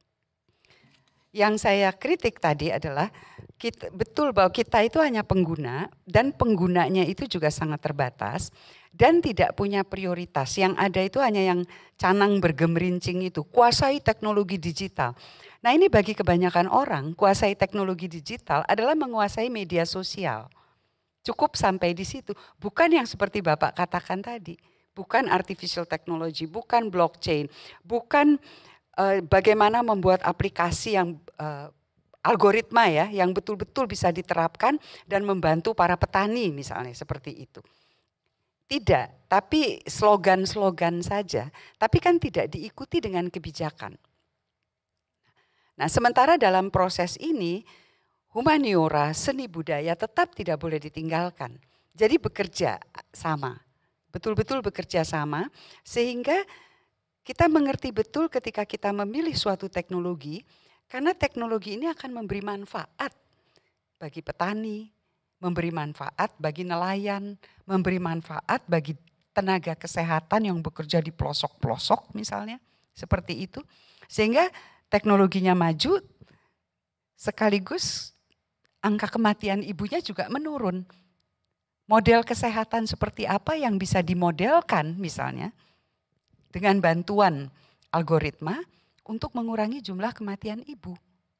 Yang saya kritik tadi adalah betul bahwa kita itu hanya pengguna dan penggunanya itu juga sangat terbatas dan tidak punya prioritas. Yang ada itu hanya yang canang bergemerincing itu, kuasai teknologi digital. Nah ini bagi kebanyakan orang, kuasai teknologi digital adalah menguasai media sosial. Cukup sampai di situ, bukan yang seperti Bapak katakan tadi, bukan artificial technology, bukan blockchain, bukan bagaimana membuat aplikasi yang algoritma ya, yang betul-betul bisa diterapkan dan membantu para petani misalnya seperti itu. Tidak, tapi slogan-slogan saja, tapi kan tidak diikuti dengan kebijakan. Nah sementara dalam proses ini, humaniora, seni budaya tetap tidak boleh ditinggalkan. Jadi bekerja sama, betul-betul bekerja sama sehingga kita mengerti betul ketika kita memilih suatu teknologi, karena teknologi ini akan memberi manfaat bagi petani, memberi manfaat bagi nelayan, memberi manfaat bagi tenaga kesehatan yang bekerja di pelosok-pelosok misalnya, seperti itu. Sehingga teknologinya maju sekaligus angka kematian ibunya juga menurun. Model kesehatan seperti apa yang bisa dimodelkan misalnya dengan bantuan algoritma untuk mengurangi jumlah kematian ibu.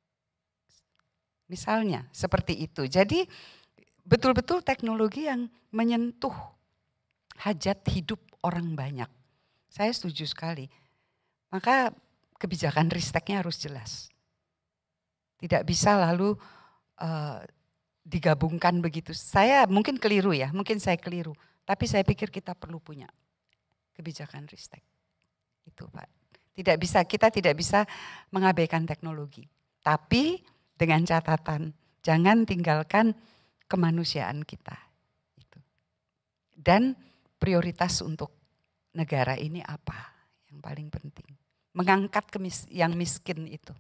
Misalnya seperti itu. Jadi betul-betul teknologi yang menyentuh hajat hidup orang banyak. Saya setuju sekali. Maka kebijakan risteknya harus jelas. Tidak bisa lalu digabungkan begitu. Saya mungkin keliru ya, mungkin saya keliru. Tapi saya pikir kita perlu punya kebijakan ristek. Itu Pak. Kita tidak bisa mengabaikan teknologi. Tapi dengan catatan, jangan tinggalkan kemanusiaan kita. Itu. Dan prioritas untuk negara ini apa yang paling penting? Mengangkat yang miskin itu.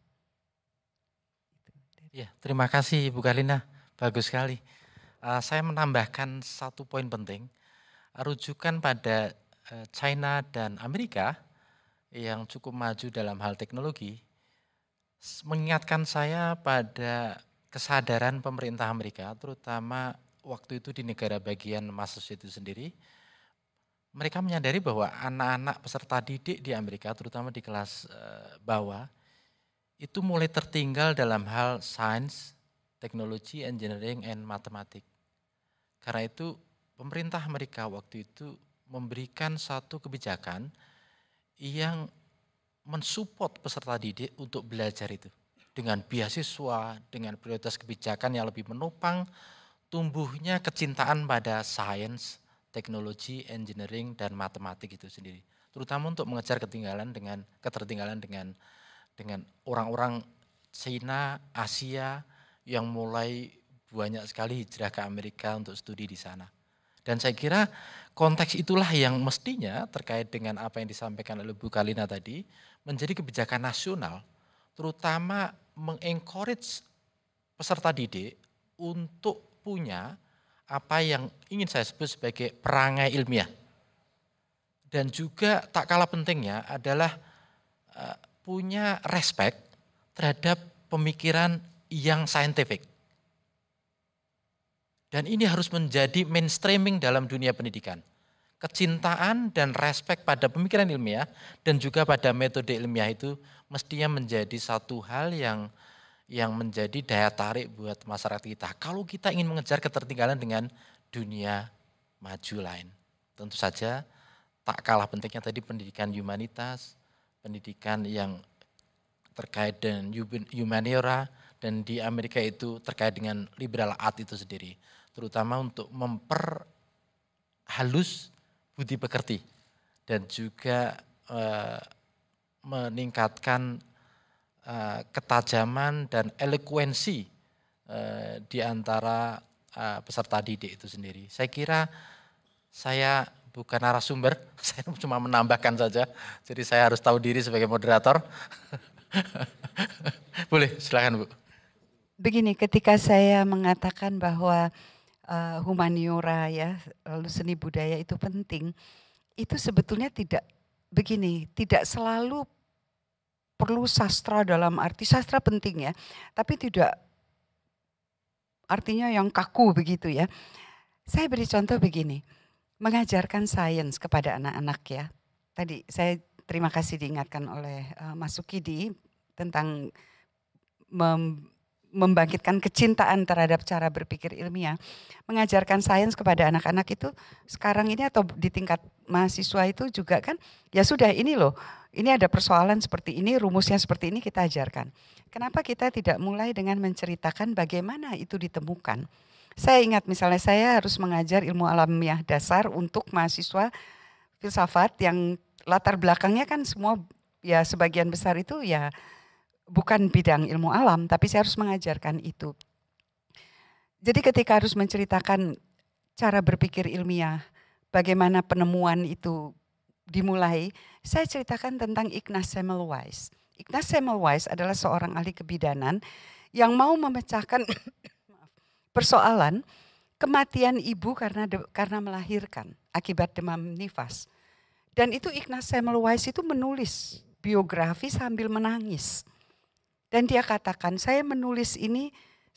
Ya, terima kasih Ibu Karlina. Bagus sekali. Saya menambahkan satu poin penting. Rujukan pada China dan Amerika yang cukup maju dalam hal teknologi mengingatkan saya pada kesadaran pemerintah Amerika, terutama waktu itu di negara bagian Massachusetts itu sendiri. Mereka menyadari bahwa anak-anak peserta didik di Amerika, terutama di kelas bawah, itu mulai tertinggal dalam hal sains, teknologi, engineering, and matematik. Karena itu pemerintah Amerika waktu itu memberikan satu kebijakan yang mensupport peserta didik untuk belajar itu. Dengan beasiswa, dengan prioritas kebijakan yang lebih menopang tumbuhnya kecintaan pada sains, teknologi, engineering, dan matematik itu sendiri. Terutama untuk mengejar ketertinggalan dengan orang-orang Cina, Asia yang mulai banyak sekali hijrah ke Amerika untuk studi di sana. Dan saya kira konteks itulah yang mestinya terkait dengan apa yang disampaikan oleh Bu Karlina tadi menjadi kebijakan nasional, terutama mengencourage peserta didik untuk punya apa yang ingin saya sebut sebagai perangai ilmiah. Dan juga tak kalah pentingnya adalah punya respect terhadap pemikiran yang saintifik. Dan ini harus menjadi mainstreaming dalam dunia pendidikan. Kecintaan dan respect pada pemikiran ilmiah dan juga pada metode ilmiah itu mestinya menjadi satu hal yang menjadi daya tarik buat masyarakat kita. Kalau kita ingin mengejar ketertinggalan dengan dunia maju lain. Tentu saja tak kalah pentingnya tadi pendidikan humanitas, pendidikan yang terkait dengan humaniora, dan di Amerika itu terkait dengan liberal art itu sendiri. Terutama untuk memperhalus budi pekerti dan juga meningkatkan ketajaman dan elekuensi di antara peserta didik itu sendiri. Saya kira saya bukan narasumber, saya cuma menambahkan saja. Jadi saya harus tahu diri sebagai moderator. Boleh, silakan Bu. Begini, ketika saya mengatakan bahwa humaniora ya, lalu seni budaya itu penting, itu sebetulnya tidak selalu perlu sastra dalam arti sastra penting ya, tapi tidak artinya yang kaku begitu ya. Saya beri contoh begini, mengajarkan sains kepada anak-anak ya. Tadi saya terima kasih diingatkan oleh Mas Sukidi tentang membangkitkan kecintaan terhadap cara berpikir ilmiah. Mengajarkan sains kepada anak-anak itu sekarang ini atau di tingkat mahasiswa itu juga kan, ya sudah ini loh, ini ada persoalan seperti ini, rumusnya seperti ini kita ajarkan. Kenapa kita tidak mulai dengan menceritakan bagaimana itu ditemukan? Saya ingat misalnya saya harus mengajar ilmu alamiah dasar untuk mahasiswa filsafat yang latar belakangnya kan semua ya sebagian besar itu ya bukan bidang ilmu alam, tapi saya harus mengajarkan itu. Jadi ketika harus menceritakan cara berpikir ilmiah, bagaimana penemuan itu dimulai, saya ceritakan tentang Ignaz Semmelweis. Ignaz Semmelweis adalah seorang ahli kebidanan yang mau memecahkan persoalan kematian ibu karena melahirkan akibat demam nifas. Dan itu Ignaz Semmelweis itu menulis biografi sambil menangis. Dan dia katakan, saya menulis ini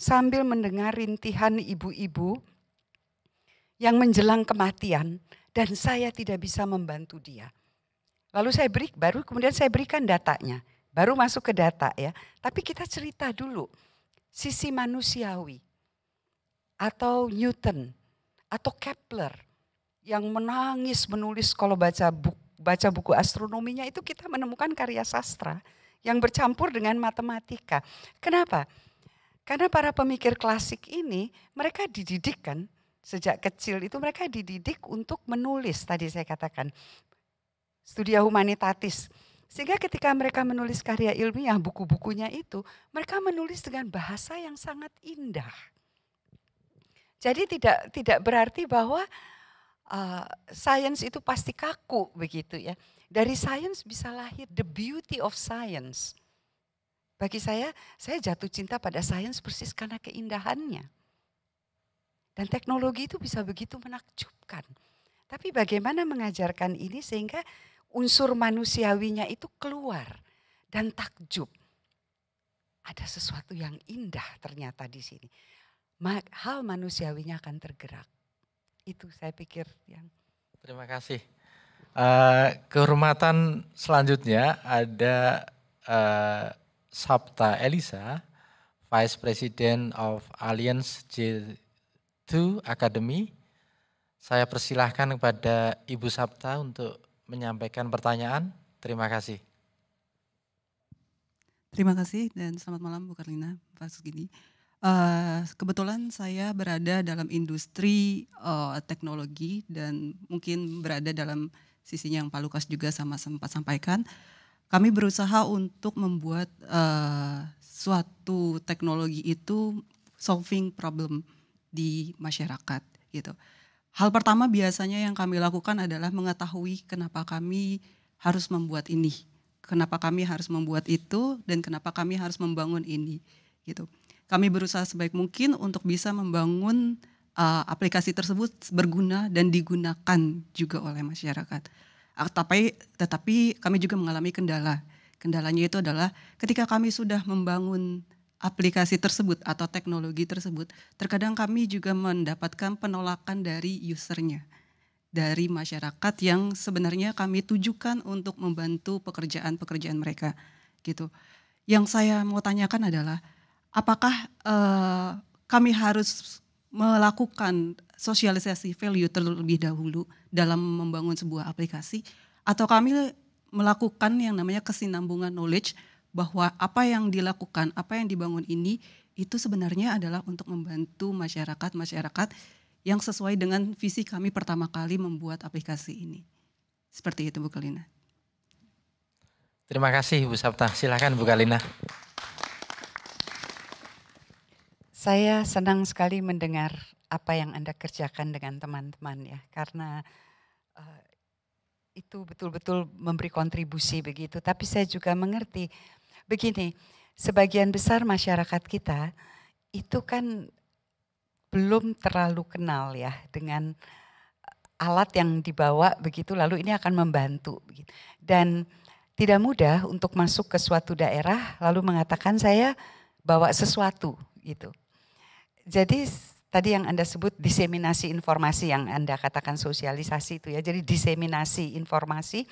sambil mendengar rintihan ibu-ibu yang menjelang kematian dan saya tidak bisa membantu dia. Lalu baru kemudian saya berikan datanya, baru masuk ke data ya. Tapi kita cerita dulu sisi manusiawi atau Newton atau Kepler yang menangis menulis kalau baca buku astronominya itu kita menemukan karya sastra yang bercampur dengan matematika. Kenapa? Karena para pemikir klasik ini mereka dididik kan, sejak kecil itu mereka dididik untuk menulis, tadi saya katakan, studia humanitatis. Sehingga ketika mereka menulis karya ilmiah, buku-bukunya itu, mereka menulis dengan bahasa yang sangat indah. Jadi tidak berarti bahwa sains itu pasti kaku begitu ya. Dari sains bisa lahir the beauty of science. Bagi saya jatuh cinta pada sains persis karena keindahannya. Dan teknologi itu bisa begitu menakjubkan. Tapi bagaimana mengajarkan ini sehingga unsur manusiawinya itu keluar dan takjub. Ada sesuatu yang indah ternyata di sini. Hal manusiawinya akan tergerak. Itu saya pikir yang. Terima kasih. Kehormatan selanjutnya ada Sapta Elisa, Vice President of Alliance J2 Academy. Saya persilahkan kepada Ibu Sapta untuk menyampaikan pertanyaan. Terima kasih. Terima kasih dan selamat malam Bu Karlina, Pak Sugidi. Kebetulan saya berada dalam industri teknologi dan mungkin berada dalam sisinya yang Pak Lukas juga sempat sampaikan. Kami berusaha untuk membuat suatu teknologi itu solving problem di masyarakat gitu. Hal pertama biasanya yang kami lakukan adalah mengetahui kenapa kami harus membuat ini, kenapa kami harus membuat itu, dan kenapa kami harus membangun ini gitu. Kami berusaha sebaik mungkin untuk bisa membangun aplikasi tersebut berguna dan digunakan juga oleh masyarakat. Tetapi kami juga mengalami kendala. Kendalanya itu adalah ketika kami sudah membangun aplikasi tersebut atau teknologi tersebut, terkadang kami juga mendapatkan penolakan dari usernya, dari masyarakat yang sebenarnya kami tujukan untuk membantu pekerjaan-pekerjaan mereka gitu. Yang saya mau tanyakan adalah apakah kami harus melakukan sosialisasi value terlebih dahulu dalam membangun sebuah aplikasi, atau kami melakukan yang namanya kesinambungan knowledge bahwa apa yang dilakukan, apa yang dibangun ini itu sebenarnya adalah untuk membantu masyarakat yang sesuai dengan visi kami pertama kali membuat aplikasi ini. Seperti itu Bu Karlina. Terima kasih Bu Sapta. Silakan Bu Karlina. Saya senang sekali mendengar apa yang Anda kerjakan dengan teman-teman ya, karena itu betul-betul memberi kontribusi begitu. Tapi saya juga mengerti begini, sebagian besar masyarakat kita itu kan belum terlalu kenal ya dengan alat yang dibawa begitu, lalu ini akan membantu begitu. Dan tidak mudah untuk masuk ke suatu daerah lalu mengatakan saya bawa sesuatu gitu. Jadi tadi yang Anda sebut diseminasi informasi, yang Anda katakan sosialisasi itu ya, jadi diseminasi informasi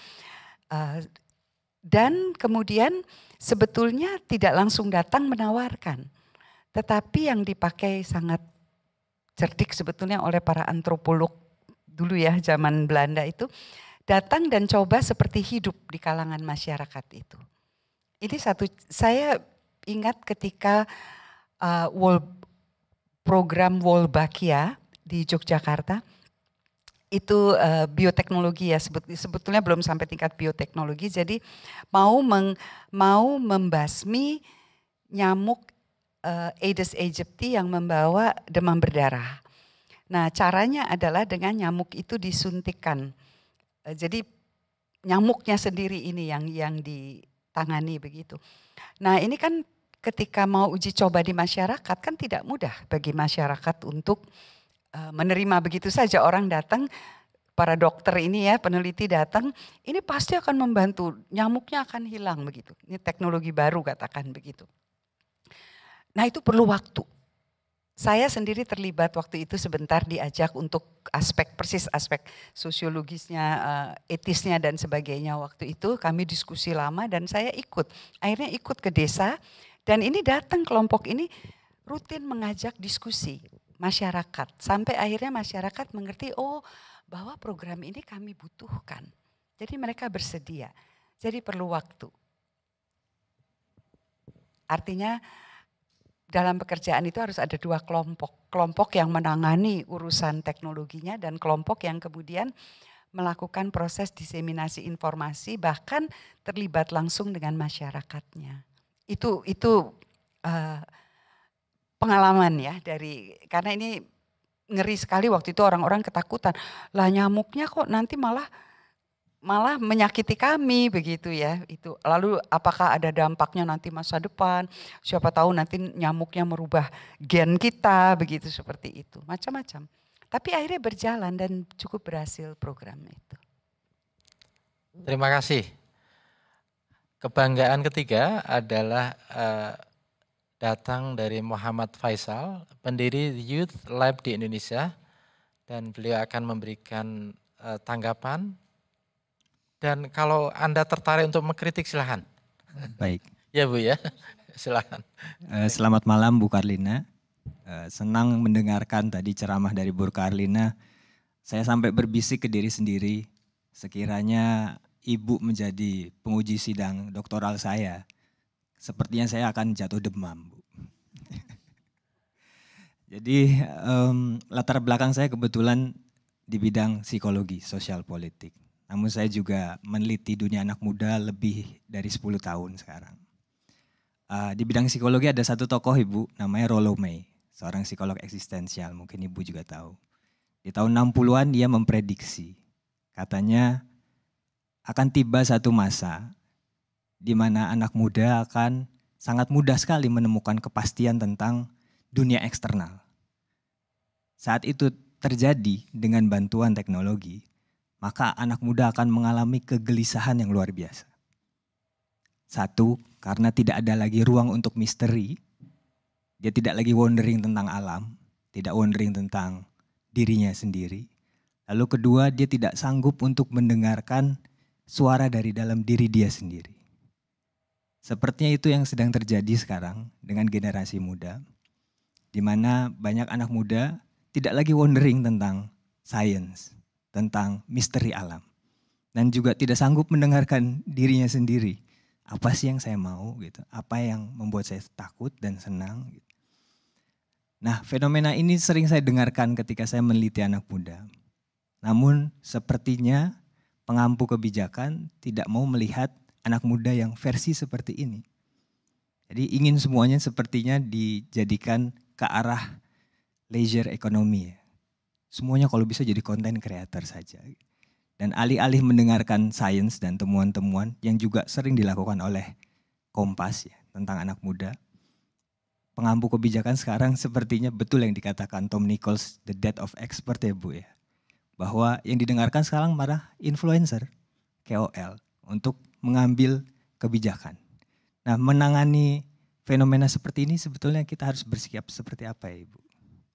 dan kemudian sebetulnya tidak langsung datang menawarkan, tetapi yang dipakai sangat cerdik sebetulnya oleh para antropolog dulu ya, zaman Belanda itu, datang dan coba seperti hidup di kalangan masyarakat itu. Ini saya ingat ketika program Wolbachia di Yogyakarta, itu bioteknologi ya, sebetulnya belum sampai tingkat bioteknologi, jadi mau membasmi nyamuk Aedes aegypti yang membawa demam berdarah. Nah caranya adalah dengan nyamuk itu disuntikkan, jadi nyamuknya sendiri ini yang ditangani begitu. Nah ini kan ketika mau uji coba di masyarakat kan tidak mudah bagi masyarakat untuk menerima begitu saja orang datang, para dokter ini ya, peneliti datang, ini pasti akan membantu, nyamuknya akan hilang begitu. Ini teknologi baru katakan begitu. Nah itu perlu waktu. Saya sendiri terlibat waktu itu sebentar diajak untuk aspek sosiologisnya, etisnya dan sebagainya. Waktu itu kami diskusi lama dan saya ikut. Akhirnya ikut ke desa dan ini datang kelompok ini rutin mengajak diskusi masyarakat. Sampai akhirnya masyarakat mengerti, oh bahwa program ini kami butuhkan. Jadi mereka bersedia. Jadi perlu waktu. Artinya dalam pekerjaan itu harus ada dua kelompok. Kelompok yang menangani urusan teknologinya dan kelompok yang kemudian melakukan proses diseminasi informasi bahkan terlibat langsung dengan masyarakatnya. Itu pengalaman ya karena ini ngeri sekali waktu itu orang-orang ketakutan. Lah nyamuknya kok nanti malah menyakiti kami begitu ya itu. Lalu apakah ada dampaknya nanti masa depan? Siapa tahu nanti nyamuknya merubah gen kita begitu seperti itu. Macam-macam. Tapi akhirnya berjalan dan cukup berhasil program itu. Terima kasih. Kebanggaan ketiga adalah datang dari Muhammad Faisal, pendiri Youth Lab di Indonesia, dan beliau akan memberikan tanggapan. Dan kalau Anda tertarik untuk mengkritik silahkan. Baik. Ya Bu ya, silahkan. Selamat malam Bu Karlina. Senang mendengarkan tadi ceramah dari Bu Karlina. Saya sampai berbisik ke diri sendiri, sekiranya Ibu menjadi penguji sidang doktoral saya, sepertinya saya akan jatuh demam, Bu. Jadi latar belakang saya kebetulan di bidang psikologi, sosial politik. Namun saya juga meneliti dunia anak muda lebih dari 10 tahun sekarang. Di bidang psikologi ada satu tokoh Ibu, namanya Rollo May, seorang psikolog eksistensial, mungkin Ibu juga tahu. Di tahun 60-an dia memprediksi, katanya akan tiba satu masa di mana anak muda akan sangat mudah sekali menemukan kepastian tentang dunia eksternal. Saat itu terjadi dengan bantuan teknologi, maka anak muda akan mengalami kegelisahan yang luar biasa. Satu, karena tidak ada lagi ruang untuk misteri. Dia tidak lagi wondering tentang alam, tidak wondering tentang dirinya sendiri. Lalu kedua, dia tidak sanggup untuk mendengarkan suara dari dalam diri dia sendiri. Sepertinya itu yang sedang terjadi sekarang dengan generasi muda, di mana banyak anak muda tidak lagi wondering tentang science, tentang misteri alam. Dan juga tidak sanggup mendengarkan dirinya sendiri. Apa sih yang saya mau gitu? Apa yang membuat saya takut dan senang gitu. Nah, fenomena ini sering saya dengarkan ketika saya meneliti anak muda. Namun sepertinya pengampu kebijakan tidak mau melihat anak muda yang versi seperti ini. Jadi ingin semuanya sepertinya dijadikan ke arah leisure economy ya. Semuanya kalau bisa jadi content creator saja. Dan alih-alih mendengarkan sains dan temuan-temuan yang juga sering dilakukan oleh Kompas ya, tentang anak muda. Pengampu kebijakan sekarang sepertinya betul yang dikatakan Tom Nichols, the death of expert ya Bu ya. Bahwa yang didengarkan sekarang malah influencer, KOL, untuk mengambil kebijakan. Nah, menangani fenomena seperti ini sebetulnya kita harus bersikap seperti apa ya Ibu?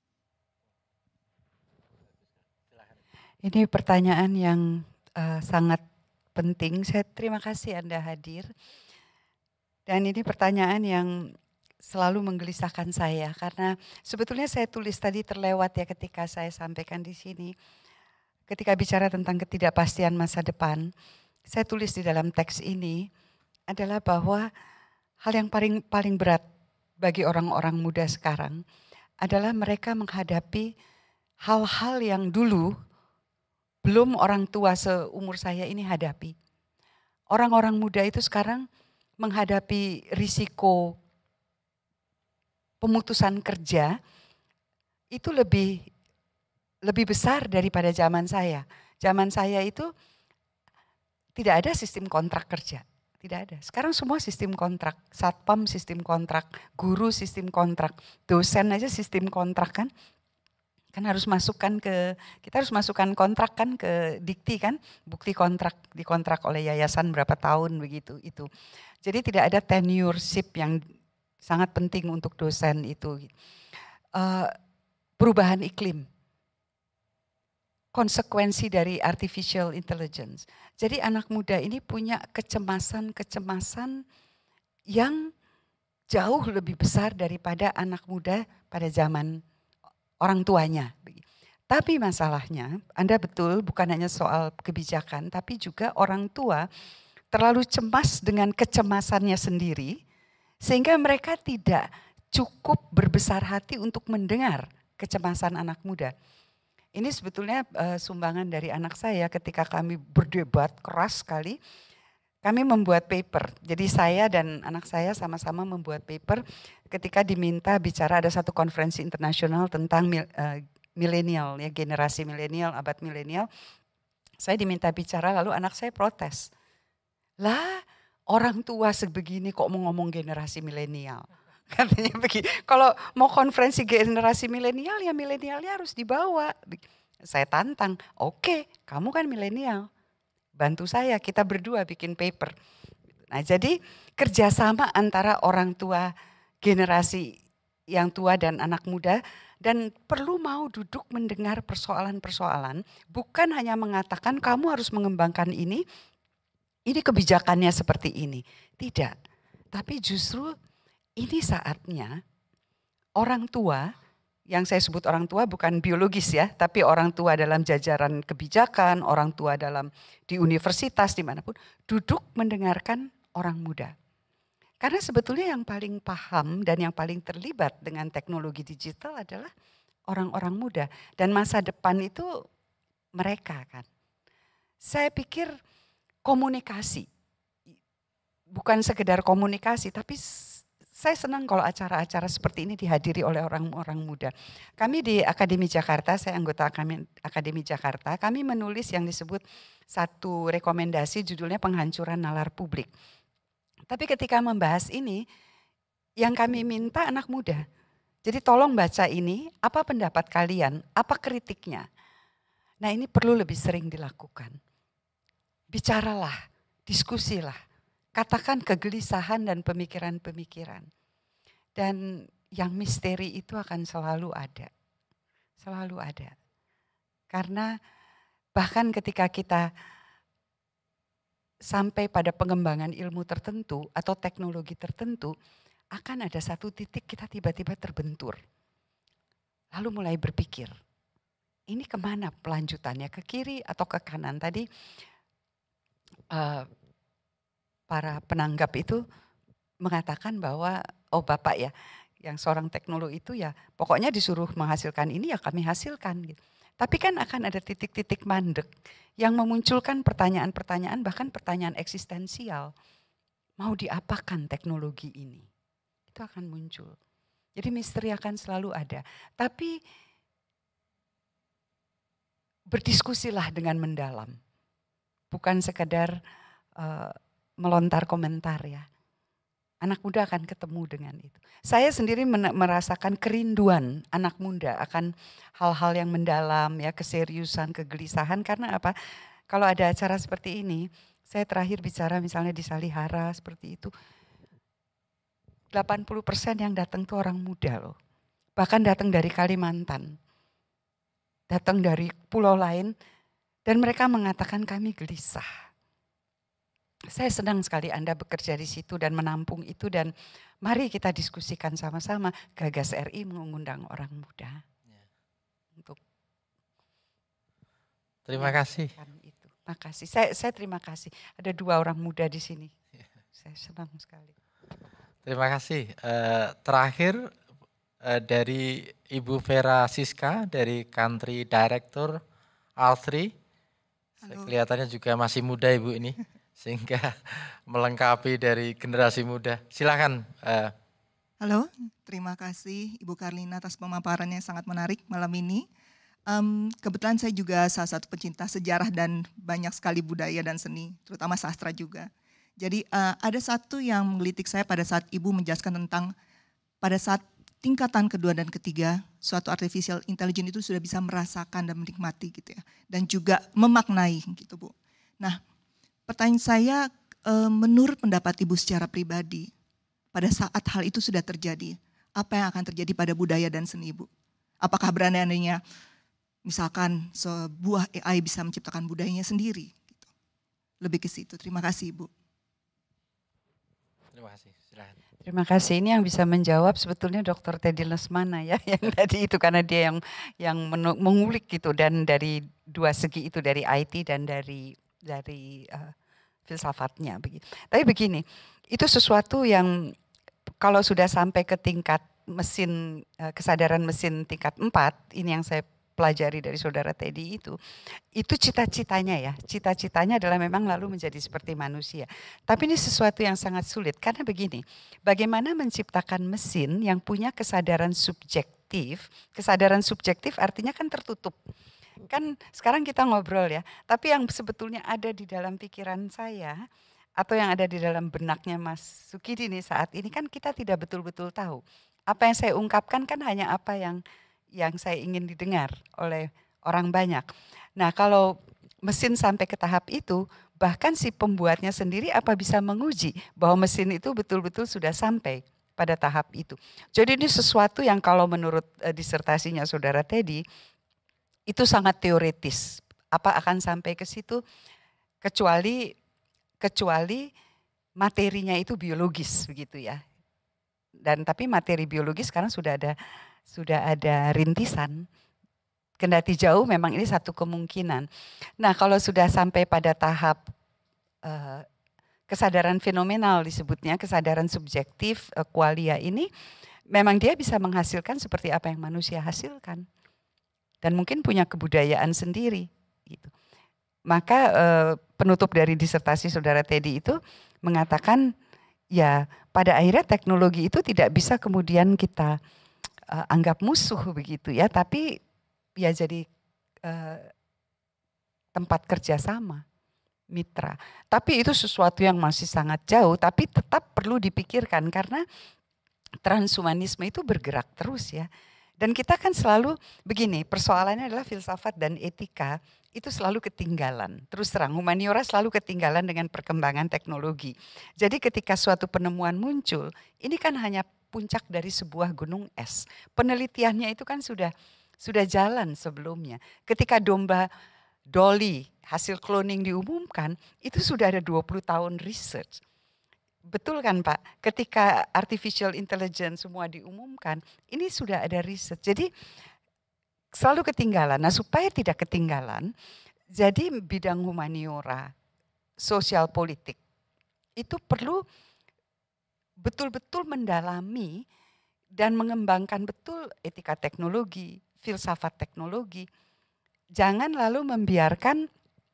Ini pertanyaan yang sangat penting. Saya terima kasih Anda hadir. Dan ini pertanyaan yang selalu menggelisahkan saya karena sebetulnya saya tulis tadi terlewat ya ketika saya sampaikan di sini. Ketika bicara tentang ketidakpastian masa depan, saya tulis di dalam teks ini adalah bahwa hal yang paling berat bagi orang-orang muda sekarang adalah mereka menghadapi hal-hal yang dulu belum orang tua seumur saya ini hadapi. Orang-orang muda itu sekarang menghadapi risiko pemutusan kerja itu lebih besar daripada zaman saya. Zaman saya itu tidak ada sistem kontrak kerja. Tidak ada. Sekarang semua sistem kontrak. Satpam sistem kontrak, guru sistem kontrak, dosen aja sistem kontrak kan. Kan harus kita harus masukkan kontrak kan ke dikti kan, bukti kontrak, dikontrak oleh yayasan berapa tahun begitu itu. Jadi tidak ada tenureship yang sangat penting untuk dosen itu. perubahan iklim. Konsekuensi dari artificial intelligence. Jadi anak muda ini punya kecemasan-kecemasan yang jauh lebih besar daripada anak muda pada zaman orang tuanya. Tapi masalahnya, Anda betul bukan hanya soal kebijakan, tapi juga orang tua terlalu cemas dengan kecemasannya sendiri, sehingga mereka tidak cukup berbesar hati untuk mendengar kecemasan anak muda. Ini sebetulnya sumbangan dari anak saya ketika kami berdebat keras sekali. Kami membuat paper. Jadi saya dan anak saya sama-sama membuat paper ketika diminta bicara, ada satu konferensi internasional tentang milenial, ya, generasi milenial, abad milenial. Saya diminta bicara, lalu anak saya protes. Lah, orang tua sebegini kok mau ngomong generasi milenial? Katanya begini, kalau mau konferensi generasi milenial, ya milenialnya harus dibawa. Saya tantang, oke, kamu kan milenial, bantu saya, kita berdua bikin paper. Nah, jadi kerjasama antara orang tua, generasi yang tua dan anak muda, dan perlu mau duduk mendengar persoalan-persoalan, bukan hanya mengatakan kamu harus mengembangkan ini kebijakannya seperti ini. Tidak, tapi justru ini saatnya orang tua, yang saya sebut orang tua bukan biologis ya, tapi orang tua dalam jajaran kebijakan, orang tua di universitas, dimanapun, duduk mendengarkan orang muda. Karena sebetulnya yang paling paham dan yang paling terlibat dengan teknologi digital adalah orang-orang muda. Dan masa depan itu mereka kan. Saya pikir komunikasi, bukan sekedar komunikasi, tapi saya senang kalau acara-acara seperti ini dihadiri oleh orang-orang muda. Kami di Akademi Jakarta, saya anggota Akademi Jakarta, kami menulis yang disebut satu rekomendasi judulnya penghancuran nalar publik. Tapi ketika membahas ini, yang kami minta anak muda. Jadi tolong baca ini, apa pendapat kalian, apa kritiknya. Nah, ini perlu lebih sering dilakukan. Bicaralah, diskusilah. Katakan kegelisahan dan pemikiran-pemikiran. Dan yang misteri itu akan selalu ada. Selalu ada. Karena bahkan ketika kita sampai pada pengembangan ilmu tertentu atau teknologi tertentu, akan ada satu titik kita tiba-tiba terbentur. Lalu mulai berpikir, ini kemana pelanjutannya? Ke kiri atau ke kanan? Tadi para penanggap itu mengatakan bahwa, oh Bapak ya, yang seorang teknolog itu ya pokoknya disuruh menghasilkan ini ya kami hasilkan. Gitu. Tapi kan akan ada titik-titik mandek yang memunculkan pertanyaan-pertanyaan, bahkan pertanyaan eksistensial. Mau diapakan teknologi ini? Itu akan muncul. Jadi misteri akan selalu ada. Tapi berdiskusilah dengan mendalam. Bukan sekadar melontar komentar ya. Anak muda akan ketemu dengan itu. Saya sendiri merasakan kerinduan anak muda akan hal-hal yang mendalam ya, keseriusan, kegelisahan. Karena apa? Kalau ada acara seperti ini, saya terakhir bicara misalnya di Salihara seperti itu. 80% yang datang itu orang muda loh. Bahkan datang dari Kalimantan. Datang dari pulau lain dan mereka mengatakan kami gelisah. Saya senang sekali Anda bekerja di situ dan menampung itu dan mari kita diskusikan sama-sama. Gagas RI mengundang orang muda untuk terima kasih. Itu. Makasih. Saya terima kasih. Ada 2 orang muda di sini. Saya senang sekali. Terima kasih. Terakhir dari Ibu Vera Siska dari Country Director R3. Kelihatannya juga masih muda Ibu ini. Sehingga melengkapi dari generasi muda. Silakan. Halo, terima kasih Ibu Karlina atas pemaparannya yang sangat menarik malam ini. Kebetulan saya juga salah satu pencinta sejarah dan banyak sekali budaya dan seni, terutama sastra juga. Jadi ada satu yang menggelitik saya pada saat Ibu menjelaskan tentang pada saat tingkatan kedua dan ketiga, suatu artificial intelligence itu sudah bisa merasakan dan menikmati gitu ya. Dan juga memaknai gitu Bu. Nah, pertanyaan saya, menurut pendapat Ibu secara pribadi, pada saat hal itu sudah terjadi, apa yang akan terjadi pada budaya dan seni, Bu? Apakah berani-beraninya misalkan sebuah AI bisa menciptakan budayanya sendiri? Gitu. Lebih ke situ. Terima kasih, Ibu. Terima kasih. Silahkan. Terima kasih. Ini yang bisa menjawab sebetulnya Dr. Teddy Lesmana ya, yang tadi itu, karena dia yang mengulik gitu, dan dari dua segi itu, dari IT dan dari filsafatnya begitu. Tapi begini, itu sesuatu yang kalau sudah sampai ke tingkat mesin, kesadaran mesin tingkat 4, ini yang saya pelajari dari saudara Teddy itu cita-citanya ya, cita-citanya adalah memang lalu menjadi seperti manusia. Tapi ini sesuatu yang sangat sulit, karena begini, bagaimana menciptakan mesin yang punya kesadaran subjektif artinya kan tertutup. Kan sekarang kita ngobrol ya, tapi yang sebetulnya ada di dalam pikiran saya, atau yang ada di dalam benaknya Mas Sukidi nih saat ini, kan kita tidak betul-betul tahu. Apa yang saya ungkapkan kan hanya apa yang saya ingin didengar oleh orang banyak. Nah, kalau mesin sampai ke tahap itu, bahkan si pembuatnya sendiri apa bisa menguji bahwa mesin itu betul-betul sudah sampai pada tahap itu. Jadi ini sesuatu yang kalau menurut disertasinya saudara Teddy, itu sangat teoretis. Apa akan sampai ke situ? Kecuali materinya itu biologis begitu ya. Dan tapi materi biologis sekarang sudah ada rintisan. Kendati jauh memang ini satu kemungkinan. Nah, kalau sudah sampai pada tahap kesadaran fenomenal disebutnya, kesadaran subjektif, qualia ini, memang dia bisa menghasilkan seperti apa yang manusia hasilkan. Dan mungkin punya kebudayaan sendiri. Gitu. Maka penutup dari disertasi saudara Teddy itu mengatakan, ya pada akhirnya teknologi itu tidak bisa kemudian kita anggap musuh begitu ya, tapi ya jadi tempat kerjasama, mitra. Tapi itu sesuatu yang masih sangat jauh, tapi tetap perlu dipikirkan karena transhumanisme itu bergerak terus ya. Dan kita kan selalu begini, persoalannya adalah filsafat dan etika itu selalu ketinggalan. Terus terang, humaniora selalu ketinggalan dengan perkembangan teknologi. Jadi ketika suatu penemuan muncul, ini kan hanya puncak dari sebuah gunung es. Penelitiannya itu kan sudah jalan sebelumnya. Ketika domba Dolly hasil cloning diumumkan, itu sudah ada 20 tahun research. Betul kan Pak? Ketika artificial intelligence semua diumumkan, ini sudah ada riset. Jadi selalu ketinggalan. Nah, supaya tidak ketinggalan, jadi bidang humaniora, sosial politik, itu perlu betul-betul mendalami dan mengembangkan betul etika teknologi, filsafat teknologi. Jangan lalu membiarkan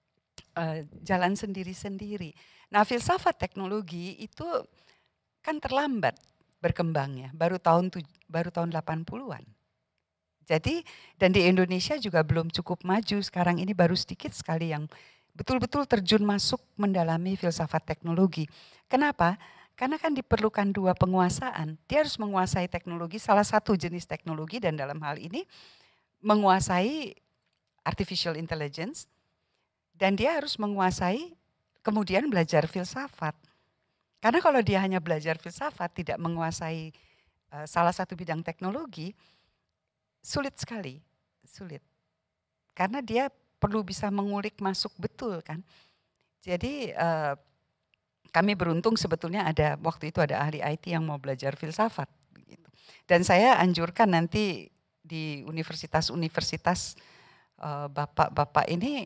jalan sendiri-sendiri. Nah, filsafat teknologi itu kan terlambat berkembangnya, baru tahun 80-an. Jadi, dan di Indonesia juga belum cukup maju, sekarang ini baru sedikit sekali yang betul-betul terjun masuk mendalami filsafat teknologi. Kenapa? Karena kan diperlukan dua penguasaan. Dia harus menguasai teknologi, salah satu jenis teknologi, dan dalam hal ini menguasai artificial intelligence, dan dia harus menguasai kemudian belajar filsafat. Karena kalau dia hanya belajar filsafat, tidak menguasai salah satu bidang teknologi, sulit sekali, sulit. Karena dia perlu bisa mengulik masuk betul kan. Jadi kami beruntung sebetulnya waktu itu ada ahli IT yang mau belajar filsafat. Begitu. Dan saya anjurkan nanti di universitas-universitas bapak-bapak ini,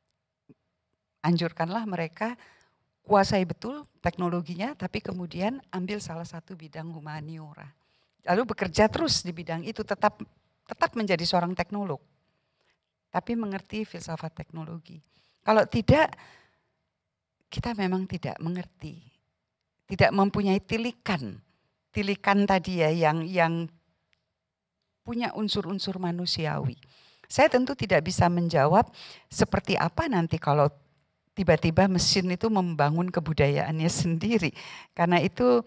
anjurkanlah mereka kuasai betul teknologinya, tapi kemudian ambil salah satu bidang humaniora. Lalu bekerja terus di bidang itu, tetap menjadi seorang teknolog, tapi mengerti filsafat teknologi. Kalau tidak, kita memang tidak mengerti, tidak mempunyai tilikan tadi ya yang punya unsur-unsur manusiawi. Saya tentu tidak bisa menjawab seperti apa nanti kalau tiba-tiba mesin itu membangun kebudayaannya sendiri. Karena itu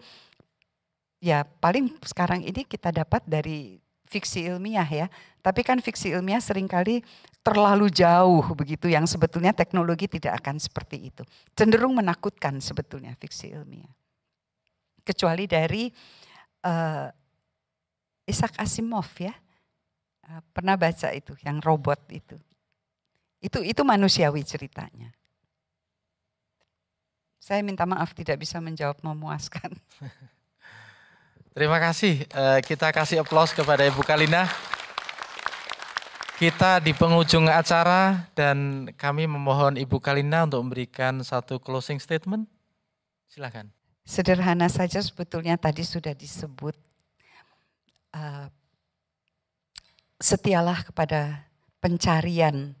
ya paling sekarang ini kita dapat dari fiksi ilmiah ya. Tapi kan fiksi ilmiah seringkali terlalu jauh begitu, yang sebetulnya teknologi tidak akan seperti itu. Cenderung menakutkan sebetulnya fiksi ilmiah. Kecuali dari Isaac Asimov ya. Pernah baca itu, yang robot itu. Itu manusiawi ceritanya. Saya minta maaf tidak bisa menjawab memuaskan. Terima kasih. Kita kasih aplaus kepada Ibu Karlina. Kita di penghujung acara dan kami memohon Ibu Karlina untuk memberikan satu closing statement. Silakan. Sederhana saja sebetulnya tadi sudah disebut. Setialah kepada pencarian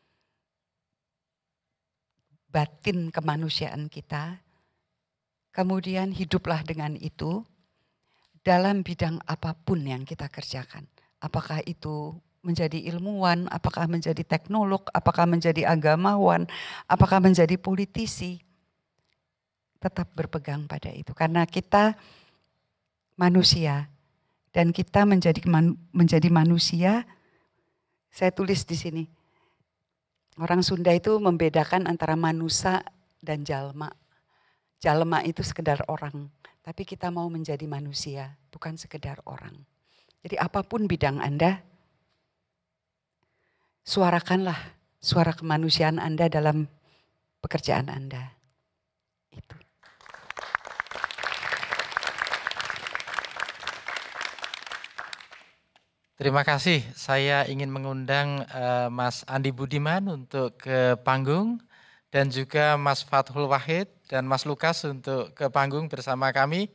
batin kemanusiaan kita. Kemudian hiduplah dengan itu dalam bidang apapun yang kita kerjakan. Apakah itu menjadi ilmuwan, apakah menjadi teknolog, apakah menjadi agamawan, apakah menjadi politisi. Tetap berpegang pada itu. Karena kita manusia dan kita menjadi manusia. Saya tulis di sini. Orang Sunda itu membedakan antara manusia dan jalma. Jalma itu sekedar orang. Tapi kita mau menjadi manusia, bukan sekedar orang. Jadi apapun bidang Anda, suarakanlah suara kemanusiaan Anda dalam pekerjaan Anda. Itu. Terima kasih. Saya ingin mengundang Mas Andi Budiman untuk ke panggung dan juga Mas Fathul Wahid dan Mas Lukas untuk ke panggung bersama kami.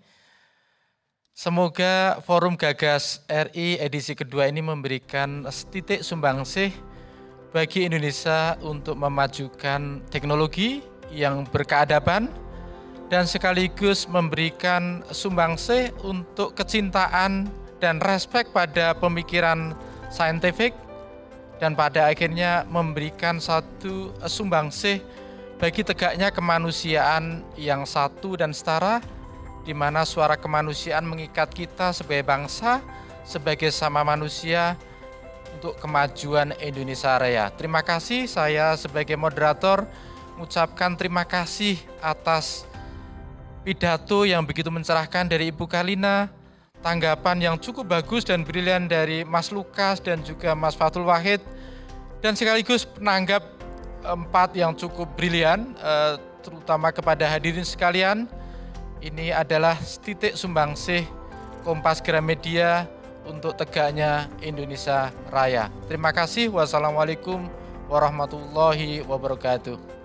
Semoga Forum Gagas RI edisi kedua ini memberikan titik sumbangsih bagi Indonesia untuk memajukan teknologi yang berkeadaban dan sekaligus memberikan sumbangsih untuk kecintaan dan respek pada pemikiran saintifik dan pada akhirnya memberikan satu sumbangsih bagi tegaknya kemanusiaan yang satu dan setara, di mana suara kemanusiaan mengikat kita sebagai bangsa, sebagai sama manusia untuk kemajuan Indonesia Raya. Terima kasih, saya sebagai moderator mengucapkan terima kasih atas pidato yang begitu mencerahkan dari Ibu Karlina, tanggapan yang cukup bagus dan brilian dari Mas Lukas dan juga Mas Fathul Wahid, dan sekaligus penanggap 4 yang cukup brilian, terutama kepada hadirin sekalian. Ini adalah titik sumbangsih Kompas Gramedia untuk tegaknya Indonesia Raya. Terima kasih. Wassalamualaikum warahmatullahi wabarakatuh.